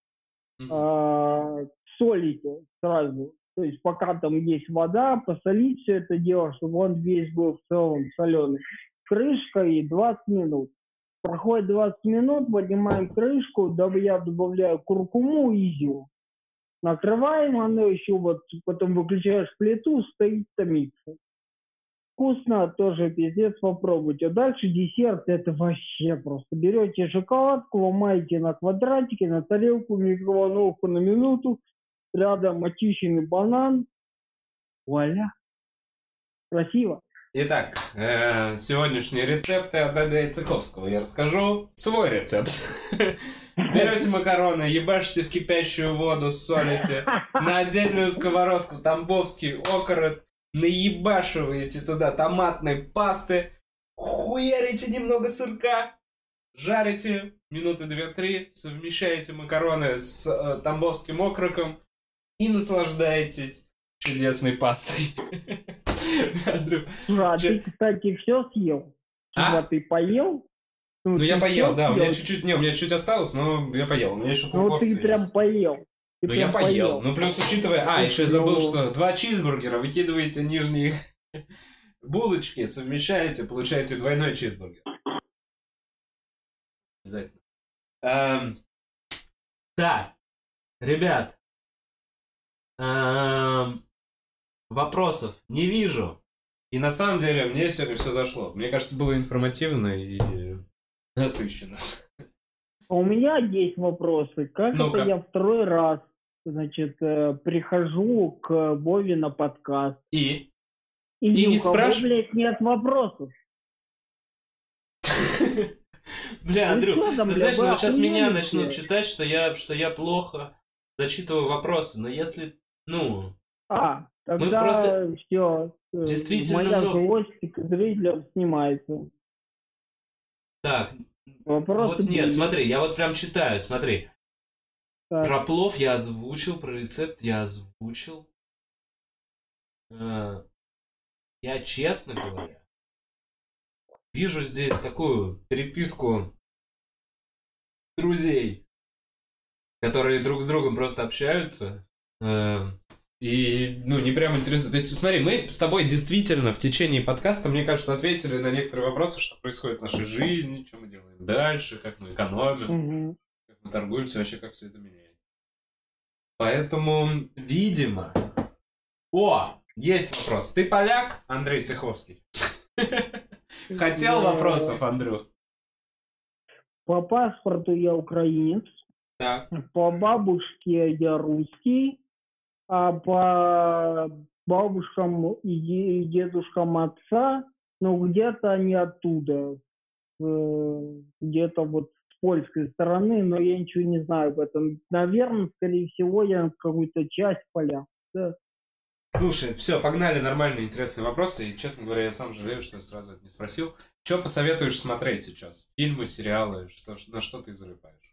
Speaker 2: Солите сразу. То есть пока там есть вода, посолить все это дело, чтобы он весь был в целом соленый. Крышка и 20 минут. Проходит 20 минут, поднимаем крышку, я добавляю куркуму и изюм. Накрываем, оно еще вот, потом выключаешь плиту, стоит томиться. Вкусно, тоже пиздец, попробуйте. А дальше десерт, это вообще просто. Берете шоколадку, ломаете на квадратики, на тарелку, микроволновку на минуту, рядом очищенный банан. Вуаля. Красиво.
Speaker 1: Итак, сегодняшние рецепты от Андрея Цеховского. Я расскажу свой рецепт. Берете макароны, ебашите в кипящую воду, солите, на отдельную сковородку тамбовский окорок, наебашиваете туда томатной пасты, хуярите немного сырка, жарите минуты 2-3, совмещаете макароны с тамбовским окороком и наслаждаетесь чудесной пастой.
Speaker 2: Ты, кстати, все съел? Ты поел?
Speaker 1: Ну, я поел, да, у меня чуть-чуть осталось, но я поел. У меня еще
Speaker 2: ты прям поел.
Speaker 1: Ну, я поел. Ну, плюс учитывая... еще я забыл, что 2 чизбургера, выкидываете нижние булочки, совмещаете, получаете двойной чизбургер. Обязательно. Так, ребят. Вопросов не вижу. И на самом деле мне сегодня все зашло. Мне кажется, было информативно и насыщенно.
Speaker 2: У меня есть вопросы. Как это я второй раз, значит, прихожу к Вове на подкаст?
Speaker 1: И
Speaker 2: не спрашиваю, блядь, нет вопросов.
Speaker 1: Бля,
Speaker 2: Ну
Speaker 1: Андрюх,
Speaker 2: что там,
Speaker 1: ты
Speaker 2: бля,
Speaker 1: знаешь,
Speaker 2: вы
Speaker 1: вот сейчас меня
Speaker 2: охуели
Speaker 1: начнут
Speaker 2: все?
Speaker 1: читать, что я плохо зачитываю вопросы, но если, ну, мы просто
Speaker 2: Тогда все,
Speaker 1: действительно
Speaker 2: моя
Speaker 1: много...
Speaker 2: злость к зрителям снимается.
Speaker 1: Так,
Speaker 2: Вопросы
Speaker 1: вот нет,
Speaker 2: были.
Speaker 1: смотри, я вот прям читаю, смотри.
Speaker 2: Так,
Speaker 1: Про плов я озвучил, про рецепт я озвучил. Э, Я, честно говоря, вижу здесь такую переписку друзей, которые друг с другом просто общаются. Э, И, ну, не прям интересно. То есть, смотри, мы с тобой действительно в течение подкаста, мне кажется, ответили на некоторые вопросы, что происходит в нашей жизни, что мы делаем дальше, как мы экономим,
Speaker 2: мгм.
Speaker 1: как мы торгуемся, вообще как все это меняется. Поэтому, видимо... О, есть вопрос. Ты поляк, Андрей Цеховский? Хотел вопросов, Андрюх?
Speaker 2: По паспорту я украинец,
Speaker 1: Так.
Speaker 2: по бабушке я русский, а по бабушкам и дедушкам отца, ну, где-то они оттуда, где-то вот с польской стороны, но я ничего не знаю об этом. Наверное, скорее всего, я какую-то часть поляк. Да.
Speaker 1: Слушай, все, погнали нормальные, интересные вопросы. И, честно говоря, я сам жалею, что я сразу это не спросил. Что посоветуешь смотреть сейчас? Фильмы, сериалы? На что ты залипаешь?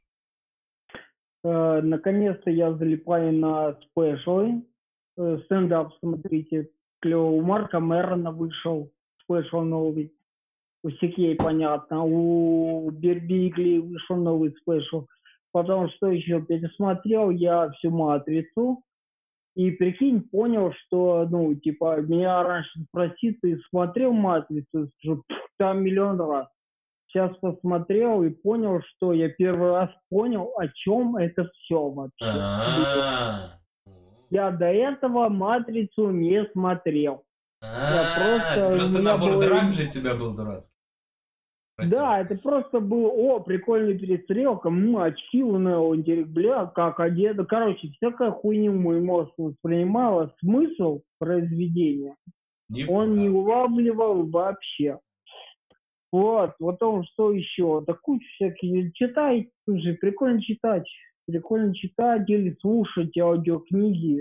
Speaker 2: Наконец-то я залипаю на спешлы. Стендап смотрите. Клево. У Марка Мэрона вышел спешл новый. У Сикей понятно. У Бербигли вышел новый спешл. Потом что еще? Пересмотрел я всю «Матрицу». И прикинь, понял, что, ну, типа, меня раньше спросили, ты смотрел «Матрицу»? Скажу, там миллион раз. Сейчас посмотрел и понял, что я первый раз понял, о чем это все вообще было.
Speaker 1: А,
Speaker 2: Я до этого «Матрицу» не смотрел. Я
Speaker 1: это
Speaker 2: просто, у
Speaker 1: просто
Speaker 2: меня
Speaker 1: набор
Speaker 2: было...
Speaker 1: драк для тебя был дурацкий. Прости.
Speaker 2: Да, это просто был, прикольный перестрелка, очки у Нео, бля, как одета. Короче, всякая хуйня мой мозг воспринимала. Смысл произведения он не
Speaker 1: Неправда.
Speaker 2: улавливал вообще. Вот, потом что еще? Да куча всяких. Читай, слушай, прикольно читать. Прикольно читать или слушать аудиокниги.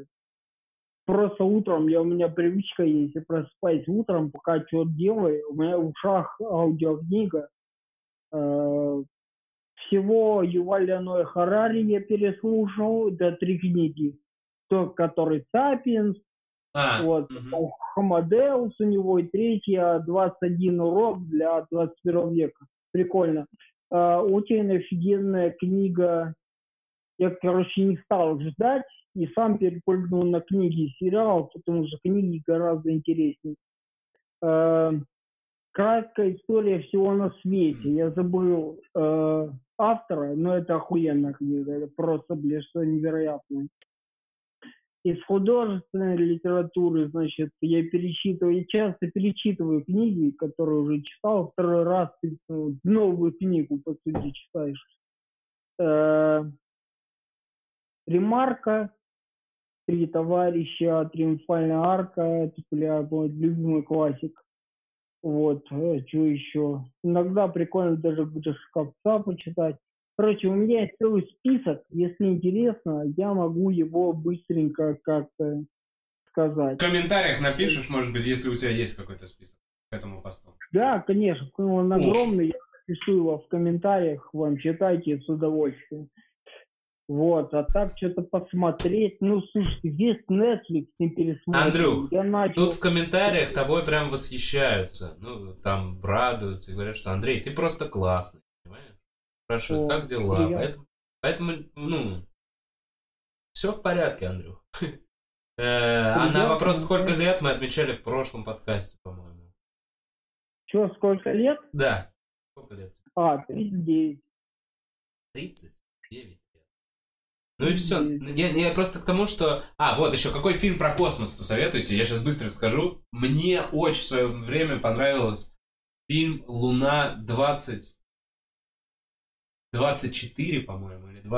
Speaker 2: Просто утром, у меня привычка есть, я просыпаюсь утром, пока что-то делаю, у меня в ушах аудиокнига. Всего Юваля Ноя Харари я переслушал, до 3 книги. Тот, который «Сапиенс», вот,
Speaker 1: Мгм.
Speaker 2: Хамадеус у него, и третья «21 урок для 21 века». Прикольно. Очень офигенная книга. Я, короче, не стал ждать и сам перепрыгнул на книги и сериал, потому что книги гораздо интереснее. Краткая история всего на свете. Я забыл автора, но это охуенная книга. Это просто, блин, что невероятное. Из художественной литературы, значит, я часто перечитываю книги, которые уже читал. Второй раз ты новую книгу, по сути, читаешь. «Ремарка», «Три товарища», «Триумфальная арка», это, бля, мой любимый классик. Вот, что еще? Иногда прикольно даже Гришковца почитать. Короче, у меня есть целый список. Если интересно, я могу его быстренько как-то
Speaker 1: В
Speaker 2: сказать.
Speaker 1: комментариях напишешь, может быть, если у тебя есть какой-то список к этому посту.
Speaker 2: Да, конечно, он огромный. Я напишу его в комментариях, вам читайте с удовольствием. Вот, а так что-то посмотреть. Ну, слушайте, весь Netflix не пересмотрел.
Speaker 1: Андрюх,
Speaker 2: Я начал...
Speaker 1: тут в комментариях тобой прям восхищаются. Ну, там радуются и говорят, что Андрей, ты просто классный, понимаешь? Спрашивают, как дела? Поэтому, ну, все в порядке, Андрюх. А на вопрос, сколько лет, мы отмечали в прошлом подкасте, по-моему.
Speaker 2: Что, сколько лет?
Speaker 1: Да. Сколько лет?
Speaker 2: 39.
Speaker 1: 39 лет. Ну и все. Я просто к тому, что... вот еще какой фильм про космос посоветуете? Я сейчас быстро скажу. Мне очень в свое время понравился фильм «Луна 2024», по-моему, или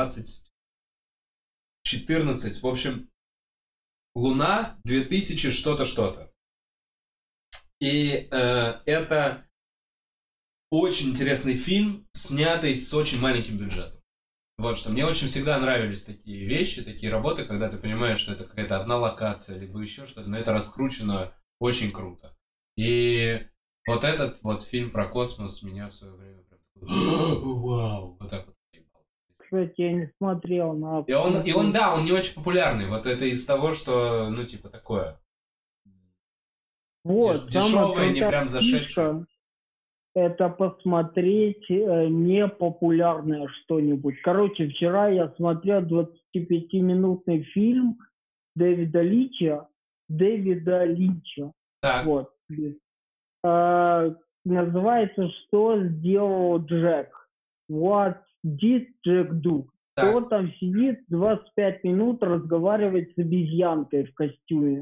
Speaker 1: 2014. В общем, «Луна 2000 что-то, что-то». И это очень интересный фильм, снятый с очень маленьким бюджетом. Вот что. Мне очень всегда нравились такие вещи, такие работы, когда ты понимаешь, что это какая-то одна локация, либо еще что-то, но это раскручено очень круто. И вот этот вот фильм про космос меня в свое время прям такой, вау, вот так вот.
Speaker 2: Кстати, я не смотрел на...
Speaker 1: Да, он не очень популярный. Вот это из того, что, ну, типа, такое.
Speaker 2: Вот,
Speaker 1: Дешевое, не прям зашедшее.
Speaker 2: Это посмотреть непопулярное что-нибудь. Короче, вчера я смотрел 25-минутный фильм Дэвида Линча.
Speaker 1: Так.
Speaker 2: Вот. Называется «Что сделал Джек?» What did Jack do?
Speaker 1: Так.
Speaker 2: Он там сидит 25 минут, разговаривает с обезьянкой в костюме.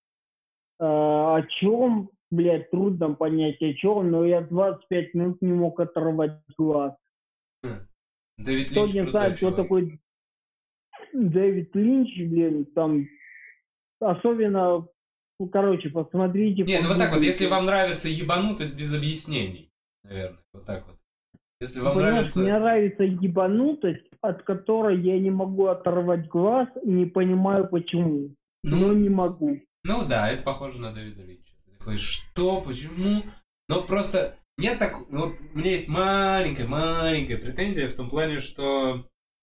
Speaker 2: О чем, блядь, трудно понять о чем, но я 25 минут не мог оторвать глаз.
Speaker 1: Дэвид
Speaker 2: Кто
Speaker 1: Линч
Speaker 2: не знает, кто такой Дэвид Линч, блин, там особенно, ну, короче, посмотрите.
Speaker 1: Не, ну вот так вот, если вам нравится ебанутость без объяснений, наверное, вот так вот. Если вам нравится...
Speaker 2: Мне нравится ебанутость, от которой я не могу оторвать глаз и не понимаю почему. Но не могу.
Speaker 1: Ну да, это похоже на Дэвида Линча. Ты такой, что, почему? Но просто нет так... Вот у меня есть маленькая претензия в том плане, что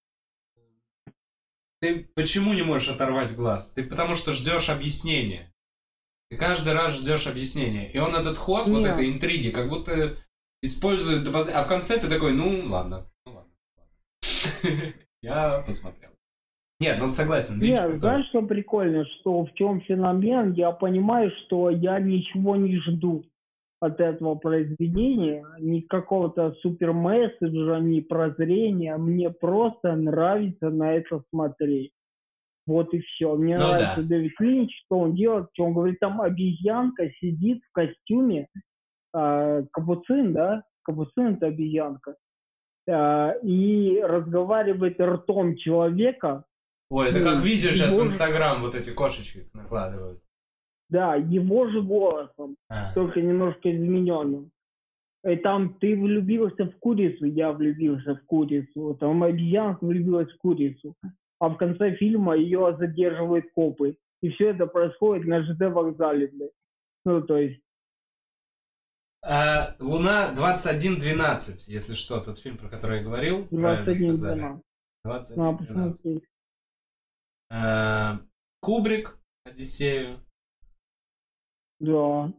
Speaker 1: ты почему не можешь оторвать глаз? Ты потому что ждешь объяснения. Ты каждый раз ждешь объяснения. И он этот ход, вот этой интриги, как будто использует... А в конце ты такой, ну ладно. Я посмотрел. Нет, ну согласен.
Speaker 2: Нет, знаешь, что прикольно, что в чем феномен? Я понимаю, что я ничего не жду от этого произведения, ни какого-то супермесседжа, ни прозрения. Мне просто нравится на это смотреть. Вот и все. Мне нравится Дэвид Линч, что он делает, что он говорит, там обезьянка сидит в костюме, капуцин, да? Капуцин — это обезьянка. И разговаривает ртом человека.
Speaker 1: Ой, это как видео сейчас в Инстаграм вот эти кошечки накладывают.
Speaker 2: Да, его же голосом, только немножко измененным. И там ты влюбился в курицу, я влюбился в курицу, там обезьянка влюбилась в курицу. А в конце фильма ее задерживают копы. И все это происходит на ЖД вокзале. Ну, то есть...
Speaker 1: Луна 2112, если что, тот фильм, про который я говорил.
Speaker 2: 2112.
Speaker 1: 2112. Кубрик, Одиссею.
Speaker 2: Да.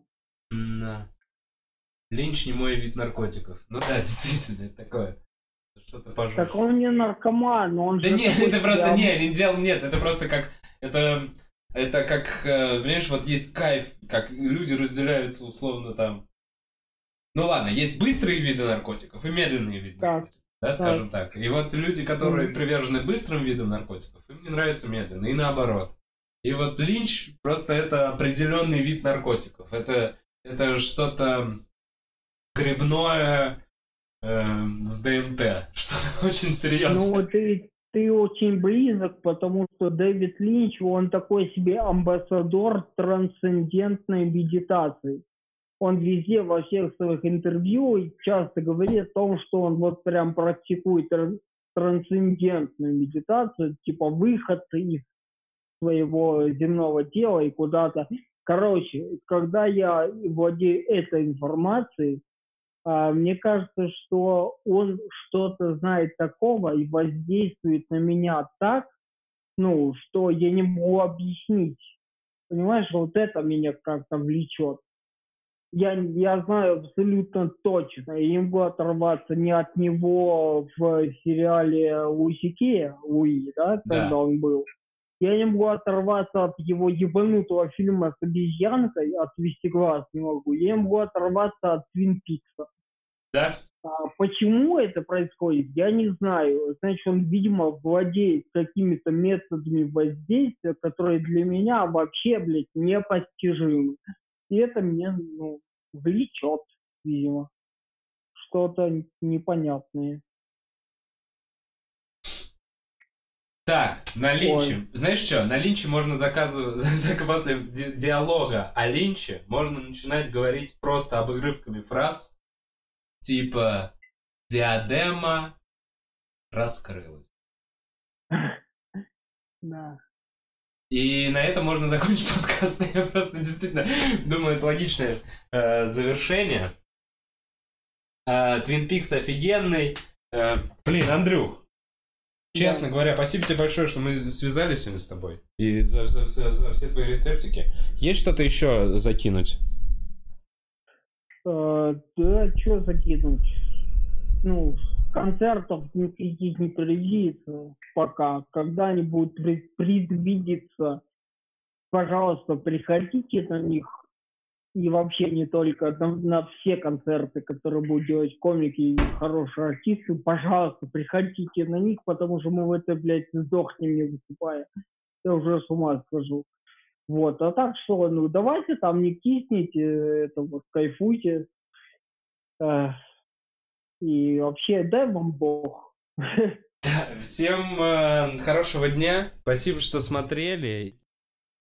Speaker 1: Линч не мой вид наркотиков. Ну да, действительно, это такое. Что-то пожестче.
Speaker 2: Так он не наркоман, он
Speaker 1: же... Да нет, это просто нет, это просто как... Это как, понимаешь, вот есть кайф, как люди разделяются условно там. Ну ладно, есть быстрые виды наркотиков и медленные виды наркотиков. Да, скажем так. И вот люди, которые привержены быстрым видам наркотиков, им не нравится медленно, и наоборот. И вот Линч просто это определенный вид наркотиков. Это что-то грибное с ДМТ. Что-то очень серьезное.
Speaker 2: Ну, ты очень близок, потому что Дэвид Линч, он такой себе амбассадор трансцендентной медитации. Он везде, во всех своих интервью часто говорит о том, что он вот прям практикует трансцендентную медитацию, типа выход из своего земного тела и куда-то. Короче, когда я владею этой информацией, мне кажется, что он что-то знает такого и воздействует на меня так, ну, что я не могу объяснить. Понимаешь, вот это меня как-то влечет. Я знаю абсолютно точно, я не могу оторваться ни от него в сериале Луи, да, когда он был. Я не могу оторваться от его ебанутого фильма с обезьянкой, отвести глаз не могу. Я не могу оторваться от Твин Пикса.
Speaker 1: Да?
Speaker 2: Почему это происходит, я не знаю. Значит, он, видимо, владеет какими-то методами воздействия, которые для меня вообще, блядь, непостижимы. И это меня, ну, влечет, видимо. Что-то непонятное.
Speaker 1: Так, на Линче. Знаешь что? На Линче можно заказывать... После диалога о Линче можно начинать говорить просто обрывками фраз. типа диадема раскрылась.
Speaker 2: Да.
Speaker 1: И на этом можно закончить подкаст. Я просто действительно думаю, это логичное завершение. Twin Peaks офигенный. Блин, Андрюх, честно говоря, спасибо тебе большое, что мы связались сегодня с тобой. И за все твои рецептики. Есть что-то еще закинуть?
Speaker 2: Да, что закинуть? Ну, концертов никаких не предвидится пока. Когда-нибудь предвидится, пожалуйста, приходите на них. И вообще не только на все концерты, которые будут делать комики и хорошие артисты. Пожалуйста, приходите на них, потому что мы в это, блядь, сдохнем, не выступая. Я уже с ума схожу. Вот, а так что, ну, давайте там не кисните, это вот, кайфуйте. И вообще, дай вам Бог.
Speaker 1: Всем хорошего дня. Спасибо, что смотрели.